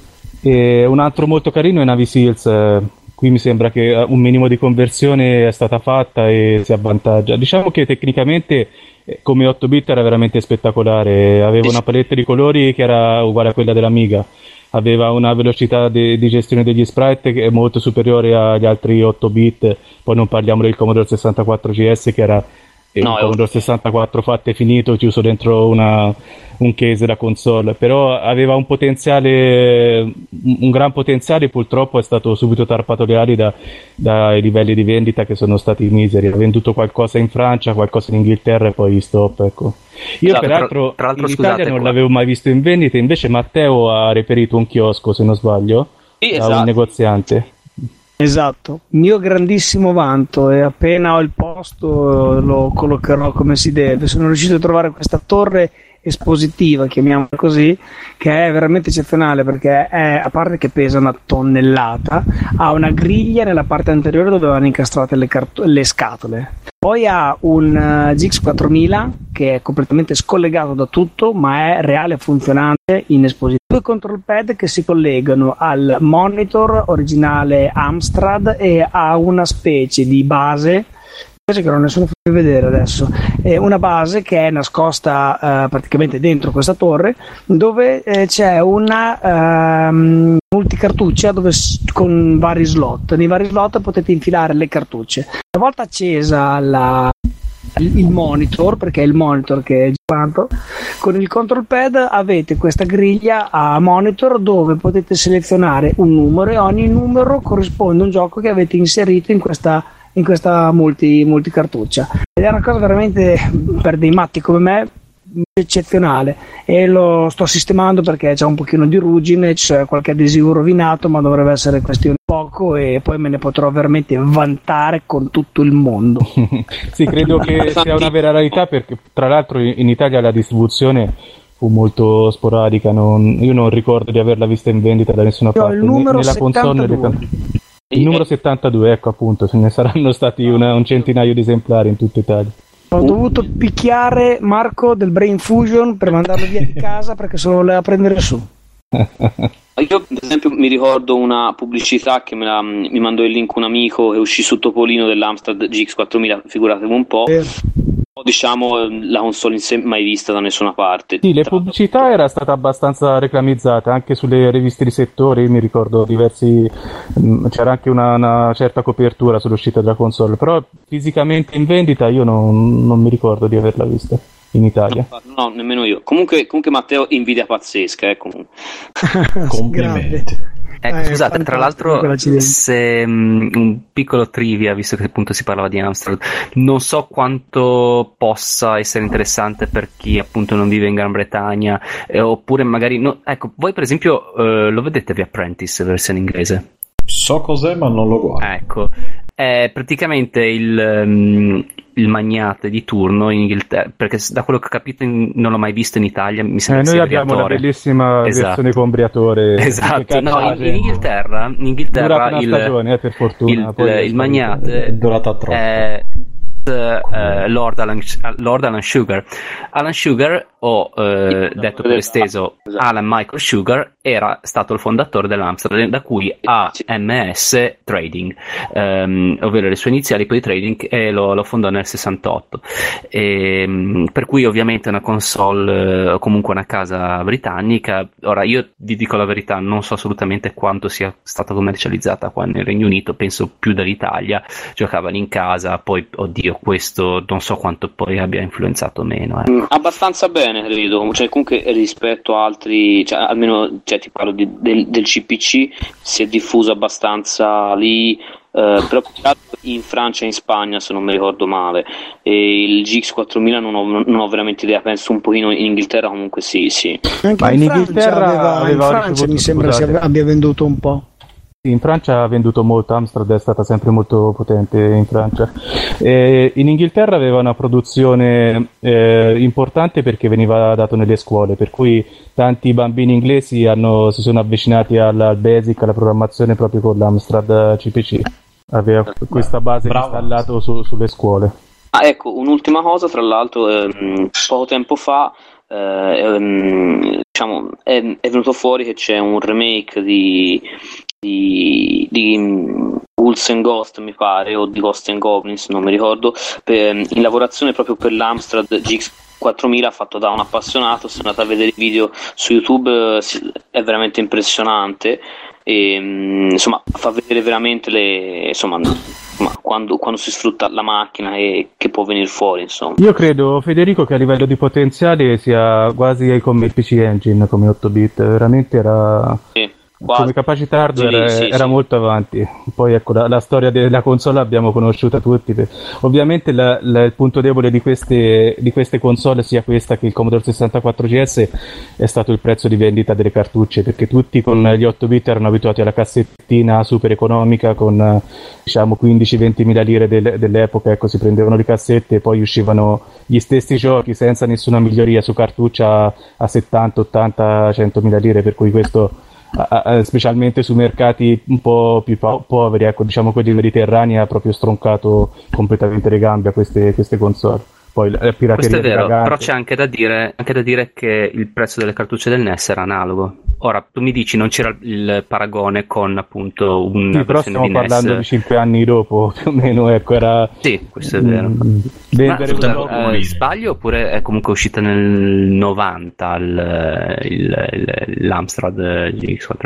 E un altro molto carino è Navy Seals. Eh, qui mi sembra che un minimo di conversione è stata fatta e si avvantaggia. Diciamo che tecnicamente come otto bit era veramente spettacolare, aveva una palette di colori che era uguale a quella dell'Amiga, aveva una velocità de- di gestione degli sprite che è molto superiore agli altri otto bit, poi non parliamo del Commodore sessantaquattro G S che era no, un Commodore sessantaquattro fatto e finito, chiuso dentro una, un case da console, però aveva un potenziale, un gran potenziale, purtroppo è stato subito tarpato le ali da, dai livelli di vendita che sono stati miseri, ha venduto qualcosa in Francia, qualcosa in Inghilterra e poi stop, ecco. Io esatto, peraltro tra, tra in scusate, Italia non qua. l'avevo mai visto in vendita, invece Matteo ha reperito un chiosco, se non sbaglio, sì, da esatto. un negoziante. Esatto, mio grandissimo vanto, e appena ho il posto lo collocherò come si deve. Sono riuscito a trovare questa torre espositiva, chiamiamola così, che è veramente eccezionale perché è, a parte che pesa una tonnellata, ha una griglia nella parte anteriore dove vanno incastrate le, cart- le scatole. Poi ha un uh, G X quattromila che è completamente scollegato da tutto, ma è reale e funzionante in espositivo. Due control pad che si collegano al monitor originale Amstrad e a una specie di base che non nessuno fa vedere adesso, è una base che è nascosta uh, praticamente dentro questa torre, dove eh, c'è una uh, multicartuccia dove, con vari slot. Nei vari slot potete infilare le cartucce. Una volta accesa la, il, il monitor, perché è il monitor che è girato, con il control pad avete questa griglia a monitor dove potete selezionare un numero e ogni numero corrisponde a un gioco che avete inserito in questa in questa multi, multicartuccia, ed è una cosa veramente per dei matti come me eccezionale, e lo sto sistemando perché c'è un pochino di ruggine, c'è qualche adesivo rovinato, ma dovrebbe essere questione di poco e poi me ne potrò veramente vantare con tutto il mondo. Sì, credo che sia una vera rarità, perché tra l'altro in Italia la distribuzione fu molto sporadica, non, io non ricordo di averla vista in vendita da nessuna Io ho parte, il numero nella console settantadue. il numero settantadue, ecco appunto, ce ne saranno stati una, un centinaio di esemplari in tutta Italia. Ho dovuto picchiare Marco del Brain Fusion per mandarlo via di casa perché se lo voleva prendere su. Io per esempio mi ricordo una pubblicità che me la, mi mandò il link un amico, che uscì su Topolino dell'Amstrad G X quattromila, figuratevi un po'. Eh. Diciamo la console in sé mai vista da nessuna parte. Sì, le pubblicità era stata abbastanza reclamizzata anche sulle riviste di settore, io mi ricordo diversi, mh, c'era anche una, una certa copertura sull'uscita della console, però fisicamente in vendita io non, non mi ricordo di averla vista in Italia. No, no, nemmeno io. Comunque, comunque Matteo, invidia pazzesca, eh, comunque. Complimenti. Ecco, Eh, scusate, tra l'altro, l'accidente. se um, un piccolo trivia, visto che appunto si parlava di Amstrad, non so quanto possa essere interessante per chi appunto non vive in Gran Bretagna, eh, oppure magari no, ecco, voi per esempio eh, lo vedete The Apprentice versione inglese? So cos'è, ma non lo guardo. Ecco, è praticamente il, um, il magnate di turno in Inghilterra, perché da quello che ho capito in, non l'ho mai visto in Italia, mi Eh, sembra noi sia abbiamo una Briatore. bellissima Esatto. versione con Briatore. Esatto, no, in, in Inghilterra, in Inghilterra durata una il, stagione, eh, per fortuna. il, Poi è il magnate È durata troppo. è eh, Lord, Alan, Lord Alan Sugar. Alan Sugar, o eh, detto per esteso Alan Michael Sugar, era stato il fondatore dell'Amstrad, da cui A M S Trading, ehm, ovvero le sue iniziali, poi Trading, e lo, lo fondò nel sessantotto. E, per cui ovviamente è una console, o comunque una casa britannica. Ora io vi dico la verità, non so assolutamente quanto sia stata commercializzata qua nel Regno Unito, penso più dall'Italia, giocavano in casa, poi oddio, questo non so quanto poi abbia influenzato o meno. Eh. Mm, abbastanza bene, credo, cioè comunque rispetto a altri, cioè, almeno cioè, ti parlo di, del, del C P C, si è diffuso abbastanza lì, eh, però in Francia e in Spagna, se non mi ricordo male, e il G X quattromila non ho, non ho veramente idea, penso un pochino in Inghilterra, comunque sì, sì. Anche Ma in, in Francia Inghilterra aveva, in aveva Francia ricevuto, mi sembra scusate. si abbia venduto un po'. Sì, in Francia ha venduto molto, Amstrad è stata sempre molto potente in Francia. E in Inghilterra aveva una produzione eh, importante perché veniva dato nelle scuole, per cui tanti bambini inglesi hanno, si sono avvicinati al, al basic, alla programmazione proprio con l'Amstrad C P C. Aveva questa base Bravo. installata su, sulle scuole. Ah, ecco, un'ultima cosa, tra l'altro, ehm, poco tempo fa eh, ehm, diciamo, è, è venuto fuori che c'è un remake di, di, di Ghouls and Ghost, mi pare, o di Ghost and Goblins, non mi ricordo, per, in lavorazione proprio per l'Amstrad G X quattromila, fatto da un appassionato. Se andate a vedere i video su YouTube, eh, è veramente impressionante. E, insomma, fa vedere veramente le, insomma, insomma quando, quando si sfrutta la macchina e che può venire fuori, insomma. Io credo, Federico, che a livello di potenziale sia quasi come il P C Engine, come otto bit, veramente era... Sì, quasi. Come capacità hardware Sì, sì, era sì. molto avanti. Poi ecco, la, la storia della console l'abbiamo conosciuta tutti. Ovviamente la, la, il punto debole di queste, di queste console, sia questa che il Commodore sessantaquattro G S, è stato il prezzo di vendita delle cartucce, perché tutti con gli otto bit erano abituati alla cassettina super economica con diciamo quindici venti mila lire del, dell'epoca, ecco, si prendevano le cassette e poi uscivano gli stessi giochi senza nessuna miglioria su cartuccia a settanta, ottanta, cento mila lire, per cui questo specialmente su mercati un po' più po- poveri, ecco, diciamo quelli mediterranei, ha proprio stroncato completamente le gambe a queste, queste console. Poi la pirateria Questo è vero, dilagante. però c'è anche da dire anche da dire che il prezzo delle cartucce del N E S era analogo. Ora, tu mi dici non c'era il paragone con appunto una Sì, però versione stiamo di N E S. parlando di cinque anni dopo, più o meno, ecco, era... Sì, questo è vero. Mm, Ma, vendere scusa, un gioco- eh, sbaglio oppure è comunque uscita nel novanta il, il, il, l'Amstrad G X quattromila?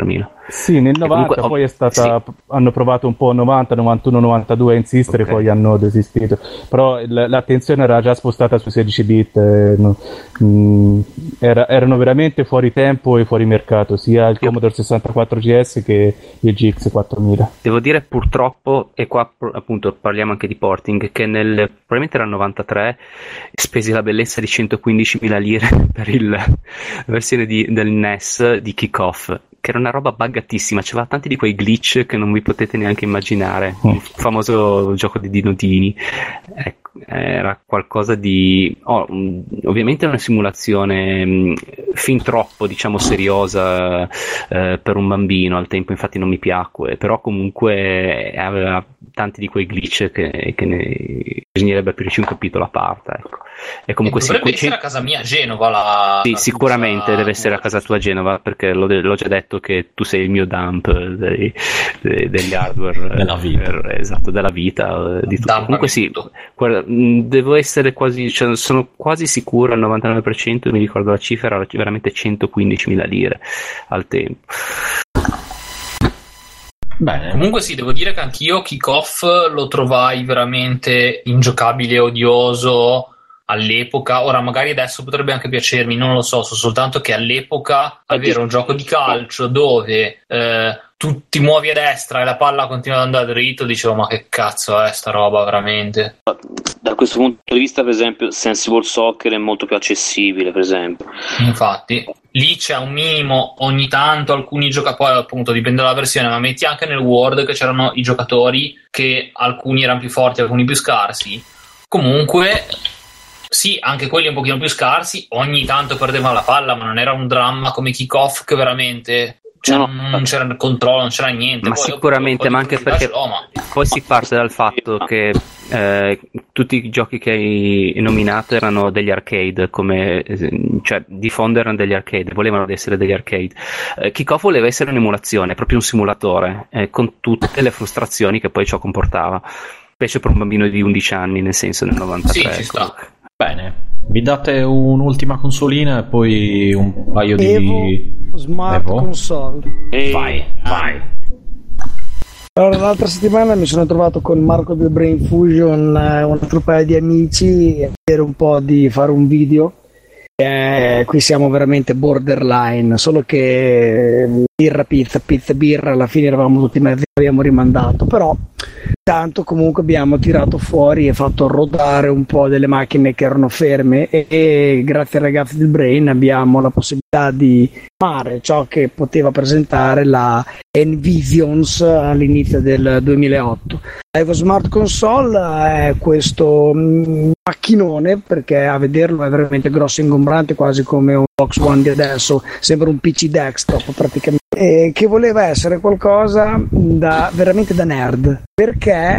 Sì, nel novanta comunque, poi è stata sì. Hanno provato un po' novanta, novantuno, novantadue a insistere, okay. Poi hanno desistito. Però l- l'attenzione era già spostata sui sedici bit, eh, no, mh, era, erano veramente fuori tempo e fuori mercato, sia il Commodore sessantaquattro G S che il G X quattromila. Devo dire purtroppo, e qua appunto parliamo anche di porting, che nel probabilmente era il novantatré spesi la bellezza di centoquindicimila lire per il, la versione di, del N E S di Kick-Off, che era una roba buggatissima, c'era tanti di quei glitch che non vi potete neanche immaginare. Mm. Il famoso gioco di Dinodini, ecco, era qualcosa di oh, ovviamente una simulazione mh, fin troppo, diciamo, seriosa eh, per un bambino al tempo, infatti non mi piacque, però comunque aveva tanti di quei glitch che, che ne bisognerebbe aprirci un capitolo a parte, ecco. E comunque e dovrebbe sic- essere a casa mia a Genova la, sì, la sicuramente tuta... deve essere a casa tua a Genova, perché l'ho, de- l'ho già detto che tu sei il mio dump dei, dei, degli hardware della vita, per, esatto, della vita, di tutto. Comunque sì, guarda, devo essere quasi, cioè, sono quasi sicuro al novantanove per cento, mi ricordo la cifra era veramente centoquindicimila lire al tempo. Bene. Comunque sì, devo dire che anch'io Kick-Off lo trovai veramente ingiocabile e odioso all'epoca. Ora magari adesso potrebbe anche piacermi, non lo so, so soltanto che all'epoca avere un gioco di calcio dove eh, tu ti muovi a destra e la palla continua ad andare dritto, dicevo ma che cazzo è sta roba veramente. Da questo punto di vista, per esempio, Sensible Soccer è molto più accessibile, per esempio. Infatti lì c'è un minimo, ogni tanto alcuni giocatori, poi appunto dipende dalla versione, ma metti anche nel World che c'erano i giocatori che alcuni erano più forti, alcuni più scarsi. Comunque sì, anche quelli un pochino più scarsi ogni tanto perdevano la palla, ma non era un dramma come Kick-Off che veramente cioè, no. non c'era il controllo, non c'era niente. Ma poi, sicuramente, poi, ma anche perché oh, ma... poi si parte dal fatto che eh, tutti i giochi che hai nominato erano degli arcade, come cioè di fondo erano degli arcade, volevano essere degli arcade. eh, Kick-Off voleva essere un'emulazione, proprio un simulatore, eh, con tutte le frustrazioni che poi ciò comportava, specie per un bambino di undici anni, nel senso nel novantatré. Sì, ci sta. Bene, mi date un'ultima consolina e poi un paio Evo di Smart Evo? Console. E... Vai, vai. Allora, l'altra settimana mi sono trovato con Marco del Brain Fusion, eh, un altro paio di amici, a vedere un po' di fare un video. Eh, qui siamo veramente borderline, solo che birra, pizza, pizza, birra, alla fine eravamo tutti mezzi, abbiamo rimandato, però tanto comunque abbiamo tirato fuori e fatto rodare un po' delle macchine che erano ferme e, e grazie ai ragazzi del Brain abbiamo la possibilità di fare ciò che poteva presentare la Envisions all'inizio del duemilaotto. Evo Smart Console è questo mh, macchinone, perché a vederlo è veramente grosso e ingombrante, quasi come un Xbox One di adesso, sembra un P C desktop praticamente, e che voleva essere qualcosa da veramente da nerd, perché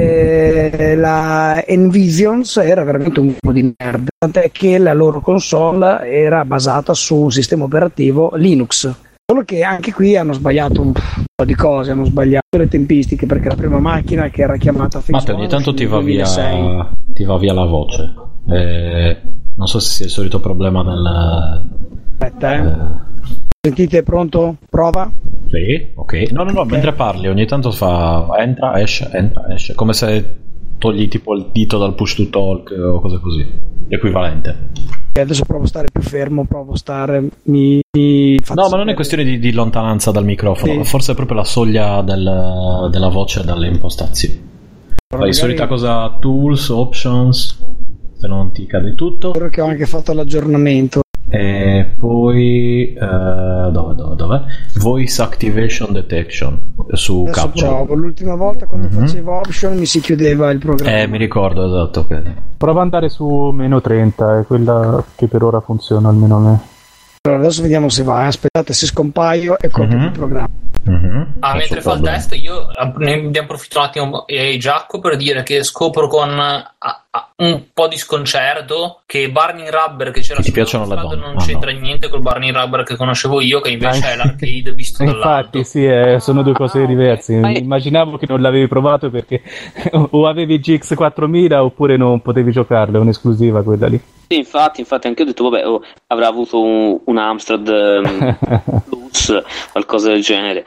eh, la Envisions era veramente un po' di nerd, tant'è che la loro console era basata su un sistema operativo Linux. Solo che anche qui hanno sbagliato un po' di cose, hanno sbagliato le tempistiche, perché la prima macchina che era chiamata Matteo, ogni tanto ti va, via, ti va via la voce, eh, non so se sia il solito problema del... Aspetta, eh. eh... Sentite, pronto? Prova? Sì, ok. No, no, no, okay. Mentre parli ogni tanto fa entra, esce, entra, esce, come se togli tipo il dito dal push to talk o cose così, l'equivalente. Adesso provo a stare più fermo, provo a stare mi, mi no, ma non è questione di, di lontananza dal microfono, sì. Forse è proprio la soglia del, della voce dalle impostazioni. Fai magari... solita cosa, tools, options, se non ti cade tutto. Spero che ho anche fatto l'aggiornamento. E poi uh, dove, dove, dove? Voice Activation Detection su Adesso Capture. Provo. L'ultima volta quando mm-hmm. facevo option mi si chiudeva il programma. Eh, mi ricordo, esatto. Okay. Prova ad andare su meno trenta, è quella che per ora funziona, almeno a me. Allora, adesso vediamo se va. Aspettate, se scompaio e copio mm-hmm. il programma. Mm-hmm. Ah, mentre fa il test, io ne abbiamo approfittato un attimo e Giacomo per dire che scopro con a, a, un po' di sconcerto che Burning Rubber che c'era Che ti piacciono le donne? non Ah, c'entra no. niente col Burning Rubber che conoscevo io, che invece Ah, è l'arcade visto dall'alto. Infatti, sì, eh, sono due cose diverse. Ma- Immaginavo che non l'avevi provato perché o avevi G X quattromila oppure non potevi giocarlo, è un'esclusiva quella lì. Sì, infatti, infatti anche io ho detto, vabbè, oh, avrà avuto un, un Amstrad um, Plus, qualcosa del genere.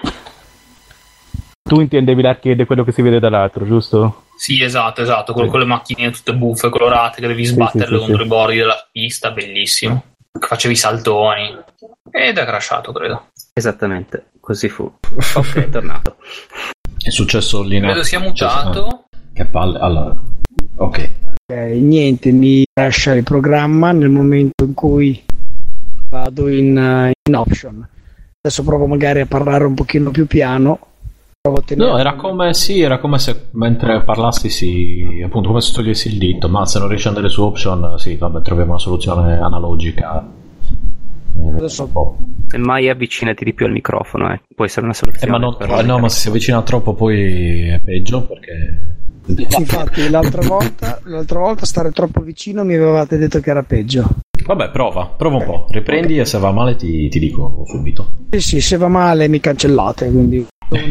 Tu intendevi l'arcade, quello che si vede dall'altro, giusto? Sì, esatto, esatto, quello con le macchine tutte buffe, colorate, che devi Sì, sbatterle sì, sì, contro sì. i bordi della pista, bellissimo. Che facevi saltoni. Ed è crashato, credo. Esattamente, così fu. Ok, è tornato. È successo lì. Credo sia mutato. Che palle. Allora, ok. Ok, niente, mi lascia il programma nel momento in cui vado in, uh, in option. Adesso provo magari a parlare un pochino più piano. Provo a tenere- No, era come, sì, era come se mentre parlassi, sì, appunto, come se togliessi il dito, ma se non riesci ad andare su option, sì, vabbè, troviamo una soluzione analogica. Eh, Adesso- un po'. Semmai avvicinati di più al microfono, eh. Può essere una Eh, soluzione. ma non, per- eh, no, ma se si avvicina troppo poi è peggio perché... Infatti l'altra volta, l'altra volta stare troppo vicino mi avevate detto che era peggio. Vabbè, prova, prova un po', riprendi e se va male ti, ti dico subito. Sì, sì, se va male mi cancellate, quindi...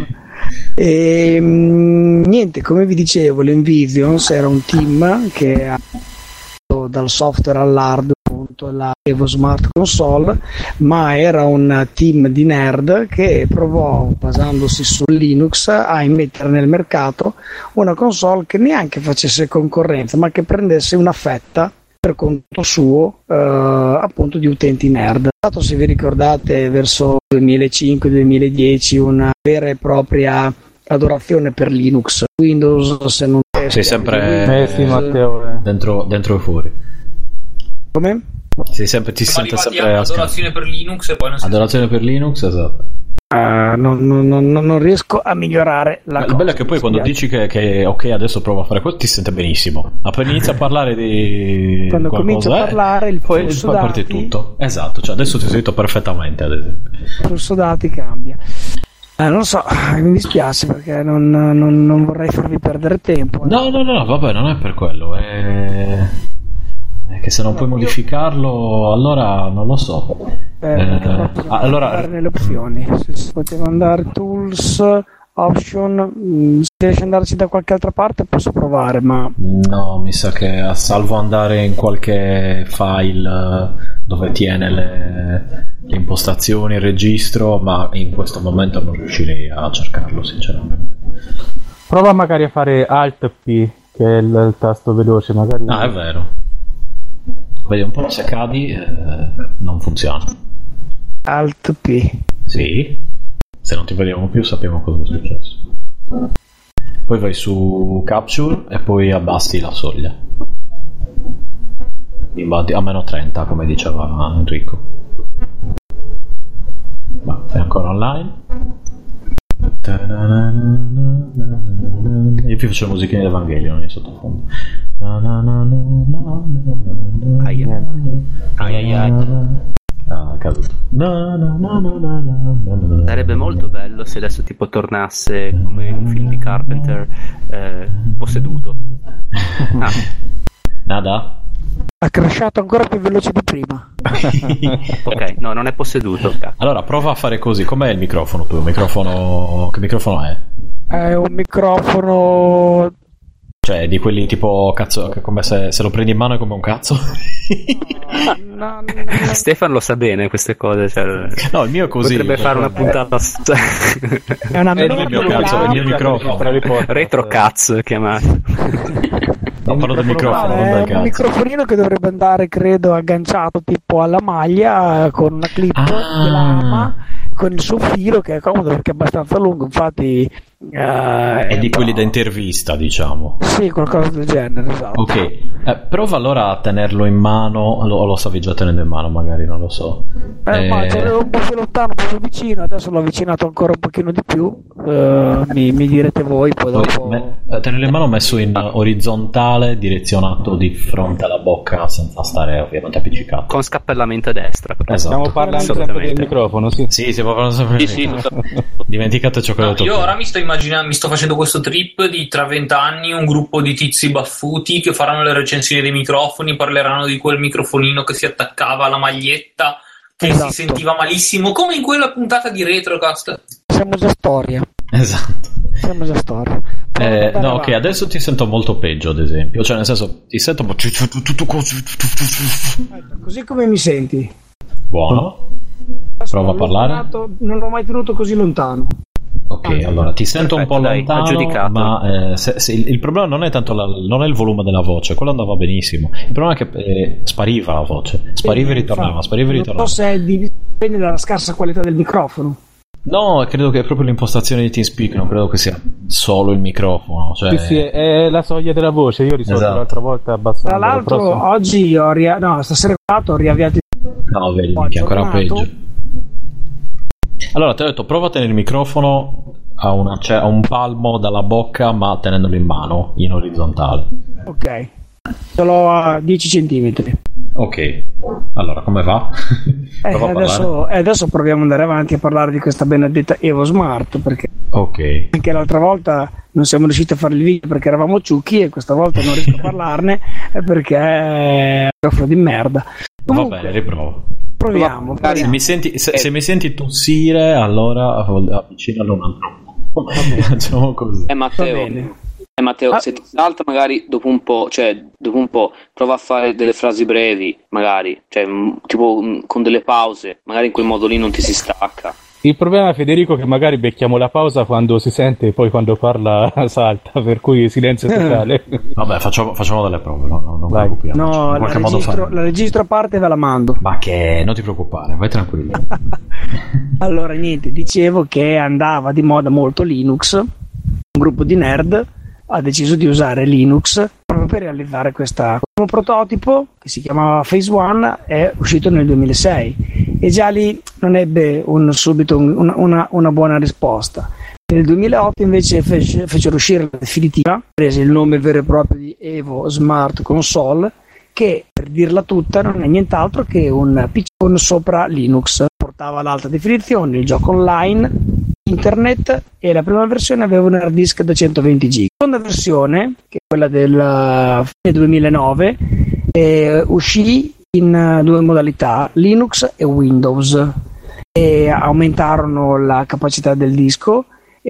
E, mm, niente, come vi dicevo, l'Envisions era un team che ha fatto dal software all'hardware appunto la Evo Smart Console, ma era un team di nerd che provò, basandosi su Linux, a immettere nel mercato una console che neanche facesse concorrenza, ma che prendesse una fetta per conto suo eh, appunto di utenti nerd. Se vi ricordate, verso duemilacinque duemiladieci una vera e propria adorazione per Linux, Windows, se non Sei sempre Eh sì, Matteo. eh. dentro, dentro e fuori. come? Sei sempre, ti Siamo sente arrivati sempre a a schermo. adorazione per Linux e poi non si Adorazione per Linux, esatto. Uh, non, non, non, non riesco a migliorare la Ma il cosa, bello è che poi mi quando spiace. dici che, che ok adesso provo a fare questo ti sente benissimo, appena inizia a parlare di Quando qualcosa, comincio a eh, parlare il poi flusso poi parte dati- tutto, esatto, cioè adesso ti sento perfettamente ad esempio. il flusso dati cambia. Eh, non so, mi dispiace perché non, non, non vorrei farvi perdere tempo. eh. No no no no, vabbè, non è per quello, è, è che se non puoi modificarlo allora non lo so. Eh, Eh, perché proprio allora- andare nelle opzioni, se si poteva andare tools, option, mh, se riesci ad andarci da qualche altra parte posso provare, ma No, mi sa che a salvo andare in qualche file eh, dove tiene le, le impostazioni, il registro, ma in questo momento non riuscirei a cercarlo sinceramente. Prova magari a fare Alt P, che è il, il tasto veloce, magari. Ah, è vero. Vedi un po' se cadi eh, non funziona. Alt P. Sì, se non ti vediamo più sappiamo cosa è successo. Poi vai su Capture e poi abbassi la soglia a meno trenta come diceva Enrico. Ma è ancora online? Io vi faccio musichine di Evangelion in sottofondo. Aia. Ai ai ai. Ah, è caduto. Sarebbe molto bello se adesso tipo tornasse come in un film di Carpenter, eh, posseduto. Ah, Nada? Ha crashato ancora più veloce di prima. ok, no, non è posseduto. Allora prova a fare così. Com'è il microfono tu? Il microfono... Che microfono è? È un microfono. Cioè di quelli tipo cazzo, che come se, se lo prendi in mano è come un cazzo. No, no, Stefano lo sa bene queste cose, cioè, No, il mio è così. potrebbe fare una puntata è una È il mio merda cazzo, è il mio di microfono. retro cazzo chiamato. No, parlo del microfono, non del È un cazzo. microfonino che dovrebbe andare, credo, agganciato tipo alla maglia con una clip Ah. che lama con il suo filo, che è comodo perché è abbastanza lungo. Infatti, eh, È di quelli da intervista, diciamo. sì, qualcosa del genere, esatto. Ok, eh, prova allora a tenerlo in mano, o lo, lo stavi già tenendo in mano magari, non lo so. Eh, ma Eh, c'era un po' più lontano, un po' più vicino, adesso l'ho avvicinato ancora un pochino di più. eh, mi, mi direte voi, poi poi, dopo. me- eh, tenerlo in mano messo in orizzontale, direzionato di fronte alla bocca, senza stare ovviamente appiccicato. Con scappellamento a destra. Esatto. Stiamo parlando sempre del Assolutamente. microfono, sì. Sì, stiamo parlando sempre Sì, di- sì, tutto- Dimenticate ciò che ho No, detto io prima. ora mi sto immaginando, mi sto facendo questo trip di tra vent'anni un gruppo di tizi baffuti che faranno le recensioni dei microfoni, parleranno di quel microfonino che si attaccava alla maglietta, che esatto. si sentiva malissimo, come in quella puntata di Retrocast. Siamo già storia. Esatto. Siamo già storia. Eh, no, ok, adesso ti sento molto peggio, ad esempio. Cioè, nel senso, ti sento un po'. Così come mi senti? Buono. Prova a parlare. Non l'ho mai tenuto così lontano. Ok, ah, allora ti sento perfetto, un po' dai, lontano, ma eh, se, se il, il problema non è tanto la, non è il volume della voce, quello andava benissimo. Il problema è che eh, spariva la voce, spariva e ritornava, spariva e ritornava. Non so se è di, dipende dalla scarsa qualità del microfono. No, credo che è proprio l'impostazione di TeamSpeak, non credo che sia solo il microfono. Cioè... Sì, sì, è la soglia della voce. Io risolvo esatto. l'altra volta abbastanza. Tra l'altro, prossimo... oggi ho ria... no, stasera ho riavviato. No, vedi, che è ancora peggio. Allora, ti ho detto, prova a tenere il microfono a, una, cioè, a un palmo dalla bocca, ma tenendolo in mano, in orizzontale. Ok, ce l'ho a dieci centimetri. Ok, allora come va? eh, adesso, eh, adesso proviamo ad andare avanti a parlare di questa benedetta Evo Smart, perché okay. anche l'altra volta non siamo riusciti a fare il video perché eravamo ciucchi, e questa volta non riesco a parlarne perché è un microfono di merda. Comunque, va bene, riprovo. Proviamo, proviamo. Se, mi senti, se, se mi senti tossire, allora avvicinalo un altro po'. Facciamo così. Eh, Matteo, eh, Matteo ah. se ti salta magari dopo un po', cioè dopo un po' prova a fare delle frasi brevi, magari, cioè tipo con delle pause, magari in quel modo lì non ti si stacca. Il problema, Federico, è che magari becchiamo la pausa quando si sente e poi quando parla salta, per cui silenzio totale. Vabbè, facciamo, facciamo delle prove, no, no, non preoccupiamoci. No, la registro, la registro a parte e ve la mando. Ma che, non ti preoccupare, vai tranquillo. Allora, niente, dicevo che andava di moda molto Linux, un gruppo di nerd ha deciso di usare Linux proprio per realizzare questa. Un prototipo che si chiamava Phase One è uscito nel duemilasei e già lì non ebbe un, subito un, una, una buona risposta. Nel duemilaotto invece fece, fecero uscire la definitiva, prese il nome vero e proprio di Evo Smart Console, che per dirla tutta non è nient'altro che un P C con sopra Linux. Portava l'alta definizione, il gioco online, internet, e la prima versione aveva un hard disk da centoventi giga. La seconda versione, che è quella del fine duemilanove, eh, uscì in due modalità, Linux e Windows, e aumentarono la capacità del disco,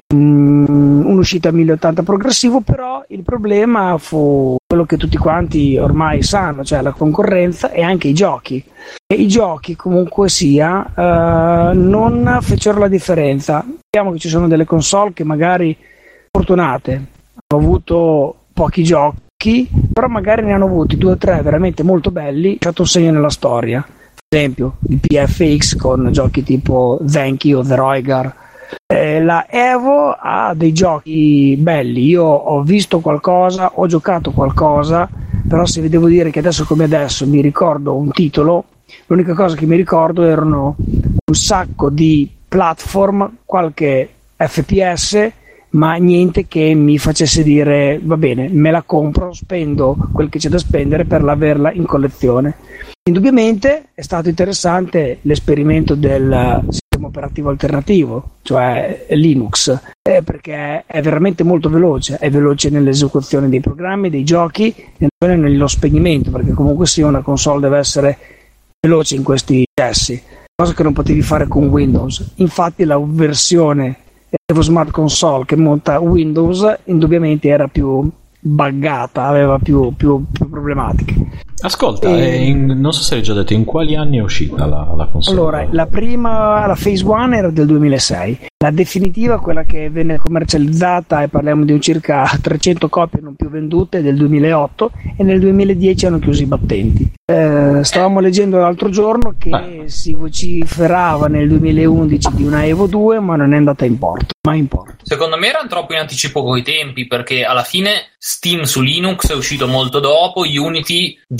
um, un'uscita a mille ottanta progressivo, però il problema fu quello che tutti quanti ormai sanno, cioè la concorrenza e anche i giochi. E i giochi comunque sia uh, non fecero la differenza. Vediamo che ci sono delle console che magari fortunate hanno avuto pochi giochi, però magari ne hanno avuti due o tre veramente molto belli, ha fatto un segno nella storia. Per esempio il P F X con giochi tipo Zenki o The Roigar. Eh, la Evo ha dei giochi belli, io ho visto qualcosa, ho giocato qualcosa, però se vi devo dire che adesso come adesso mi ricordo un titolo, l'unica cosa che mi ricordo erano un sacco di platform, qualche F P S, ma niente che mi facesse dire va bene, me la compro, spendo quel che c'è da spendere per averla in collezione. Indubbiamente è stato interessante l'esperimento del sistema operativo alternativo, cioè Linux, eh, perché è veramente molto veloce, è veloce nell'esecuzione dei programmi, dei giochi, e nello spegnimento, perché comunque sia una console deve essere veloce in questi processi, cosa che non potevi fare con Windows. Infatti la versione Evo Smart Console che monta Windows indubbiamente era più buggata, aveva più, più, più problematiche. Ascolta, e... in, non so se hai già detto in quali anni è uscita la, la console. Allora, la prima, la Phase One era del duemilasei, la definitiva, quella che venne commercializzata, e parliamo di un circa trecento copie non più vendute, del duemilaotto, e nel duemiladieci hanno chiuso i battenti. Eh, stavamo leggendo l'altro giorno che eh. si vociferava nel duemilaundici di una Evo due, ma non è andata in porto, mai in porto. Secondo me erano troppo in anticipo coi tempi, perché alla fine Steam su Linux è uscito molto dopo, Unity di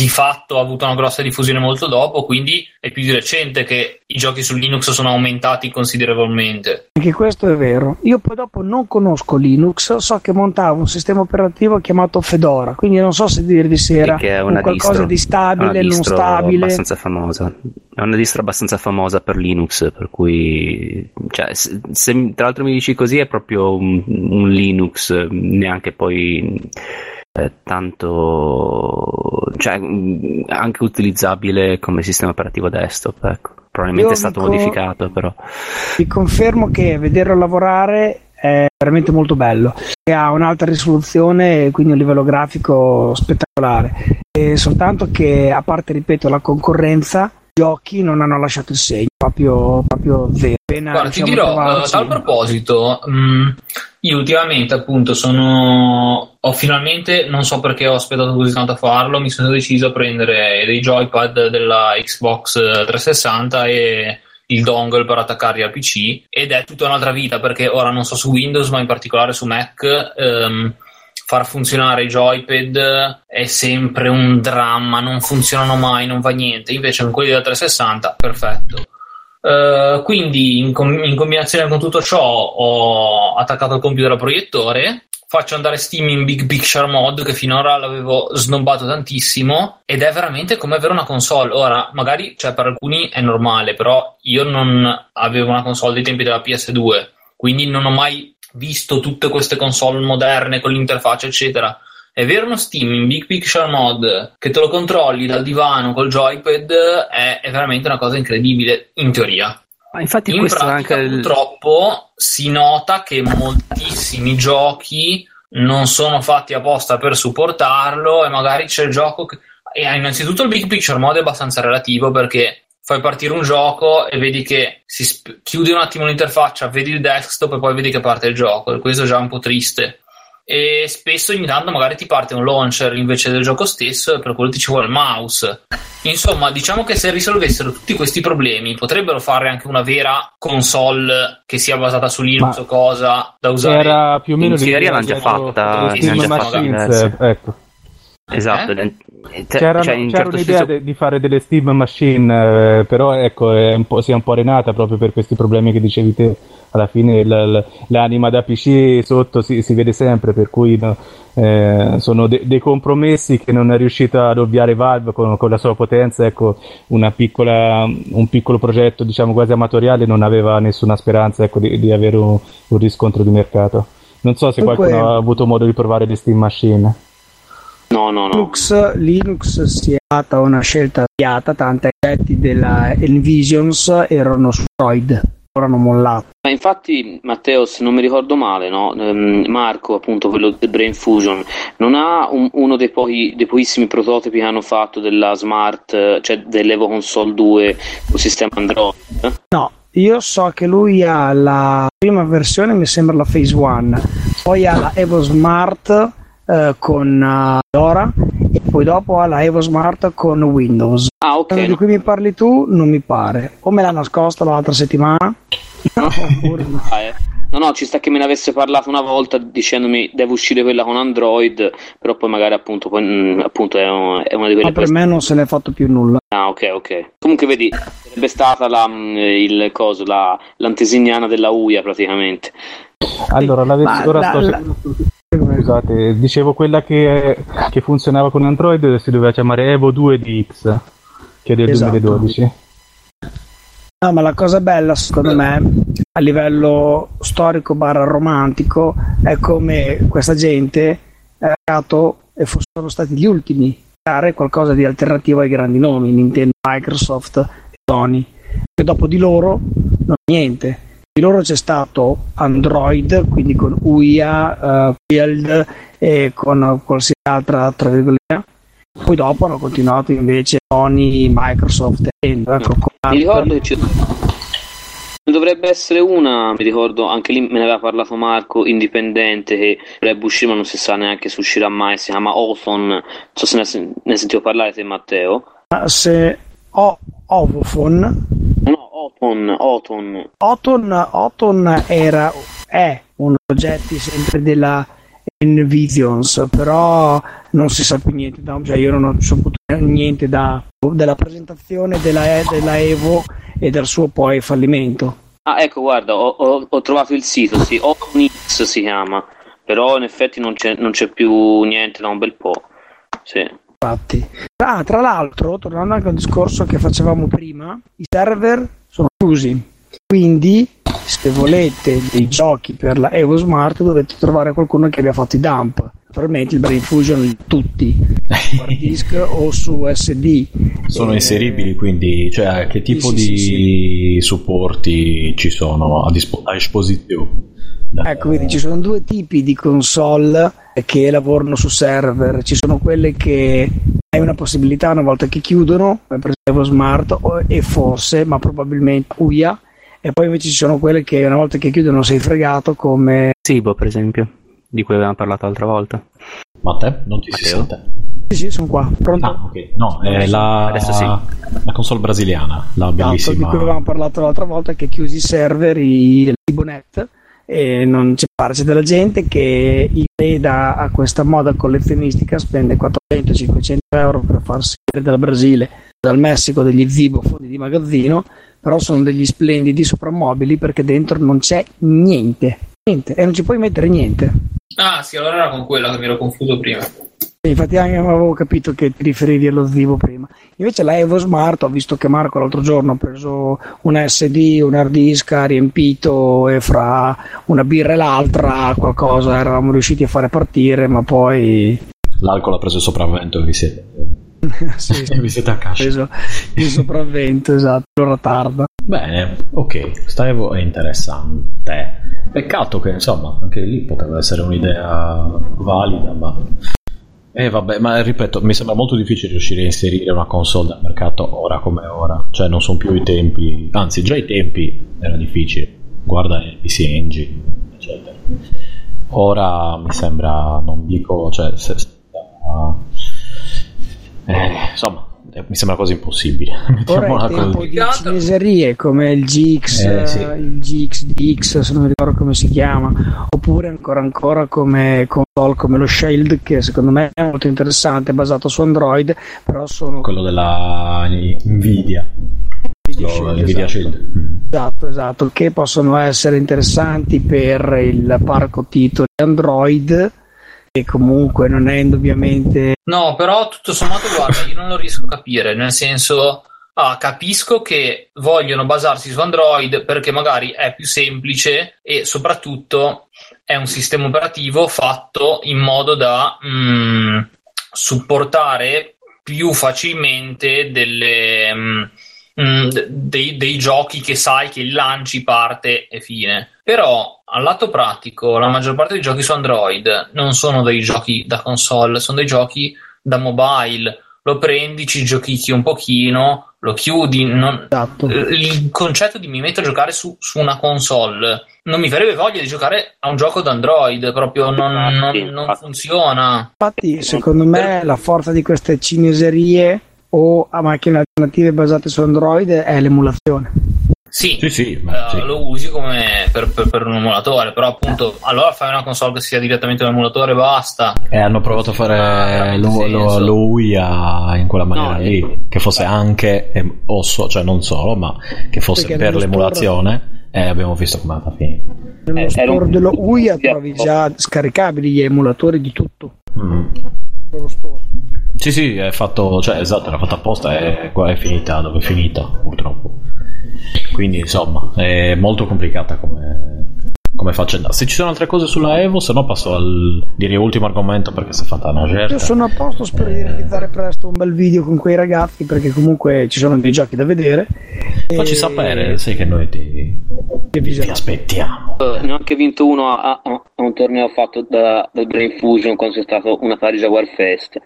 di fatto ha avuto una grossa diffusione molto dopo, quindi è più di recente che i giochi su Linux sono aumentati considerevolmente. Anche questo è vero. Io poi dopo non conosco Linux, so che montava un sistema operativo chiamato Fedora, quindi non so se dirvi se era che è una qualcosa distro, di stabile, non stabile. Abbastanza famosa. È una distro abbastanza famosa per Linux, per cui cioè, se, se tra l'altro mi dici così è proprio un, un Linux, neanche poi eh, tanto cioè anche utilizzabile come sistema operativo desktop, ecco. Probabilmente Io è stato dico, modificato, però vi confermo che vederlo lavorare è veramente molto bello, e ha un'alta risoluzione, quindi un livello grafico spettacolare, e soltanto che, a parte, ripeto, la concorrenza, i giochi non hanno lasciato il segno, proprio, proprio zero. Appena Guarda, ti dirò, a tal proposito, mh, io ultimamente appunto sono, ho finalmente, non so perché ho aspettato così tanto a farlo, mi sono deciso a prendere dei joypad della Xbox trecentosessanta e il dongle per attaccarli al P C, ed è tutta un'altra vita, perché ora non so su Windows ma in particolare su Mac ehm, far funzionare i joypad è sempre un dramma, non funzionano mai, non va niente. Invece con quelli da trecentosessanta perfetto. Uh, quindi in, com- in combinazione con tutto ciò ho attaccato il computer al proiettore, faccio andare Steam in Big Picture Mode, che finora l'avevo snobbato tantissimo, ed è veramente come avere una console. Ora magari, cioè, per alcuni è normale, però io non avevo una console dei tempi della P S due, quindi non ho mai visto tutte queste console moderne con l'interfaccia eccetera. E avere uno Steam in Big Picture Mode che te lo controlli dal divano col joypad è, è veramente una cosa incredibile, in teoria. Ma infatti in questo pratica, anche purtroppo si nota che moltissimi giochi non sono fatti apposta per supportarlo, e magari c'è il gioco che... e innanzitutto il Big Picture Mode è abbastanza relativo, perché fai partire un gioco e vedi che si sp- chiude un attimo l'interfaccia, vedi il desktop e poi vedi che parte il gioco, e questo è già un po' triste. E spesso ogni tanto magari ti parte un launcher invece del gioco stesso, e per quello ti ci vuole il mouse. Insomma, diciamo che se risolvessero tutti questi problemi potrebbero fare anche una vera console che sia basata su Linux. Ma o cosa da usare. Era più o meno in teoria l'hanno già fatta, le Steam Machines, ecco. Esatto, eh? c'era, cioè, in c'era certo un'idea senso... de, di fare delle Steam Machine, eh, però ecco è un po', si è un po' arenata proprio per questi problemi che dicevi te. Alla fine l, l, l'anima da P C sotto si, si vede sempre, per cui no, eh, sono de, dei compromessi che non è riuscita ad ovviare Valve con, con la sua potenza. Ecco, una piccola, un piccolo progetto, diciamo quasi amatoriale, non aveva nessuna speranza, ecco, di, di avere un, un riscontro di mercato. Non so se Dunque, qualcuno ha avuto modo di provare le Steam Machine. No, no, no. Linux, Linux si è fatta una scelta sbagliata, tanti oggetti della Envisions erano su Android, ora hanno mollato. Ma infatti, Matteo, se non mi ricordo male, no? Marco, appunto, quello del Brain Fusion, non ha un, uno dei, pochi, dei pochissimi prototipi che hanno fatto della Smart, cioè dell'Evo Console due con sistema Android? No, io so che lui ha la prima versione, mi sembra la Phase One, poi ha la Evo Smart eh, con uh, Dora, e poi dopo ha la Evo Smart con Windows. Ah, ok. Quello di cui mi parli tu non mi pare, o me l'ha nascosta l'altra settimana? No, oppure no. Ah, eh. No, no, ci sta che me ne avesse parlato una volta dicendomi deve uscire quella con Android, però poi magari appunto, poi, mh, appunto è, un, è una di quelle. Ma per me non se ne è fatto più nulla. Ah, ok, ok. Comunque vedi, sarebbe stata la, il coso, la, l'antesignana della U I A praticamente. Allora, la vers- ora la, sto... la... Scusate, dicevo quella che, che funzionava con Android si doveva chiamare Evo due D X, che è del esatto. duemiladodici. No, ma la cosa bella secondo me a livello storico barra romantico è come questa gente ha creato e fossero stati gli ultimi a creare qualcosa di alternativo ai grandi nomi Nintendo, Microsoft e Sony, e dopo di loro non niente. Di loro c'è stato Android, quindi con U I A, uh, Build e con qualsiasi altra tra virgolette. Poi dopo hanno continuato invece Sony, Microsoft e Nintendo. Mi ricordo che ci dovrebbe essere una, mi ricordo anche lì me ne aveva parlato Marco, indipendente, che dovrebbe uscire ma non si sa neanche se uscirà mai, si chiama Othon, non so se ne, ne sentivo parlare te, Matteo. Se ho Ovophone, no, Othon, Othon. Othon, Othon era, è uno dei progetti sempre della in Visions, però non si sa più niente, da, cioè io non ho saputo niente da, della presentazione della, della Evo e del suo poi fallimento. Ah, ecco, guarda, ho, ho, ho trovato il sito, sì, Onyx si chiama, però in effetti non c'è, non c'è più niente da un bel po', sì. Infatti. Ah, tra l'altro, tornando anche al discorso che facevamo prima, i server sono chiusi, quindi se volete dei giochi per la Evo Smart dovete trovare qualcuno che abbia fatto i dump. Naturalmente il Brain Fusion tutti su hard disk o su S D sono eh, inseribili, quindi cioè che tipo sì, di sì, sì. supporti ci sono a, dispo- a disposizione? Ecco, quindi ci sono due tipi di console che lavorano su server. Ci sono quelle che hai una possibilità una volta che chiudono, per esempio Smart e forse, ma probabilmente U I A, e poi invece ci sono quelle che una volta che chiudono sei fregato, come Sibo per esempio, di cui avevamo parlato l'altra volta. Ma te? Non ti si Matteo? sente? sì sì sono qua pronto. Ah, ok. No, è la, Adesso sì. la console brasiliana, la Esatto, bellissima. di cui avevamo parlato l'altra volta, che chiusi i server, i Sibonet, e non c'è, c'è della gente che in preda a questa moda collezionistica spende quattrocento cinquecento euro per farsi vedere dal Brasile, dal Messico, degli Zibo fondi di magazzino, però sono degli splendidi soprammobili perché dentro non c'è niente, niente e non ci puoi mettere niente. Ah sì, allora era con quella che mi ero confuso prima. Infatti anche avevo capito che ti riferivi allo Zibo prima. Invece la Evo Smart, ho visto che Marco l'altro giorno ha preso una S D, un hard disk, ha riempito, e fra una birra e l'altra qualcosa eravamo riusciti a fare partire, ma poi L'alcol ha preso il sopravvento e vi siete, sì, e vi siete a casa. preso il sopravvento, esatto, l'ora tarda. Bene, ok, sta Evo è interessante. Peccato che insomma anche lì poteva essere un'idea valida, ma eh vabbè, ma ripeto, mi sembra molto difficile riuscire a inserire una console nel mercato ora come ora, cioè non sono più i tempi, anzi già i tempi era difficile, guarda il P C Engine eccetera. Ora mi sembra, non dico, cioè se, se, uh, eh, insomma mi sembra quasi impossibile. Ora è tempo così. di cineserie come il G X, Eh, sì. il G X D X, se non mi ricordo come si chiama, oppure ancora ancora come console come lo Shield, che secondo me è molto interessante, basato su Android, però sono Quello della Nvidia, Nvidia Lo- Shield, Nvidia esatto. Shield. Mm. Esatto, esatto, che possono essere interessanti per il parco titoli Android, che comunque non è indubbiamente No, però tutto sommato, guarda, io non lo riesco a capire, nel senso, ah, capisco che vogliono basarsi su Android perché magari è più semplice e soprattutto è un sistema operativo fatto in modo da mm, supportare più facilmente delle, mm, mm, dei, dei giochi che sai che il lanci, parte e fine. Però al lato pratico la maggior parte dei giochi su Android non sono dei giochi da console, sono dei giochi da mobile. Lo prendi, ci giochicchi un pochino, lo chiudi. Non... esatto. Il concetto di mi metto a giocare su, su una console non mi farebbe voglia di giocare a un gioco da Android, proprio non, non, non funziona. Infatti, secondo me la forza di queste cineserie o a macchine alternative basate su Android è l'emulazione. Sì, Sì, sì, eh, ma sì. lo usi come per, per, per un emulatore, però appunto allora fai una console che sia direttamente un emulatore e basta. E hanno provato a fare Ah, lo, ha lo, senso. lo U I A in quella maniera No, lì, che fosse anche, em- o so, cioè non solo, ma che fosse Perché per nello l'emulazione, e abbiamo visto come è andata a finire. Nello Eh, era un- store dello U I A trovi già scaricabili gli emulatori di tutto. Mm. Loro store. Sì, sì, è fatto, cioè esatto, era fatta apposta e qua è finita dove è finita, purtroppo. Quindi insomma, è molto complicata come, come faccenda. Se ci sono altre cose sulla Evo, se no passo al direi ultimo argomento perché si è fatta una certa. Io sono a posto, spero di realizzare presto un bel video con quei ragazzi, perché comunque ci sono dei giochi da vedere. Facci E- sapere, sai che noi ti, e ti bisogna- aspettiamo. Eh, ne ho anche vinto uno a, a- a un torneo fatto da, dal Brain Fusion quando c'è stato una Paris Jaguar Fest.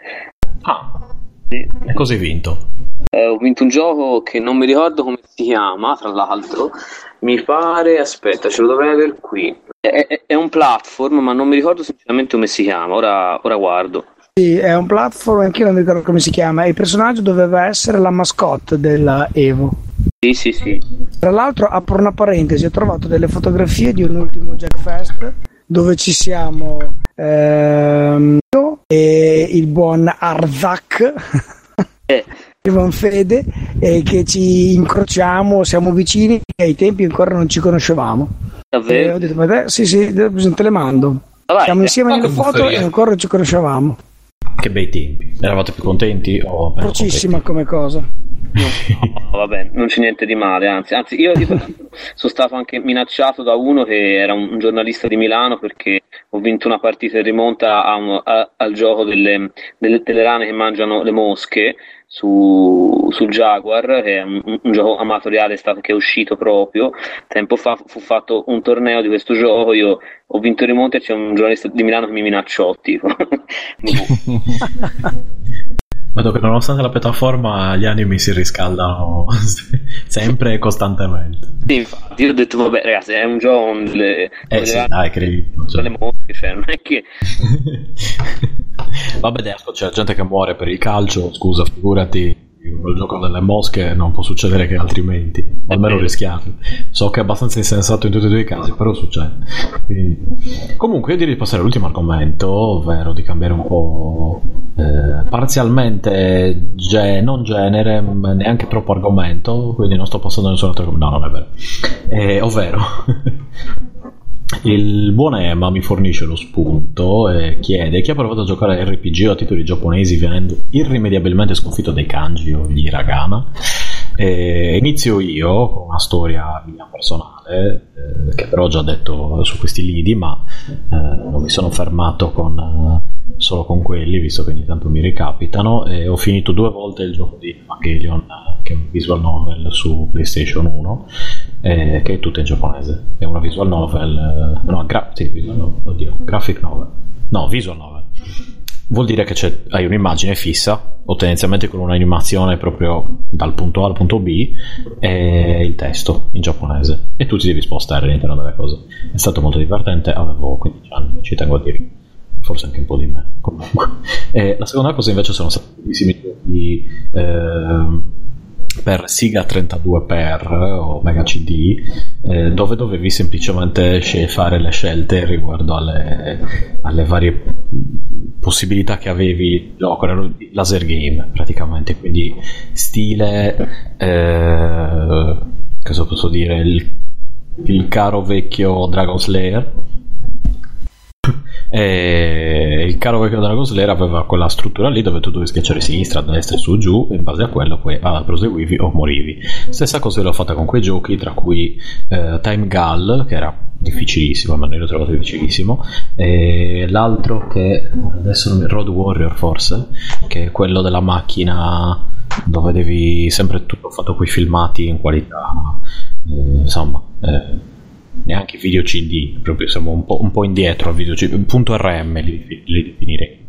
Ah, Sì. e così vinto. Eh, ho vinto un gioco che non mi ricordo come si chiama, tra l'altro. Mi pare, aspetta, ce lo dovrei avere qui. È, è- è un platform, ma non mi ricordo sinceramente come si chiama. Ora, ora guardo. Sì, è un platform, anch'io non mi ricordo come si chiama, e il personaggio doveva essere la mascotte della Evo. Sì, sì, sì. Tra l'altro, apro una parentesi, ho trovato delle fotografie di un ultimo Jackfest dove ci siamo ehm, io e il buon Arzak eh. il buon Fede, e che ci incrociamo, siamo vicini, e ai tempi ancora non ci conoscevamo. Davvero? E ho detto, ma te, sì sì, te le mando. Vai, siamo insieme nelle foto e ancora non ci conoscevamo. Che bei tempi. Eravate più contenti o meno Velocissima come cosa. No, vabbè, non c'è niente di male, anzi, anzi io, io sono stato anche minacciato da uno che era un, un giornalista di Milano, perché ho vinto una partita in rimonta a un, a, al gioco delle, delle, delle rane che mangiano le mosche su, sul Jaguar, che è un, un gioco amatoriale stato, che è uscito proprio tempo fa. Fu fatto un torneo di questo gioco, io ho vinto in rimonta e c'è un giornalista di Milano che mi minacciò, tipo. Vedo che nonostante la piattaforma gli animi si riscaldano sempre e costantemente. Sì, infatti io ho detto vabbè ragazzi, è un gioco con le, eh sì, dai, credi, cioè. Le mosche, cioè non è che vabbè, adesso c'è gente che muore per il calcio, scusa, figurati il gioco delle mosche, non può succedere che altrimenti, o almeno rischiato. So che è abbastanza insensato in tutti e due i casi, però succede. Quindi. Comunque io direi di passare all'ultimo argomento, ovvero di cambiare un po' eh, parzialmente ge- non genere, neanche troppo argomento, quindi non sto passando nessun altro argomento. No, non è vero. Eh, ovvero il buon Emma mi fornisce lo spunto e chiede: chi ha provato a giocare R P G o a titoli giapponesi venendo irrimediabilmente sconfitto dai kanji o gli hiragana? E inizio io con una storia mia personale, eh, che però ho già detto su questi lidi, ma eh, non mi sono fermato con, eh, solo con quelli, visto che ogni tanto mi ricapitano, e ho finito due volte il gioco di Evangelion, eh, che è un visual novel su PlayStation uno, eh, che è tutto in giapponese. È una visual novel, eh, no, gra- sì, visual novel, oddio, graphic novel, no, visual novel. Vuol dire che c'è, hai un'immagine fissa, o tendenzialmente con un'animazione proprio dal punto A al punto B, e il testo in giapponese, e tu ti devi spostare all'interno delle cose. È stato molto divertente, avevo quindici anni, ci tengo a dire, forse anche un po' di meno comunque. E la seconda cosa invece sono stati bellissimi giochi eh, per Sega trentadue per o Mega C D, eh, dove dovevi semplicemente fare le scelte riguardo alle, alle varie possibilità che avevi. Gioco erano laser game praticamente, quindi stile eh, cosa posso dire, il, il caro vecchio Dragon Slayer. E il caro vecchio Dragon Slayer aveva quella struttura lì dove tu dovevi schiacciare sinistra, destra, su, giù, e in base a quello poi ah, proseguivi o morivi. Stessa cosa l'ho fatta con quei giochi, tra cui eh, Time Gal, che era difficilissimo, ma io l'ho trovato difficilissimo, e l'altro che adesso non mi Road Warrior forse, che è quello della macchina dove devi sempre tutto fatto coi filmati in qualità eh, insomma eh, neanche video C D, proprio siamo un po', un po' indietro al video C D, punto R M li, li definirei.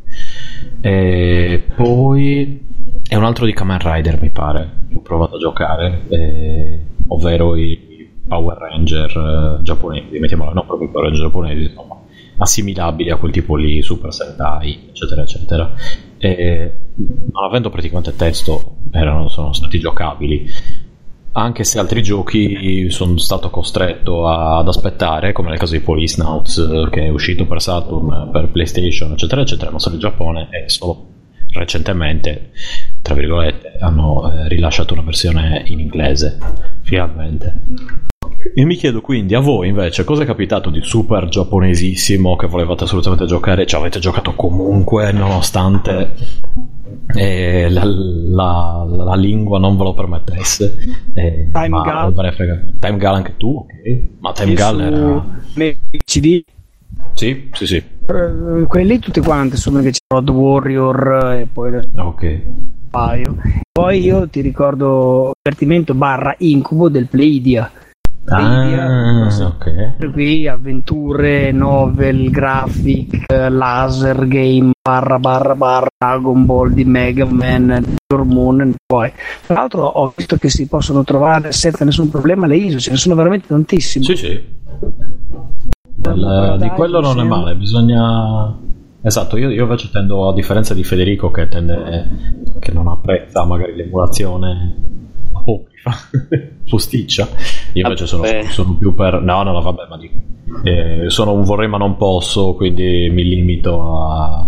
E poi è un altro di Kamen Rider, mi pare, ho provato a giocare, eh, ovvero i Power Ranger eh, giapponesi, mettiamola, no, proprio i Power Ranger giapponesi, insomma, assimilabili a quel tipo lì, Super Sentai, eccetera eccetera. E non avendo praticamente testo, erano, sono stati giocabili, anche se altri giochi sono stato costretto ad aspettare, come nel caso di Policenauts, che è uscito per Saturn, per PlayStation, eccetera eccetera, ma solo in Giappone, e solo recentemente, tra virgolette, hanno eh, rilasciato una versione in inglese, finalmente. E mi chiedo quindi, a voi invece, cosa è capitato di super giapponesissimo che volevate assolutamente giocare, ci avete giocato comunque nonostante eh, la, la, la lingua non ve lo permettesse? Eh, Time Gal. Time Gal anche tu? Ok. Ma Time Gal era... C D? Sì, sì, sì. Quelli tutti quanti, insomma, che c'è Road Warrior e poi ok. Paio. Poi io ti ricordo divertimento barra incubo del Pleidia. Ah, ok. Qui avventure, novel, graphic, laser game, barra barra barra, Dragon Ball di Mega Man, Sailor Moon. Poi tra l'altro ho visto che si possono trovare senza nessun problema le I S O, ce ne sono veramente tantissime. Sì, sì. Del, di quello non è male, bisogna... Esatto, io, io invece tendo, a differenza di Federico che tende, che non apprezza magari l'emulazione apocrifa, posticcia. Io invece sono, sono più per no no no vabbè ma dico eh, sono un vorrei ma non posso, quindi mi limito a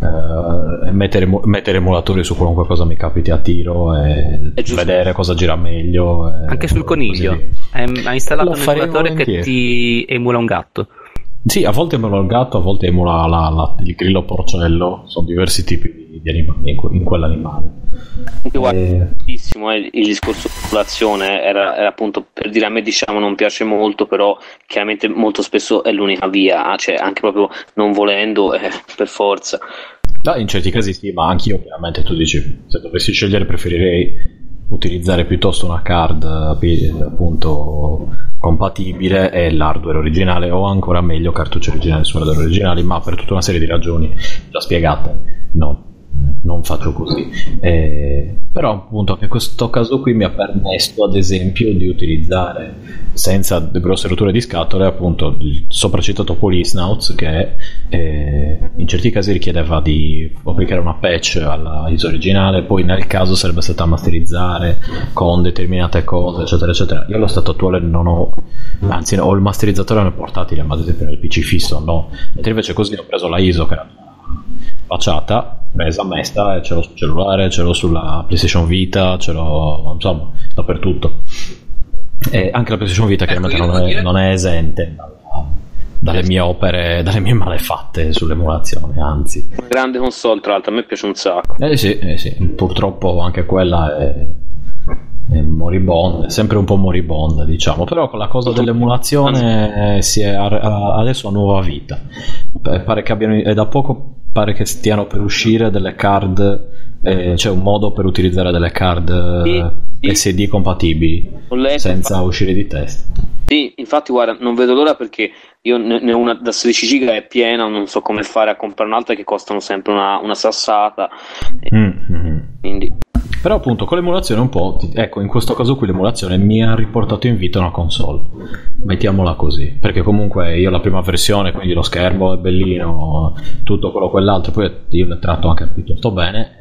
eh, mettere, mettere emulatori su qualunque cosa mi capiti a tiro e vedere cosa gira meglio e, anche sul coniglio hai installato un emulatore che ti emula un gatto. Sì, a volte emula il gatto, a volte emula la, la, il grillo porcello, sono diversi tipi di, di animali in, in quell'animale. Guarda, e... il, il discorso di emulazione era, era appunto per dire, a me diciamo non piace molto, però chiaramente molto spesso è l'unica via, cioè anche proprio non volendo eh, per forza. No, in certi casi sì, ma anch'io chiaramente tu dici, se dovessi scegliere preferirei utilizzare piuttosto una card appunto compatibile e l'hardware originale, o ancora meglio cartucce originali su hardware originali, ma per tutta una serie di ragioni già spiegate no, non faccio così. Eh, però appunto anche questo caso qui mi ha permesso ad esempio di utilizzare senza grosse rotture di scatole appunto il sopracitato Polysnauts, che eh, in certi casi richiedeva di applicare una patch alla I S O originale, poi nel caso sarebbe stata a masterizzare con determinate cose eccetera eccetera. Io allo stato attuale non ho, anzi ho il masterizzatore nel portatile, ma ad esempio nel P C fisso no, mentre invece così ho preso la I S O che era facciata, presa, messa, e ce l'ho sul cellulare, ce l'ho sulla PlayStation Vita, ce l'ho insomma dappertutto. E anche la PlayStation Vita chiaramente ecco, non, è, non è esente dalla, dalle mie opere, dalle mie malefatte sull'emulazione, anzi. Una grande console, tra l'altro, a me piace un sacco. Eh sì, eh sì. Purtroppo anche quella è, è moribonda, è sempre un po' moribonda, diciamo, però con la cosa dell'emulazione si è, adesso ha nuova vita. Pare che abbiano, è da poco pare che stiano per uscire delle card, eh, c'è un modo per utilizzare delle card sì, sì. S D compatibili senza infatti. uscire di testa. Sì, infatti guarda, non vedo l'ora perché io ne ho una da sedici giga è piena, non so come fare a comprare un'altra che costano sempre una, una sassata. Mm-hmm. Quindi però appunto con l'emulazione un po', ecco, in questo caso qui l'emulazione mi ha riportato in vita una console, mettiamola così, perché comunque io la prima versione, quindi lo schermo è bellino, tutto quello quell'altro, poi io l'ho tratto anche piuttosto bene,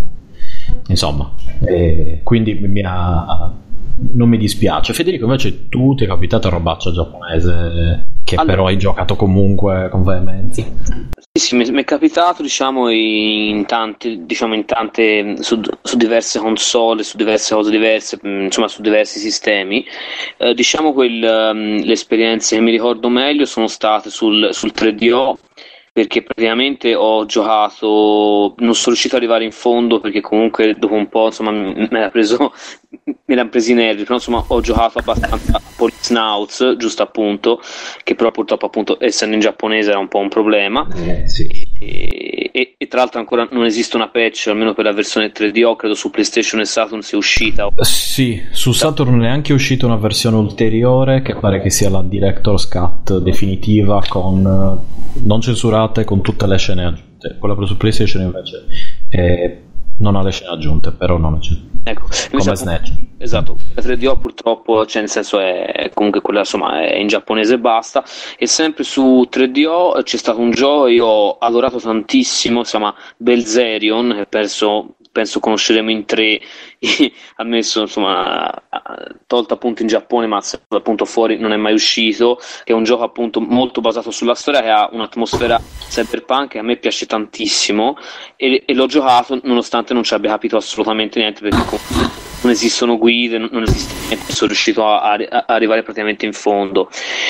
e, insomma, e quindi mi ha, non mi dispiace. Federico, invece tu ti è capitata robaccia giapponese che allora, però hai giocato comunque con veemenza? Sì, sì, mi è capitato, diciamo, in tante, diciamo, in tante su, su diverse console, su diverse cose diverse, insomma, su diversi sistemi. Eh, diciamo che um, le esperienze che mi ricordo meglio sono state sul, sul tre D O, perché praticamente ho giocato, non sono riuscito ad arrivare in fondo perché comunque dopo un po' insomma me l'ha preso me l'hanno presi i nervi, però insomma ho giocato abbastanza a Polysnauts, giusto appunto, che però purtroppo appunto essendo in giapponese era un po' un problema. Eh, sì. e, e, e tra l'altro ancora non esiste una patch, almeno per la versione tre D O, credo su PlayStation e Saturn sia uscita. Sì, su Saturn è anche uscita una versione ulteriore che pare che sia la Director's Cut definitiva, con non censurate, con tutte le scene aggiunte. Quella su PlayStation invece è, non ha le scene aggiunte, però non c'è. Ecco, come Snatch. Esatto, la tre D O purtroppo, cioè nel senso è comunque quella insomma è in giapponese e basta. E sempre su tre D O c'è stato un gioco io ho adorato tantissimo, si chiama Belzerion, che penso, penso conosceremo in tre, ha messo insomma tolto appunto in Giappone, ma appunto fuori non è mai uscito, che è un gioco appunto molto basato sulla storia, che ha un'atmosfera cyberpunk che a me piace tantissimo, e, e l'ho giocato nonostante non ci abbia capito assolutamente niente, perché comunque non esistono guide, non esiste niente, sono riuscito a, a, a arrivare praticamente in fondo.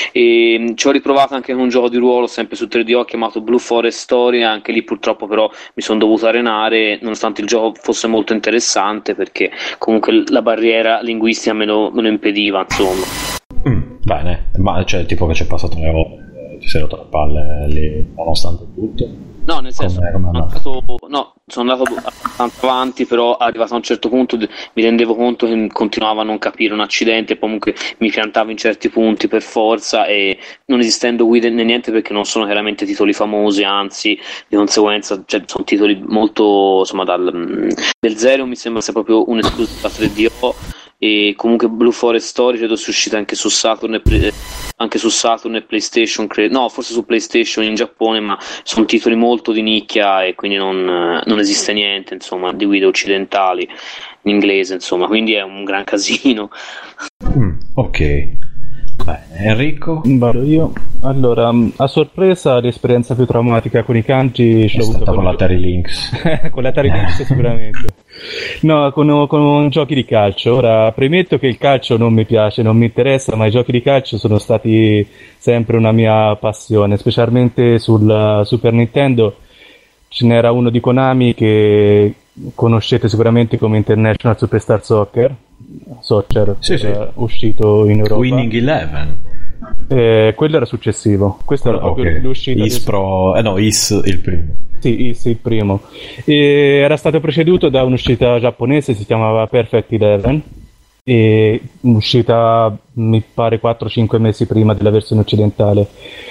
E ci ho riprovato anche con un gioco di ruolo sempre su tre D O chiamato Blue Forest Story, anche lì purtroppo però mi sono dovuto arenare nonostante il gioco fosse molto interessante, perché comunque la barriera linguistica me lo, me lo impediva, insomma. Mm, bene, ma cioè tipo che c'è passato le ore, ti sei rotto le palle lì nonostante tutto? No, nel senso, sono andato, no, sono andato abbastanza avanti, però arrivato a un certo punto mi rendevo conto che continuavo a non capire un accidente, comunque mi piantavo in certi punti per forza, e non esistendo guide né niente, perché non sono chiaramente titoli famosi, anzi di conseguenza cioè, sono titoli molto, insomma, dal del zero mi sembra sia proprio un'esclusiva tre D O. E comunque Blue Forest Story credo sia uscita anche su Saturn e Play, anche su Saturn e PlayStation, credo, no, forse su PlayStation in Giappone, ma sono titoli molto di nicchia e quindi non, non esiste niente insomma di guide occidentali. in inglese, insomma, quindi è un gran casino. Mm, ok. Beh, Enrico? Vado io. Allora, a sorpresa l'esperienza più traumatica con i kanji ce l'ho avuta con, con l'Atari Lynx. Con l'Atari Lynx sicuramente. No, con, con giochi di calcio. Ora, premetto che il calcio non mi piace, non mi interessa, ma i giochi di calcio sono stati sempre una mia passione, specialmente sul Super Nintendo. Ce n'era uno di Konami che conoscete sicuramente come International Superstar Soccer, Soccer sì, sì. uscito in Europa. Winning Eleven. Eh, quello era successivo. Questo era proprio okay. l'uscita. Is Pro, eh no, Is il primo. Sì, Is il primo. E era stato preceduto da un'uscita giapponese, si chiamava Perfect Eleven, e uscita mi pare quattro cinque mesi prima della versione occidentale.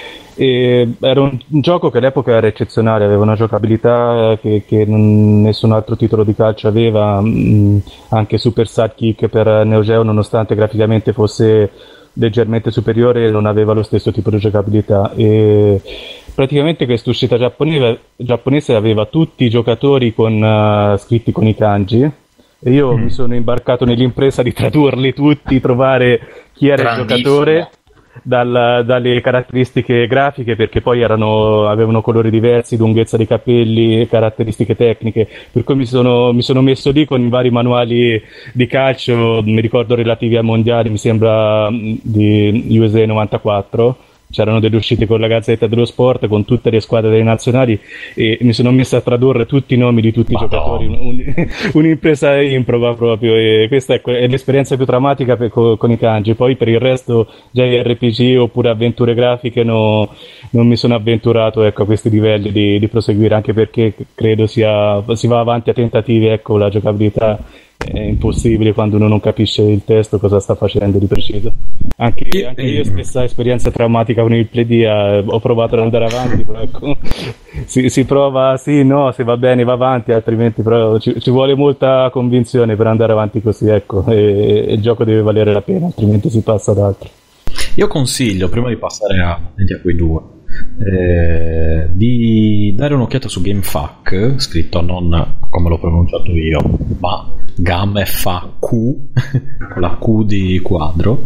E era un gioco che all'epoca era eccezionale, aveva una giocabilità che, che non, nessun altro titolo di calcio aveva, mh, anche Super Sidekick per Neo Geo, nonostante graficamente fosse leggermente superiore, non aveva lo stesso tipo di giocabilità. E praticamente questa uscita giapponese, giapponese aveva tutti i giocatori con, uh, scritti con i kanji, e io mm. mi sono imbarcato nell'impresa di tradurli tutti, trovare chi era il giocatore dal, dalle caratteristiche grafiche, perché poi erano, avevano colori diversi, lunghezza dei capelli, caratteristiche tecniche, per cui mi sono, mi sono messo lì con i vari manuali di calcio, mi ricordo relativi ai mondiali, mi sembra di U S A novantaquattro. C'erano delle uscite con la Gazzetta dello Sport con tutte le squadre delle nazionali, e mi sono messo a tradurre tutti i nomi di tutti Madonna. i giocatori, un, un'impresa improva proprio, e questa è, è l'esperienza più drammatica per, con, con i kanji. Poi per il resto già R P G oppure avventure grafiche no, non mi sono avventurato, ecco, a questi livelli di, di proseguire, anche perché credo sia, si va avanti a tentativi, ecco, la giocabilità è impossibile quando uno non capisce il testo cosa sta facendo di preciso. Anche, anche io stessa esperienza traumatica con il Playdia, ho provato ad andare avanti, però ecco, si, si prova sì, no, se va bene va avanti, altrimenti però ci, ci vuole molta convinzione per andare avanti così, ecco, e, e il gioco deve valere la pena, altrimenti si passa ad altro. Io consiglio, prima di passare a, a quei due, eh, di dare un'occhiata su GameFAQ, scritto non come l'ho pronunciato io, ma GameFAQ con la Q di quadro,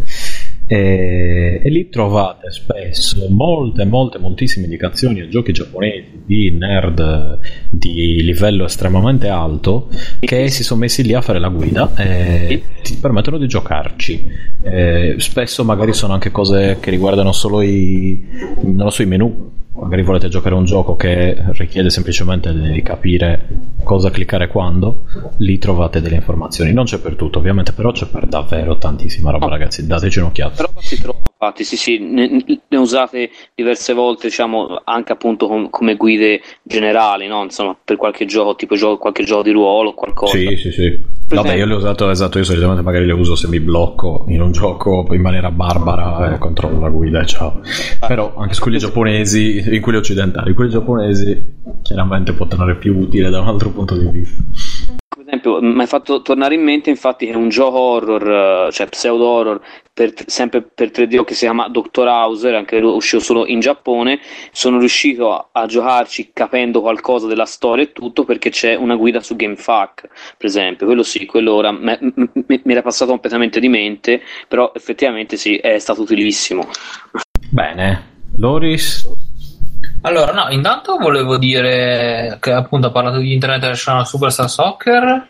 e, e lì trovate spesso molte molte moltissime indicazioni a giochi giapponesi di nerd di livello estremamente alto che si sono messi lì a fare la guida e ti permettono di giocarci. Eh, spesso magari sono anche cose che riguardano solo i, non lo so, i menu. Magari volete giocare un gioco che richiede semplicemente di capire cosa cliccare quando, lì trovate delle informazioni. Non c'è per tutto ovviamente, però c'è per davvero tantissima roba, ragazzi, dateci un'occhiata. Però si trova, infatti, sì sì, ne, ne usate diverse volte, diciamo, anche appunto com- come guide generali, no? Insomma, per qualche gioco, tipo gioco, qualche gioco di ruolo o qualcosa. Sì, sì, sì. Vabbè, io le ho usato, esatto, io solitamente magari le uso se mi blocco in un gioco in maniera barbara e controllo la guida e ciao. Però anche su quelli giapponesi, in quelli occidentali, quelli giapponesi chiaramente può tornare più utile da un altro punto di vista. Per esempio, mi hai fatto tornare in mente infatti che un gioco horror, cioè pseudo horror, per, sempre per tre D O, che si chiama Doctor House, anche uscito solo in Giappone. Sono riuscito a, a giocarci capendo qualcosa della storia e tutto, perché c'è una guida su GameFAQ, per esempio. Quello sì, quello ora me, me, mi era passato completamente di mente, però effettivamente sì, è stato utilissimo. Bene, Loris? Allora, no, intanto volevo dire che appunto ha parlato di International Superstar Soccer,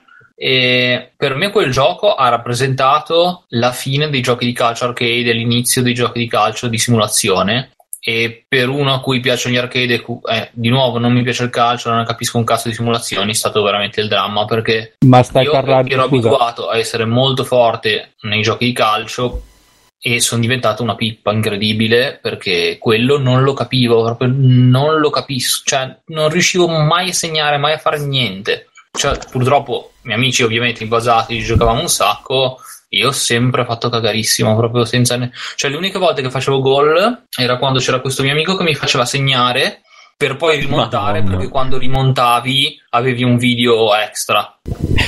e per me quel gioco ha rappresentato la fine dei giochi di calcio arcade e l'inizio dei giochi di calcio di simulazione. E per uno a cui piacciono gli arcade, eh, di nuovo non mi piace il calcio, non ne capisco un cazzo di simulazioni, è stato veramente il dramma, perché Ma stai io parlando, ero scusa. abituato a essere molto forte nei giochi di calcio e sono diventato una pippa incredibile, perché quello non lo capivo, proprio non lo capisco, cioè non riuscivo mai a segnare, mai a fare niente. Cioè, purtroppo i miei amici ovviamente invasati giocavamo un sacco, io ho sempre fatto cagarissimo, proprio senza ne... cioè le uniche volte che facevo gol era quando c'era questo mio amico che mi faceva segnare per poi rimontare, Madonna. Perché quando rimontavi avevi un video extra.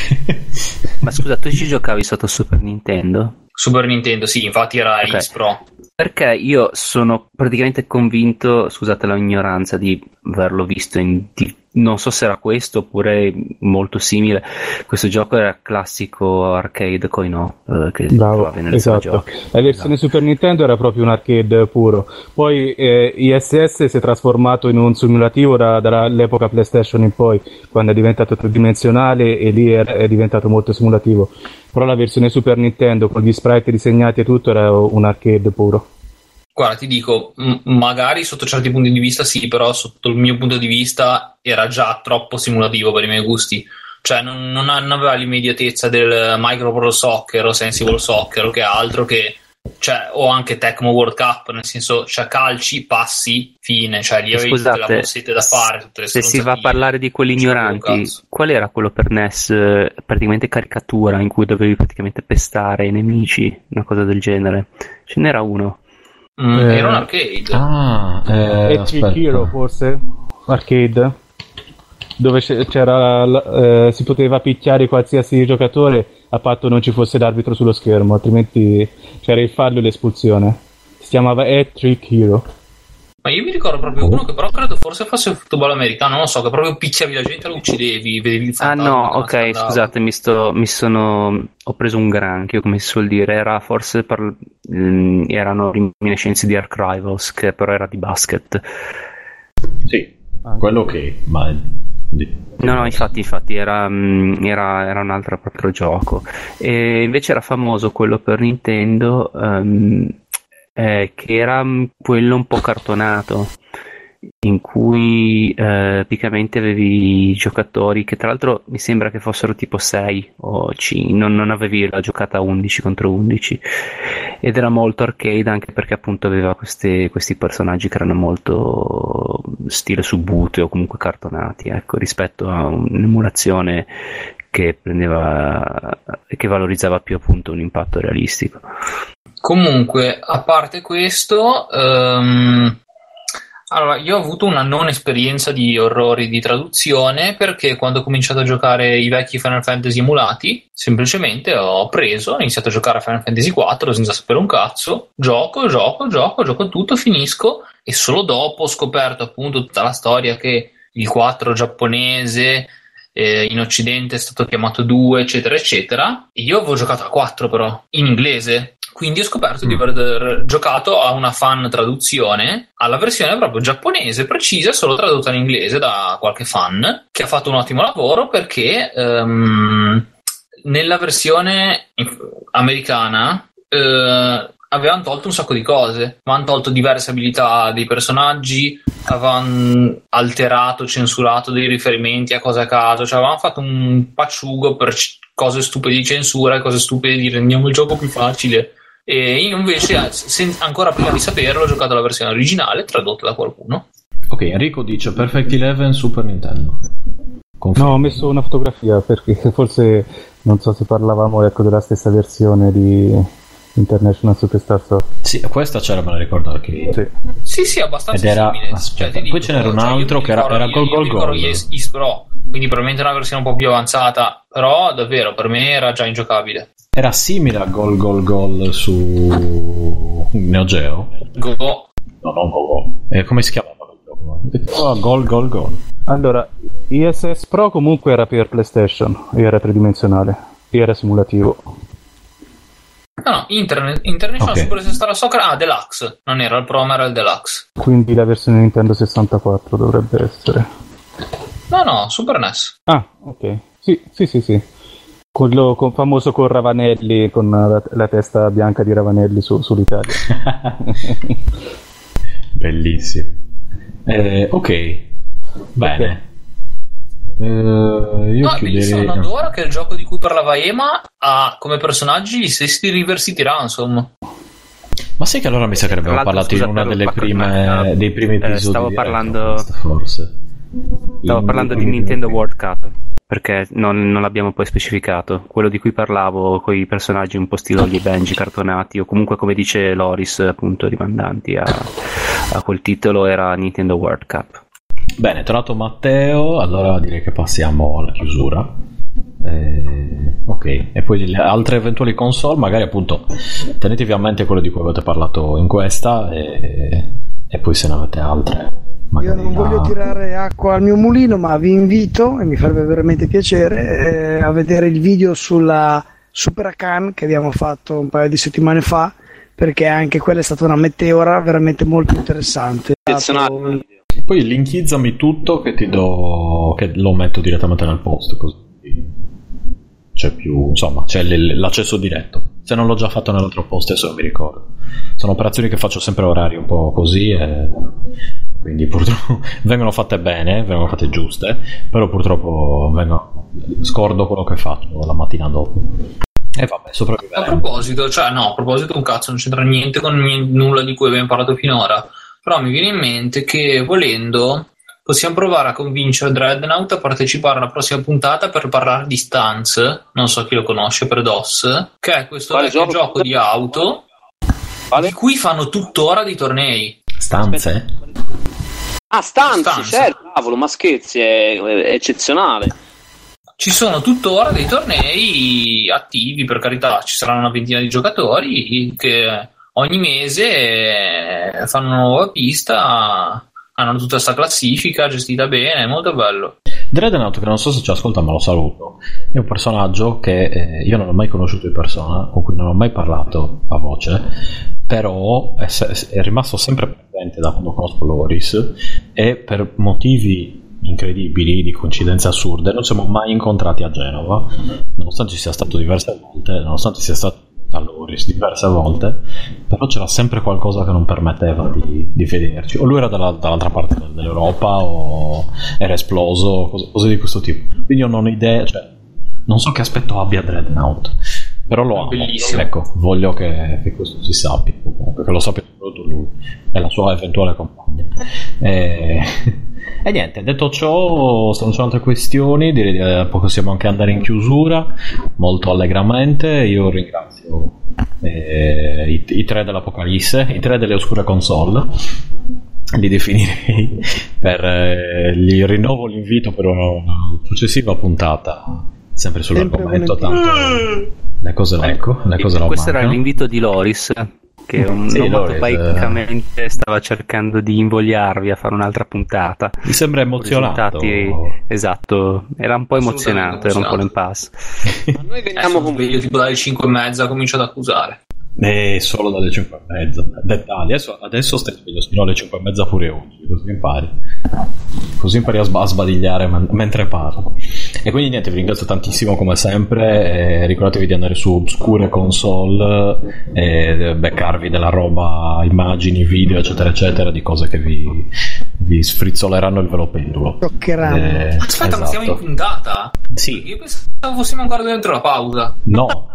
Ma scusa, tu ci giocavi sotto Super Nintendo? Super Nintendo, sì, infatti era okay. X Pro. Perché io sono praticamente convinto, scusate la ignoranza, di averlo visto in, non so se era questo oppure molto simile. Questo gioco era classico arcade coin no, eh, che Bravo, esatto. La versione esatto. Super Nintendo era proprio un arcade puro, poi eh, I S S si è trasformato in un simulativo da, dall'epoca PlayStation in poi, quando è diventato tridimensionale, e lì è, è diventato molto simulativo, però la versione Super Nintendo con gli sprite disegnati e tutto era un arcade puro. Guarda, ti dico, m- magari sotto certi punti di vista sì, però sotto il mio punto di vista era già troppo simulativo per i miei gusti. Cioè non, non aveva l'immediatezza del Micro Pro Soccer o Sensible Soccer o che altro, che cioè, o anche Tecmo World Cup, nel senso, cioè calci, passi, fine, cioè lì avevi tutte le mossette da fare, tutte le se si va a parlare di quelli ignoranti, qual era quello per N E S praticamente caricatura in cui dovevi praticamente pestare i nemici, una cosa del genere? Ce n'era uno. Mm, eh, era un arcade. Ah, eh, Epic Hero forse? Arcade? Dove c'era eh, si poteva picchiare qualsiasi giocatore a patto non ci fosse l'arbitro sullo schermo, altrimenti c'era il fallo e l'espulsione. Si chiamava Epic Hero. Ma io mi ricordo proprio uno che però credo forse fosse il football americano, non lo so, che proprio picchiavi la gente e lo uccidevi, vedevi il fantasma. Ah no, ok, scusate, mi sto mi sono ho preso un granchio, come si suol dire, era forse per mh, erano reminiscenze di Ark Rivals, che però era di basket. Sì, ah, quello che ma no no infatti infatti era, era, era un altro proprio gioco, e invece era famoso quello per Nintendo um, eh, che era quello un po' cartonato, in cui eh, praticamente avevi giocatori che tra l'altro mi sembra che fossero tipo sei o cinque, non, non avevi la giocata undici contro undici, ed era molto arcade anche perché appunto aveva queste, questi personaggi che erano molto stile Subuteo o comunque cartonati, ecco, rispetto a un'emulazione che prendeva, che valorizzava più appunto un impatto realistico. Comunque, a parte questo, um... allora, io ho avuto una non esperienza di orrori di traduzione, perché quando ho cominciato a giocare i vecchi Final Fantasy emulati, semplicemente ho preso, ho iniziato a giocare a Final Fantasy quattro senza sapere un cazzo, gioco, gioco, gioco, gioco tutto, finisco, e solo dopo ho scoperto appunto tutta la storia che il quattro giapponese eh, in occidente è stato chiamato due, eccetera, eccetera. Io avevo giocato a quattro però, in inglese. Quindi ho scoperto mm. di aver giocato a una fan traduzione, alla versione proprio giapponese, precisa, solo tradotta in inglese da qualche fan, che ha fatto un ottimo lavoro, perché um, nella versione americana uh, avevano tolto un sacco di cose, avevano tolto diverse abilità dei personaggi, avevano alterato, censurato dei riferimenti a cose a caso, cioè avevano fatto un pacciugo per c- cose stupide di censura e cose stupide di rendiamo il gioco più facile. E io invece, sen- ancora prima di saperlo, ho giocato la versione originale tradotta da qualcuno. Ok, Enrico dice Perfect Eleven Super Nintendo. Confermo. No, ho messo una fotografia perché forse non so se parlavamo, ecco, della stessa versione di International Superstar Soccer. Sì, questa c'era, me la ricordo anche. Sì, sì, sì, abbastanza ed era, simile. aspetta, cioè, poi ce n'era un altro che era, era Gol Gol Gol. Is Pro, quindi probabilmente una versione un po' più avanzata, però davvero per me era già ingiocabile. Era simile a Gol Gol Gol su Neo Geo. Go. No, non Go Go. Eh, come si chiamava quel gioco? Oh, Gol Gol Gol. Allora, I S S Pro comunque era per PlayStation, era tridimensionale, era simulativo. No, no, Internet, International okay. Superstar Soccer, ah, Deluxe, non era il Pro ma era il Deluxe. Quindi la versione Nintendo sessantaquattro dovrebbe essere. No, no, Super N E S. Ah, ok, sì, sì, sì, sì. Quello con, famoso con Ravanelli, con la, la testa bianca di Ravanelli su, sull'Italia. Bellissimo. Eh, ok, bene. Okay. Uh, io no, chiuderei... non adoro che il gioco di cui parlava Ema ha come personaggi gli stessi River City Ransom. Ma sai che allora mi sa che ne abbiamo parlato in una delle prime dei primi episodi. Eh, stavo di parlando Ecco, forse stavo in parlando di Nintendo World Cup, perché non, non l'abbiamo poi specificato. Quello di cui parlavo con i personaggi un po' stile Holly e Benji cartonati, o comunque come dice Loris appunto rimandanti a, a quel titolo, era Nintendo World Cup. Bene, trovato Matteo, allora direi che passiamo alla chiusura. Eh, ok, e poi le altre eventuali console, magari appunto tenetevi a mente quello di cui avete parlato in questa, e, e poi se ne avete altre Io non voglio tirare acqua al mio mulino, ma vi invito, e mi farebbe veramente piacere, eh, a vedere il video sulla Super Akan che abbiamo fatto un paio di settimane fa, perché anche quella è stata una meteora veramente molto interessante. Poi linkizzami tutto che ti do, che lo metto direttamente nel post, così c'è più, insomma, c'è l'accesso diretto. Se non l'ho già fatto nell'altro post, adesso non mi ricordo. Sono operazioni che faccio sempre a orari un po' così, e quindi purtroppo vengono fatte bene, vengono fatte giuste, però purtroppo vengo, scordo quello che faccio la mattina dopo. E vabbè, sopravvivere. A proposito, cioè no, a proposito un cazzo, non c'entra niente con nulla di cui abbiamo parlato finora, però mi viene in mente che volendo possiamo provare a convincere Dreadnought a partecipare alla prossima puntata per parlare di Stance, non so chi lo conosce, per DOS, che è questo Quale vecchio gioco? gioco di auto Vale? di cui fanno tuttora di tornei. Stanze? Ah, Stanzi, Stanze. certo, cavolo, ma scherzi, è, è eccezionale. Ci sono tuttora dei tornei attivi, per carità, ci saranno una ventina di giocatori che ogni mese fanno una nuova pista, hanno tutta questa classifica gestita bene, è molto bello. Dreadnought, che non so se ci ascolta ma lo saluto, è un personaggio che eh, io non ho mai conosciuto in persona, con cui non ho mai parlato a voce, però è, è rimasto sempre presente da quando conosco Loris, e per motivi incredibili, di coincidenze assurde, non siamo mai incontrati a Genova, nonostante ci sia stato diverse volte, nonostante sia stato a Loris diverse volte, però c'era sempre qualcosa che non permetteva di, di vederci, o lui era dalla, dall'altra parte dell'Europa o era esploso, cose, cose di questo tipo, quindi io non ho idea, cioè non so che aspetto abbia Dreadnought, però lo amo. Bellissimo. Ecco, voglio che, che questo si sappia, che lo sappia soprattutto lui e la sua eventuale compagna. E, e niente, detto ciò, se non c'è altre questioni, direi che possiamo anche andare in chiusura molto allegramente. Io ringrazio eh, i, i tre dell'Apocalisse, i tre delle oscure console, li definirei, per eh, gli rinnovo l'invito per una successiva puntata, sempre sull'argomento, tanto le cose ecco, le cose lo Questo era mancano. l'invito di Loris, che un Sì, onomatopicamente eh... stava cercando di invogliarvi a fare un'altra puntata. Mi sembra emozionato. Risultati... Esatto, era un po' emozionato, era un po' l'impasse. Ma noi veniamo con Io tipo dalle cinque e mezza comincio ad accusare. Eh, solo dalle cinque e mezza. Dettagli, adesso, adesso stai sveglio fino alle cinque e mezza pure oggi, così impari. Così impari a, sb- a sbadigliare man- mentre parlo. E quindi niente, vi ringrazio tantissimo come sempre. Eh, ricordatevi di andare su Obscure Console e beccarvi della roba, immagini, video, eccetera, eccetera, di cose che vi, vi sfrizzoleranno il velo pendulo. Toccheranno. Eh, Aspetta, esatto. ma siamo in puntata? Sì. Io pensavo fossimo ancora dentro la pausa. No.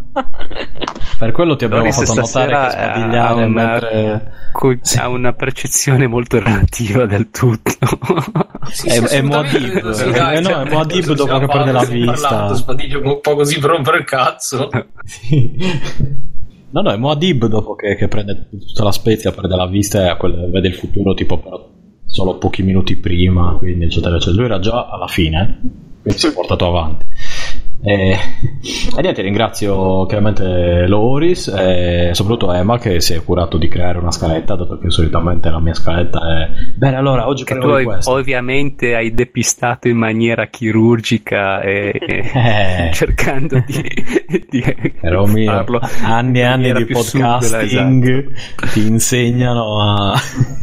Per quello ti abbiamo Loris fatto notare che sbadigliare ha una, mentre... co- ha una percezione molto relativa del tutto. Sì, È- sì, è assolutamente, Muad'Dib. sì, dai, Eh, no, cioè, è Muad'Dib se dopo siamo che qua, perde la stiamo vista. parlando, sbadiglio un po' così per rompere il cazzo. Sì. No, no, è Muad'Dib dopo che, che prende tutta la spezia, perde la vista e a quel- vede il futuro tipo però solo pochi minuti prima, quindi eccetera eccetera. Lui era già alla fine, quindi si è portato avanti. E, e niente, ringrazio chiaramente Loris e soprattutto Emma che si è curato di creare una scaletta, dato che solitamente la mia scaletta è bene, allora oggi Che tu parliamo di hai- questo. ovviamente hai depistato in maniera chirurgica e, e Eh. cercando di, di Però mio, farlo anni e in anni maniera di più subdola, podcasting esatto. ti insegnano a,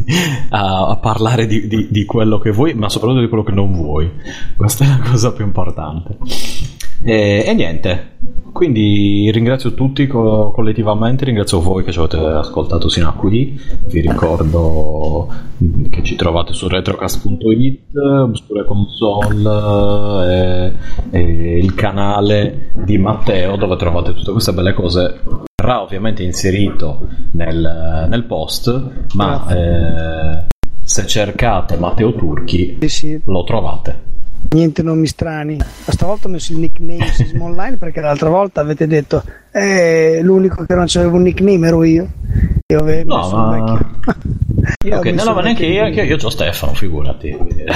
a, a parlare di, di, di quello che vuoi, ma soprattutto di quello che non vuoi. Questa è la cosa più importante. E, e niente, quindi ringrazio tutti co- collettivamente, ringrazio voi che ci avete ascoltato sino a qui. Vi ricordo che ci trovate su retrocast punto it, Obscure Console e, e il canale di Matteo, dove trovate tutte queste belle cose. Verrà ovviamente inserito nel, nel post, ma eh, se cercate Matteo Turchi Sì, sì, lo trovate. niente nomi strani. Ma stavolta ho messo il nickname Sismo Online perché l'altra volta avete detto eh, l'unico che non c'aveva un nickname ero io. Io avevo No, messo ma- un vecchio. Io Ok, ho no, messo no, un ma neanche vecchio io, anche io, io c'ho Stefano, figurati.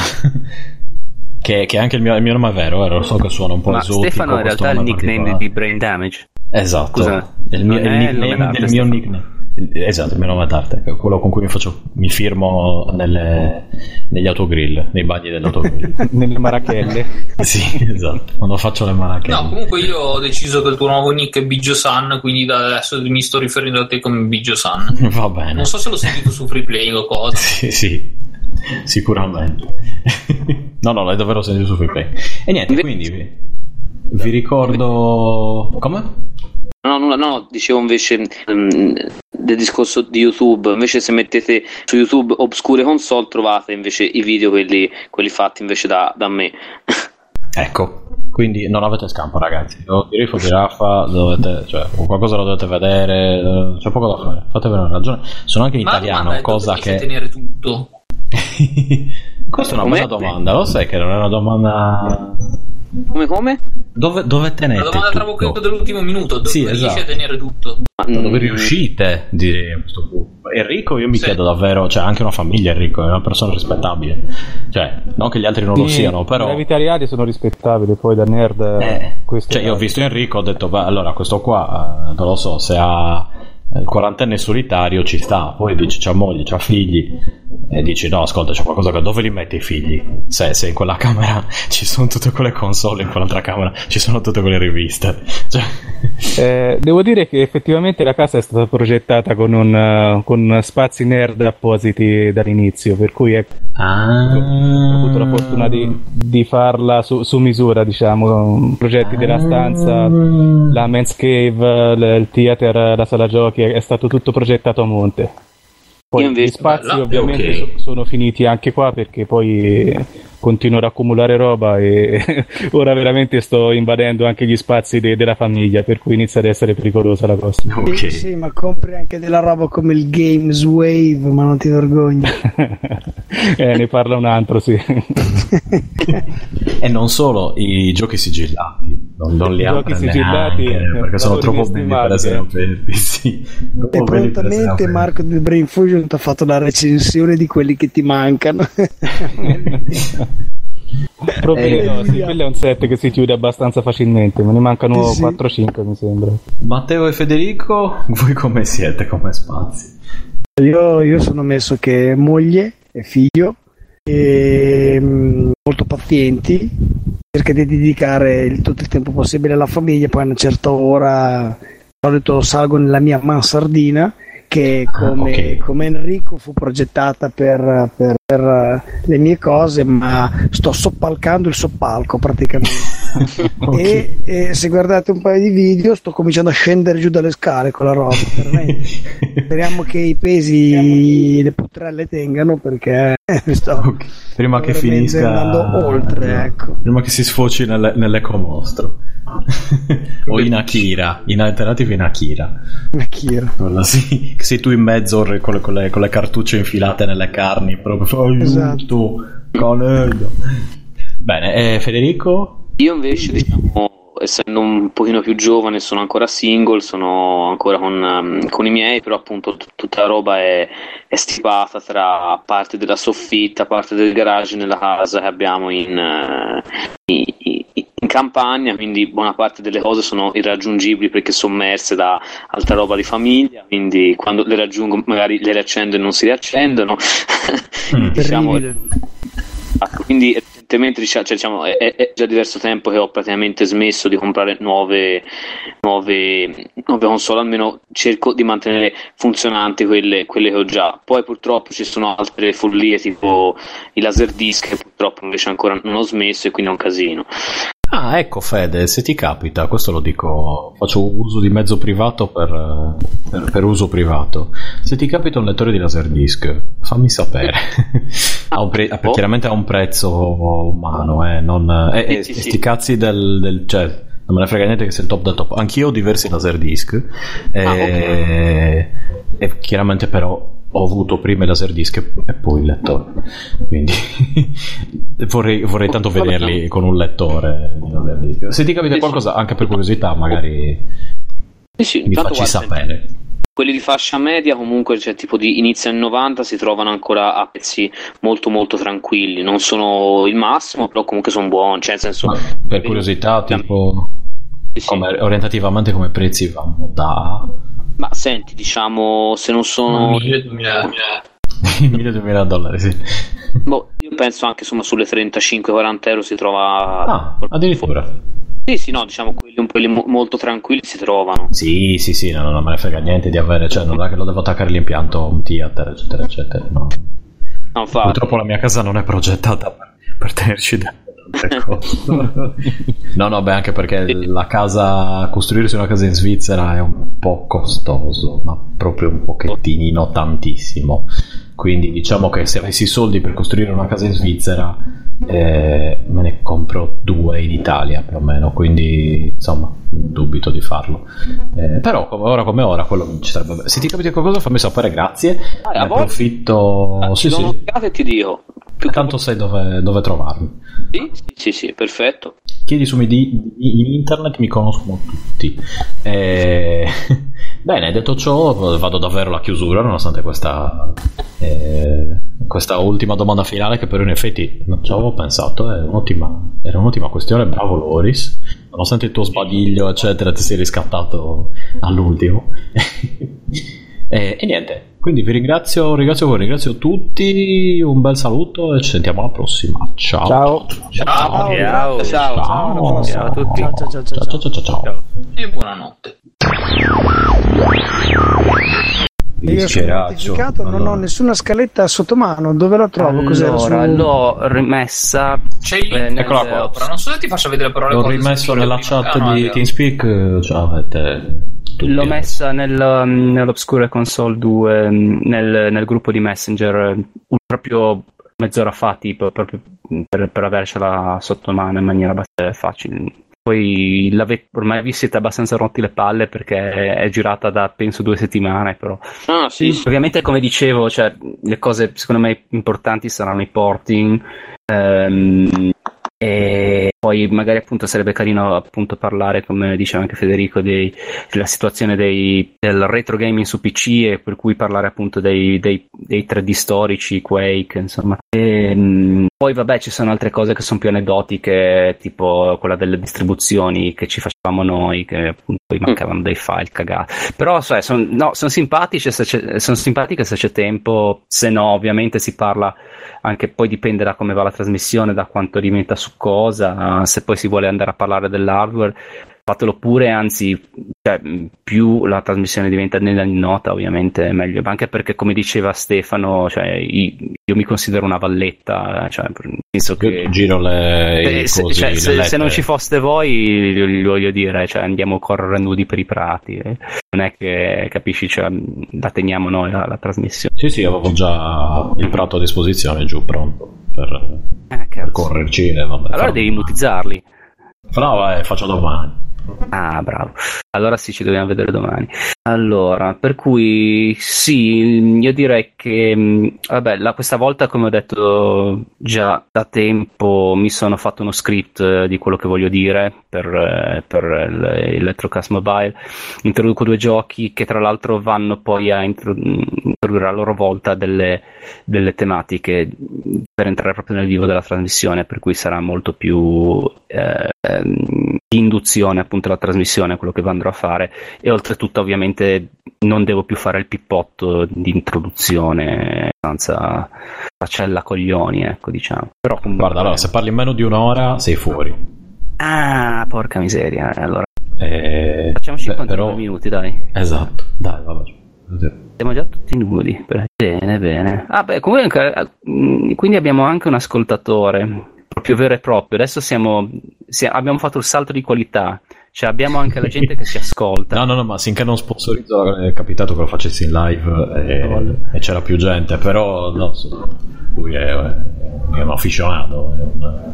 che, che anche il mio, il mio nome è vero, eh, lo so che suona un po' Ma esotico. Stefano in questo realtà è il nome nickname particolare. di Brain Damage. Esatto, Scusa, è il, mio, non è il è il nome nickname d'arte, del mio Stefano. nickname. Esatto, il mio nome è Tartek, quello con cui mi faccio mi firmo nelle, negli autogrill, nei bagni dell'autogrill. Nelle marachelle. Sì, esatto, quando faccio le marachelle. No, comunque io ho deciso che il tuo nuovo nick è Biggio-san, quindi da adesso mi sto riferendo a te come Biggio-san. Va bene. Non so se l'ho sentito su Freeplay o cosa. Sì, sì, sicuramente. No, no, l'hai davvero sentito su Freeplay. E niente, quindi vi, vi ricordo... Come? No, no, no, dicevo invece um, del discorso di YouTube, invece se mettete su YouTube Obscure Console trovate invece i video quelli, quelli fatti invece da, da me. Ecco, quindi non avete scampo ragazzi, o di Riff o di Raffa, dovete, cioè, qualcosa lo dovete vedere, c'è poco da fare, fatevene una ragione. Sono anche in Ma italiano, cosa che... tenere tutto. Questa è una bella domanda, lo sai che non è una domanda... Come come? Dove, dove tenete la domanda tutto? trabocchetto dell'ultimo minuto, dove Sì, riesci esatto. a tenere tutto? Dove riuscite, direi a questo punto. Enrico, io mi Sì. chiedo davvero, cioè anche una famiglia Enrico è una persona rispettabile, cioè non che gli altri non lo Sì, siano, però le vite reali sono rispettabili, poi da nerd eh, questo cioè è- io ho visto Enrico, ho detto beh, allora questo qua eh, non lo so, se ha il quarantenne solitario ci sta, poi dici c'ha moglie, c'ha figli e dici no ascolta c'è qualcosa che dove li metti i figli, se, se in quella camera ci sono tutte quelle console, in quell'altra camera ci sono tutte quelle riviste, cioè... Eh, devo dire che effettivamente la casa è stata progettata con, un, uh, con spazi nerd appositi dall'inizio, per cui ecco, ah. ho avuto la fortuna di, di farla su, su misura, diciamo, progetti della stanza, la men's cave, l- il theater, la sala giochi, è stato tutto progettato a monte. Poi Io invece- gli spazi bella, ovviamente ok. so- sono finiti anche qua perché poi continuo ad accumulare roba e ora veramente sto invadendo anche gli spazi de- della famiglia, per cui inizia ad essere pericolosa la cosa. Ok. Sì, sì, ma compri anche della roba come il Games Wave, ma non ti vergogni. eh, ne parla un altro, sì. E non solo i giochi sigillati, non, non li I apre giochi sigillati, neanche, eh, perché sono valori troppo belli per essere inestimabili, aperti. Sì, troppo E belli per essere prontamente aperti. Marco del Brain Fusion ti ha fatto la recensione di quelli che ti mancano. Problemi Eh, no, sì, via. quello è un set che si chiude abbastanza facilmente, me ne mancano Sì, sì. quattro cinque mi sembra. Matteo e Federico, voi come siete come spazi? Io, io sono messo che moglie e figlio, e, mh, molto pazienti, cerca di dedicare il- tutto il tempo possibile alla famiglia, poi a una certa ora di solito salgo nella mia mansardina che come, ok. come Enrico fu progettata per, per- per le mie cose, ma sto soppalcando il soppalco praticamente. Ok. E, e se guardate un paio di video sto cominciando a scendere giù dalle scale con la roba, veramente. Speriamo che i pesi, le putrelle tengano, perché eh, sto Ok. Prima che veramente finisca andando oltre, ecco. prima che si sfoci nelle, nell'ecomostro o in Akira, in alternativa in Akira, Akira. quella sì, che sei tu in mezzo re- con le, con le- con le cartucce infilate nelle carni, proprio aiuto, Esatto. canedo. Bene, e Federico? Io invece, diciamo, essendo un pochino più giovane, sono ancora single, sono ancora con, um, con i miei, però appunto t- tutta la roba è, è stipata tra parte della soffitta, parte del garage nella casa che abbiamo in, uh, i- i- in campagna, quindi buona parte delle cose sono irraggiungibili perché sommerse da altra roba di famiglia, quindi quando le raggiungo magari le riaccendo e non si riaccendono. Mm. Diciamo, Terribile. quindi evidentemente diciamo, cioè, diciamo, è, è già diverso tempo che ho praticamente smesso di comprare nuove, nuove, nuove console, almeno cerco di mantenere funzionanti quelle, quelle che ho già. Poi purtroppo ci sono altre follie tipo i Laserdisc che purtroppo invece ancora non ho smesso e quindi è un casino. Ah, ecco Fede, se ti capita, questo lo dico, faccio uso di mezzo privato per, per, per uso privato. Se ti capita un lettore di Laserdisc, fammi sapere. Ha un pre- Oh. chiaramente ha un prezzo umano, eh, non, eh, Sì, eh, sì, sti sì. cazzi del, del cioè, non me ne frega niente che sia il top del top. Anch'io ho diversi Laserdisc, eh, Ah, ok. e chiaramente però ho avuto prima il Laserdisc e- e poi il lettore, quindi vorrei, vorrei tanto vederli con un lettore di Laserdisc. Se ti capita qualcosa, anche per curiosità, magari Sì, sì, mi intanto facci guarda, sapere. quelli di fascia media comunque, cioè tipo di inizio anni novanta, si trovano ancora a prezzi molto molto tranquilli, non sono il massimo, però comunque sono buoni, cioè nel senso, Ma per curiosità, tipo Sì, sì. come, orientativamente come prezzi vanno da Ma senti, diciamo, se non sono mille duemila dollari, sì. Boh, io penso anche insomma sulle trentacinque quaranta euro si trova. Ah, addirittura. Sì, sì, no, diciamo quelli un po' mo- molto tranquilli si trovano. Sì, sì, sì, no, non me ne frega niente di avere, cioè non è che lo devo attaccare l'impianto a un theater, eccetera, eccetera. No. No, fa... Purtroppo la mia casa non è progettata per, per tenerci dentro tante cose. No, no, beh, anche perché la casa, costruirsi una casa in Svizzera è un po' costoso, ma proprio un pochettinino tantissimo. Quindi diciamo che se avessi soldi per costruire una casa in Svizzera, eh, me ne compro due in Italia più o meno, quindi insomma dubito di farlo, eh, però come ora come ora quello ci sarebbe. Se ti capita qualcosa fammi sapere, grazie. Ah, ne approfitto, ah, sì, ti do sì. un'occhiata e ti dico più tanto sai dove, dove trovarmi. sì, sì, sì, sì, perfetto. Chiedi su di, in internet, mi conoscono tutti. Eh, bene, detto ciò, vado davvero alla chiusura, nonostante questa eh, questa ultima domanda finale, che però in effetti non ci avevo pensato, è un'ottima, era un'ottima questione. Bravo Loris, nonostante il tuo sbadiglio eccetera ti sei riscattato all'ultimo. e, e niente, quindi vi ringrazio, ringrazio voi, ringrazio tutti, un bel saluto e ci sentiamo alla prossima. Ciao. Ciao. Ciao, Ciao, Ciao. ciao, ciao a tutti. Ciao, ciao, ciao, ciao. Ciao, ciao, ciao, ciao. e buonanotte. Io sono notificato, non ho nessuna scaletta sotto mano, dove la trovo? Cos'era? Allora, Su- l'ho rimessa. C'è il eh, link nel- Eccola qua. sopra, non so se ti faccio vedere però le L'ho cose rimesso sentite nella prima. chat Ah, no, di è vero. TeamSpeak, cioè avete tutti. L'ho messa nel, nell'Obscure Console due, nel, nel gruppo di Messenger, eh, proprio mezz'ora fa, tipo, proprio per, per avercela sotto mano in maniera abbastanza facile. Poi l'ave- ormai vi siete abbastanza rotti le palle perché è, è girata da penso due settimane, però. Ah, sì, sì. Ovviamente, come dicevo, cioè, le cose secondo me importanti saranno i porting. ehm, E poi magari appunto sarebbe carino appunto parlare, come diceva anche Federico, dei, della situazione dei, del retro gaming su P C, e per cui parlare appunto dei, dei, dei tre D storici, Quake, insomma. E, mh, poi vabbè, ci sono altre cose che sono più aneddotiche, tipo quella delle distribuzioni che ci facevamo noi, che appunto poi mancavano dei file cagati. Però sai, son, no, sono simpatici, se c'è, sono simpatiche se c'è tempo, se no ovviamente si parla anche, poi dipende da come va la trasmissione, da quanto diventa su cosa, se poi si vuole andare a parlare dell'hardware fatelo pure, anzi, cioè, più la trasmissione diventa nella nota ovviamente è meglio, anche perché come diceva Stefano, cioè, io mi considero una valletta, cioè, penso che io giro le, eh, se, cosi, cioè, le se, se non ci foste voi, voglio dire, cioè, andiamo a correre nudi per i prati, eh. Non è che capisci, cioè, la teniamo noi la, la trasmissione. Sì, sì, avevo già il prato a disposizione giù pronto per, eh, per correrci, eh, vabbè, allora devi mutizzarli. No, vai, faccio domani. Ah, bravo. Allora sì, ci dobbiamo vedere domani. Allora, per cui sì, io direi che vabbè, la, questa volta, come ho detto già da tempo, mi sono fatto uno script di quello che voglio dire per, per l'Electrocast Mobile. Introduco due giochi che tra l'altro vanno poi a introdurre a loro volta delle, delle tematiche per entrare proprio nel vivo della trasmissione, per cui sarà molto più eh, di induzione appunto alla trasmissione quello che andrò a fare, e oltretutto ovviamente non devo più fare il pippotto di introduzione senza facella coglioni, ecco, diciamo. Però comunque... Guarda, allora se parli in meno di un'ora sei fuori. Ah, porca miseria, allora eh, facciamo cinquanta però... minuti, dai. Esatto, dai, vabbè. Siamo già tutti nudi. Bene, bene. Ah, beh, comunque, quindi abbiamo anche un ascoltatore proprio vero e proprio. Adesso siamo, siamo abbiamo fatto il salto di qualità, cioè abbiamo anche la gente che si ascolta. No, no, no, ma finché non sponsorizzo è capitato che lo facessi in live e, oh, e c'era più gente, però no, lui è, è un aficionato, è, un,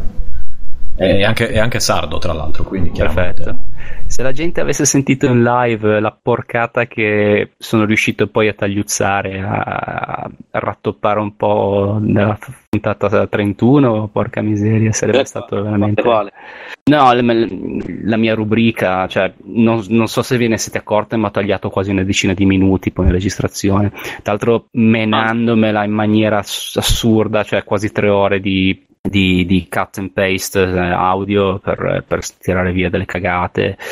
è, anche, è anche sardo tra l'altro, quindi chiaramente. Perfetto. Se la gente avesse sentito in live la porcata che sono riuscito poi a tagliuzzare, a, a rattoppare un po' nella puntata trentuno, porca miseria, sarebbe eh, stato veramente... Quale? No, la, la mia rubrica, cioè, non, non so se ve ne siete accorte, ma ho tagliato quasi una decina di minuti poi in registrazione, tra l'altro menandomela in maniera assurda, cioè quasi tre ore di... Di, di cut and paste eh, audio per, per tirare via delle cagate,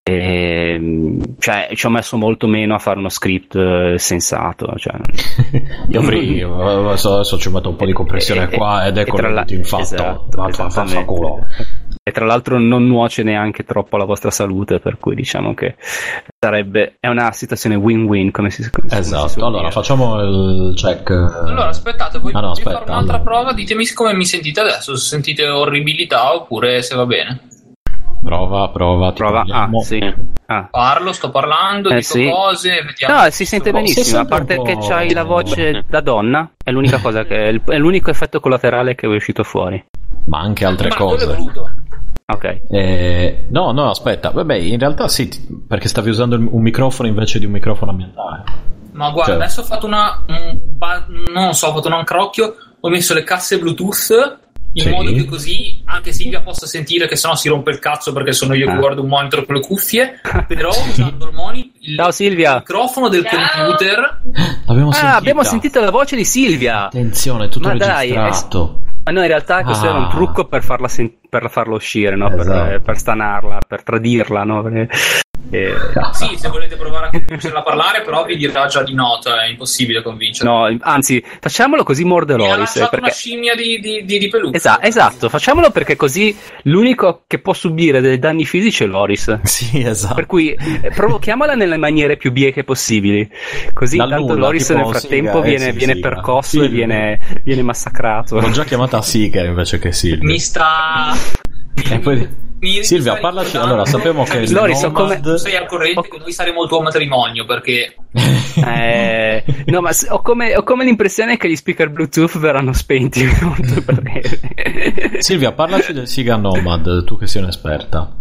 E, cioè, ci ho messo molto meno a fare uno script eh, sensato. Cioè. Io prima, adesso, adesso ci metto un po' di compressione e, qua ed ecco il in fatto. Esatto, esattamente. E tra l'altro non nuoce neanche troppo alla vostra salute, per cui diciamo che sarebbe è una situazione win-win, come si come esatto. si allora dire. facciamo il check. Allora aspettate, voi ah, no, fare aspetta, un'altra allora. prova, ditemi come mi sentite adesso, se sentite orribilità oppure se va bene. Prova, prova, ti Prova, ah, parliamo. sì. Ah. Parlo, sto parlando, Eh, dico sì. cose, vediamo. No, si sente Oh, benissimo, si a sente parte un che po'- c'hai la voce da donna, è l'unica cosa che è l'unico effetto collaterale che è uscito fuori. Ma anche altre Ma quello è cose. voluto. Ok. Eh, no, no, aspetta. Vabbè, in realtà sì, ti- perché stavi usando il- un microfono invece di un microfono ambientale. Ma guarda, Cioè. adesso ho fatto una un ba- non so, ho fatto un ancrocchio, ho messo le casse Bluetooth in Sì. modo che così anche Silvia possa sentire, che sennò si rompe il cazzo perché sono io Ah. che guardo un monitor con le cuffie, però usando il, moni- il Ciao Silvia. microfono del computer. L'abbiamo Ah, sentita. abbiamo sentito la voce di Silvia. Attenzione, è tutto Ma dai, registrato. Ma no, in realtà questo Ah. era un trucco per farla, sen- per farla uscire, no? Esatto. Per, per stanarla, per tradirla, no? Perché, eh, Sì, se volete provare a convincerla a parlare, però vi dirà già di no, cioè è impossibile convincerla. no, anzi, facciamolo così morde Mi ha Loris. lanciato Perché... una scimmia di, di, di, di peluche. Esa- esatto, facciamolo perché così l'unico che può subire dei danni fisici è Loris. Sì, esatto. Per cui eh, provochiamola nelle maniere più bieche possibili. Così Dal intanto nulla, Loris tipo nel frattempo Siga, eh, viene, sì, viene Siga. percosso Sì. e viene, viene massacrato. L'ho già chiamata Siga invece che Silvia. Mi sta... E poi- Mi Silvia, sta parlaci. ricordando- Allora, sappiamo che il Loris, so Nomad- come- Tu sei al corrente che noi saremo il tuo matrimonio perché Eh, no, ma s- ho come, ho come l'impressione che gli speaker Bluetooth verranno spenti molto breve. Silvia, parlaci del Siga Nomad, tu che sei un'esperta.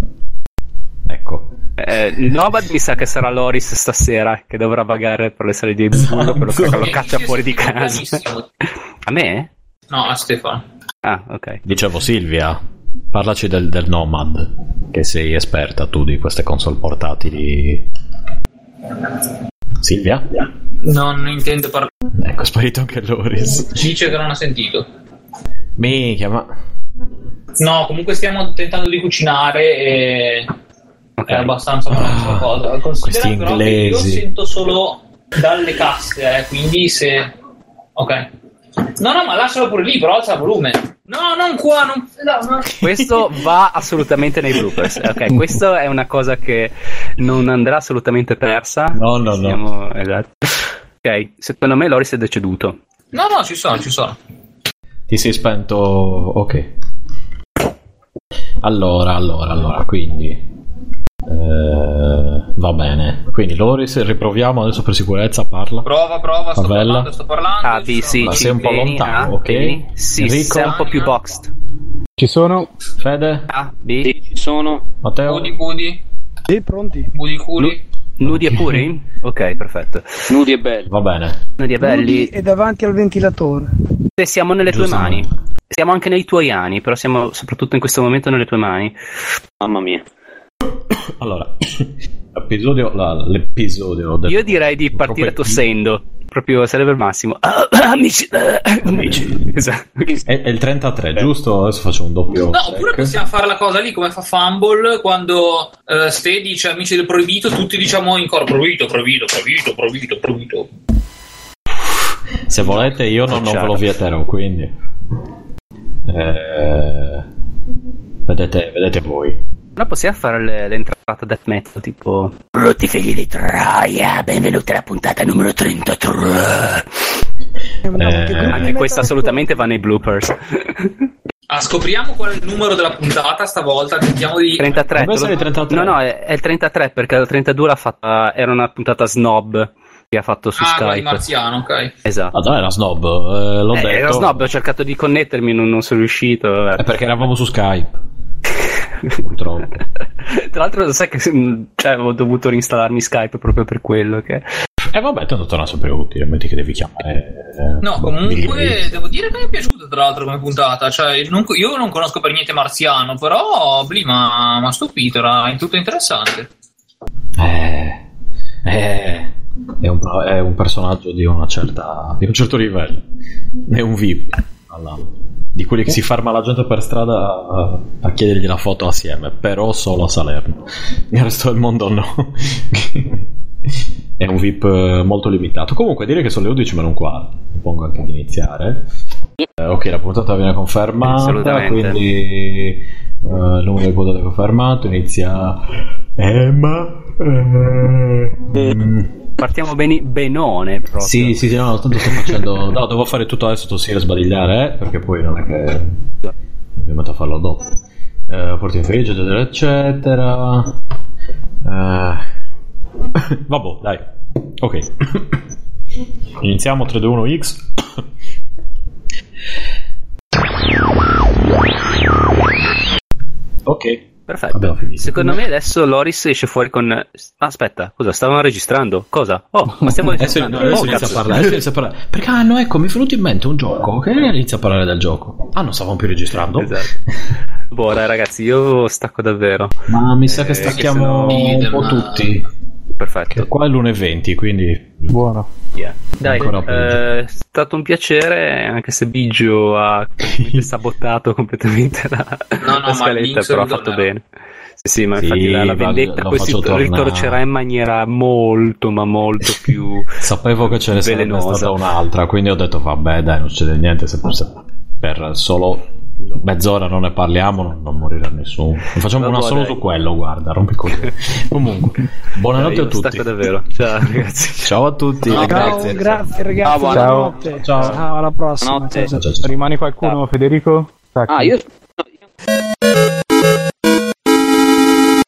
Ecco. Eh, il Nomad mi sa che sarà Loris stasera che dovrà vagare per le sale di Bulo per lo che lo caccia fuori di casa. A me? no, a Stefano. Ah, ok. Dicevo, Silvia, parlaci del, del Nomad, che sei esperta tu di queste console portatili. Silvia? Non intendo parlare. Ecco, è sparito anche Loris. Dice che non ha sentito. Minchia, ma... No, comunque stiamo tentando di cucinare e Ok. è abbastanza buona questa cosa. Considera questi però che io inglesi. sento solo dalle casse, eh, quindi se... Ok. No, no, ma lascialo pure lì, però alza il volume. No, non qua, non... no, no. Questo va assolutamente nei bloopers. Ok, questo è una cosa che non andrà assolutamente persa. No, no, no. Siamo- esatto. Ok, secondo me Loris è deceduto. No, no, ci sono, ci sono. Ti sei spento... Ok. Allora, allora, allora, quindi... eh, va bene. Quindi Loris, riproviamo adesso per sicurezza, parla. Prova, prova, sto Favela. parlando, sto parlando. Ah, ci B, sono- sì, Ma ci sei un po' vieni, lontano, A, ok. B. Sì, Enrico? sei un po' più boxed. Ci sono? Fede? A, B. Sì, ci sono. Matteo? Budi, budi, Sì, pronti? budi culi. Nudi e puri? Ok, perfetto. Nudi e belli. Va bene. Nudi e belli. Nudi e davanti al ventilatore. Se siamo nelle tue Giustamente. mani. Siamo anche nei tuoi anni, però siamo soprattutto in questo momento nelle tue mani. Mamma mia. Allora, l'episodio, la- l'episodio del- Io direi di partire troppo- tossendo. Proprio sarebbe il massimo. Ah, amici. ah, amici. Esatto. È, è il trentatré, giusto? Adesso faccio un doppio. No, check. oppure possiamo fare la cosa lì come fa Fumble quando eh, Ste dice amici del proibito, tutti diciamo in coro proibito, proibito, proibito, proibito, proibito. Se volete io non, non ve lo vieterò, quindi eh, vedete, vedete voi. No, possiamo fare le- l'entrata death metal tipo brutti figli di Troia, benvenuti alla puntata numero trentatré. Anche questa assolutamente va nei bloopers. Ah, scopriamo qual è il numero della puntata stavolta, tentiamo di... trentatré. Dovrebbe essere te lo- trentatré. No, no, è, è il trentatré perché la trentadue l'ha fatta, era una puntata snob che ha fatto su Ah, quella di Skype. Marziano, ok. Esatto. Ah, dai, era snob, eh, l'ho Eh, detto. ero snob, ho cercato di connettermi, non, non sono riuscito. È perché eravamo su Skype. Purtroppo. Tra l'altro, sai che mm, cioè, avevo dovuto reinstallarmi Skype proprio per quello. Che... E vabbè, tanto torna sempre utile, metti che devi chiamare. eh, No, boh, comunque Billy. devo dire che mi è piaciuta tra l'altro come puntata, cioè non- io non conosco per niente Marziano, però Bli mi ha stupito, era tutto interessante. Eh, eh, è, un, è un personaggio di una certa di un certo livello. È un V I P. all'altro. di quelli che si ferma la gente per strada a, a chiedergli la foto assieme, però solo a Salerno, il resto del mondo no. È un V I P molto limitato. Comunque direi che sono le undici meno un quarto, pongo anche di iniziare. Eh, ok, la puntata viene confermata, quindi uh, il numero di puntate confermato, inizia Emma. Eh, mm. Partiamo bene, benone proprio. Sì, sì, sì, no, tanto sto facendo. No, devo fare tutto adesso, tossire e sbadigliare, eh, perché poi non è che mi metto a farlo dopo. Eh, porti in frigo, eccetera, eccetera. Eh. Vabbè, dai. Ok. Iniziamo. Tre, due, uno, X. Ok. Perfetto. Secondo me adesso Loris esce fuori con. Ah, aspetta, cosa? Stavano registrando? Cosa? Oh, ma stiamo registrando. Adesso oh, inizia a parlare, adesso inizia a parlare. Perché ah no, ecco, mi è venuto in mente un gioco. Che inizia a parlare del gioco. Ah, non stavamo più registrando. Esatto. Boh, dai ragazzi, io stacco davvero. Ma mi sa che stacchiamo eh, che un po' tutti. Perfetto. Che qua è l'uno e venti, quindi buono. Yeah. Dai, eh, è stato un piacere, anche se Biggio ha completamente sabotato completamente la, no, no, la scaletta, però ha fatto bene. Sì, sì, ma sì, infatti la, la vendetta poi si ritorcerà in maniera molto, ma molto più sapevo che ce ne sarebbe stata un'altra, quindi ho detto vabbè dai, non succede niente, se per solo mezz'ora non ne parliamo, non, non morirà nessuno. Ne facciamo Vabbè, una solo dai. Su quello, guarda, rompi coglioni. Comunque, buonanotte dai, a tutti. Stacco davvero. Ciao ragazzi. Ciao a tutti. Ciao, grazie. grazie ragazzi. Ciao. Ciao. Ciao. Ciao, alla prossima. Buonanotte. Ciao, ciao. Ciao, ciao, ciao. Rimane qualcuno, Federico? Stacchi. Ah, io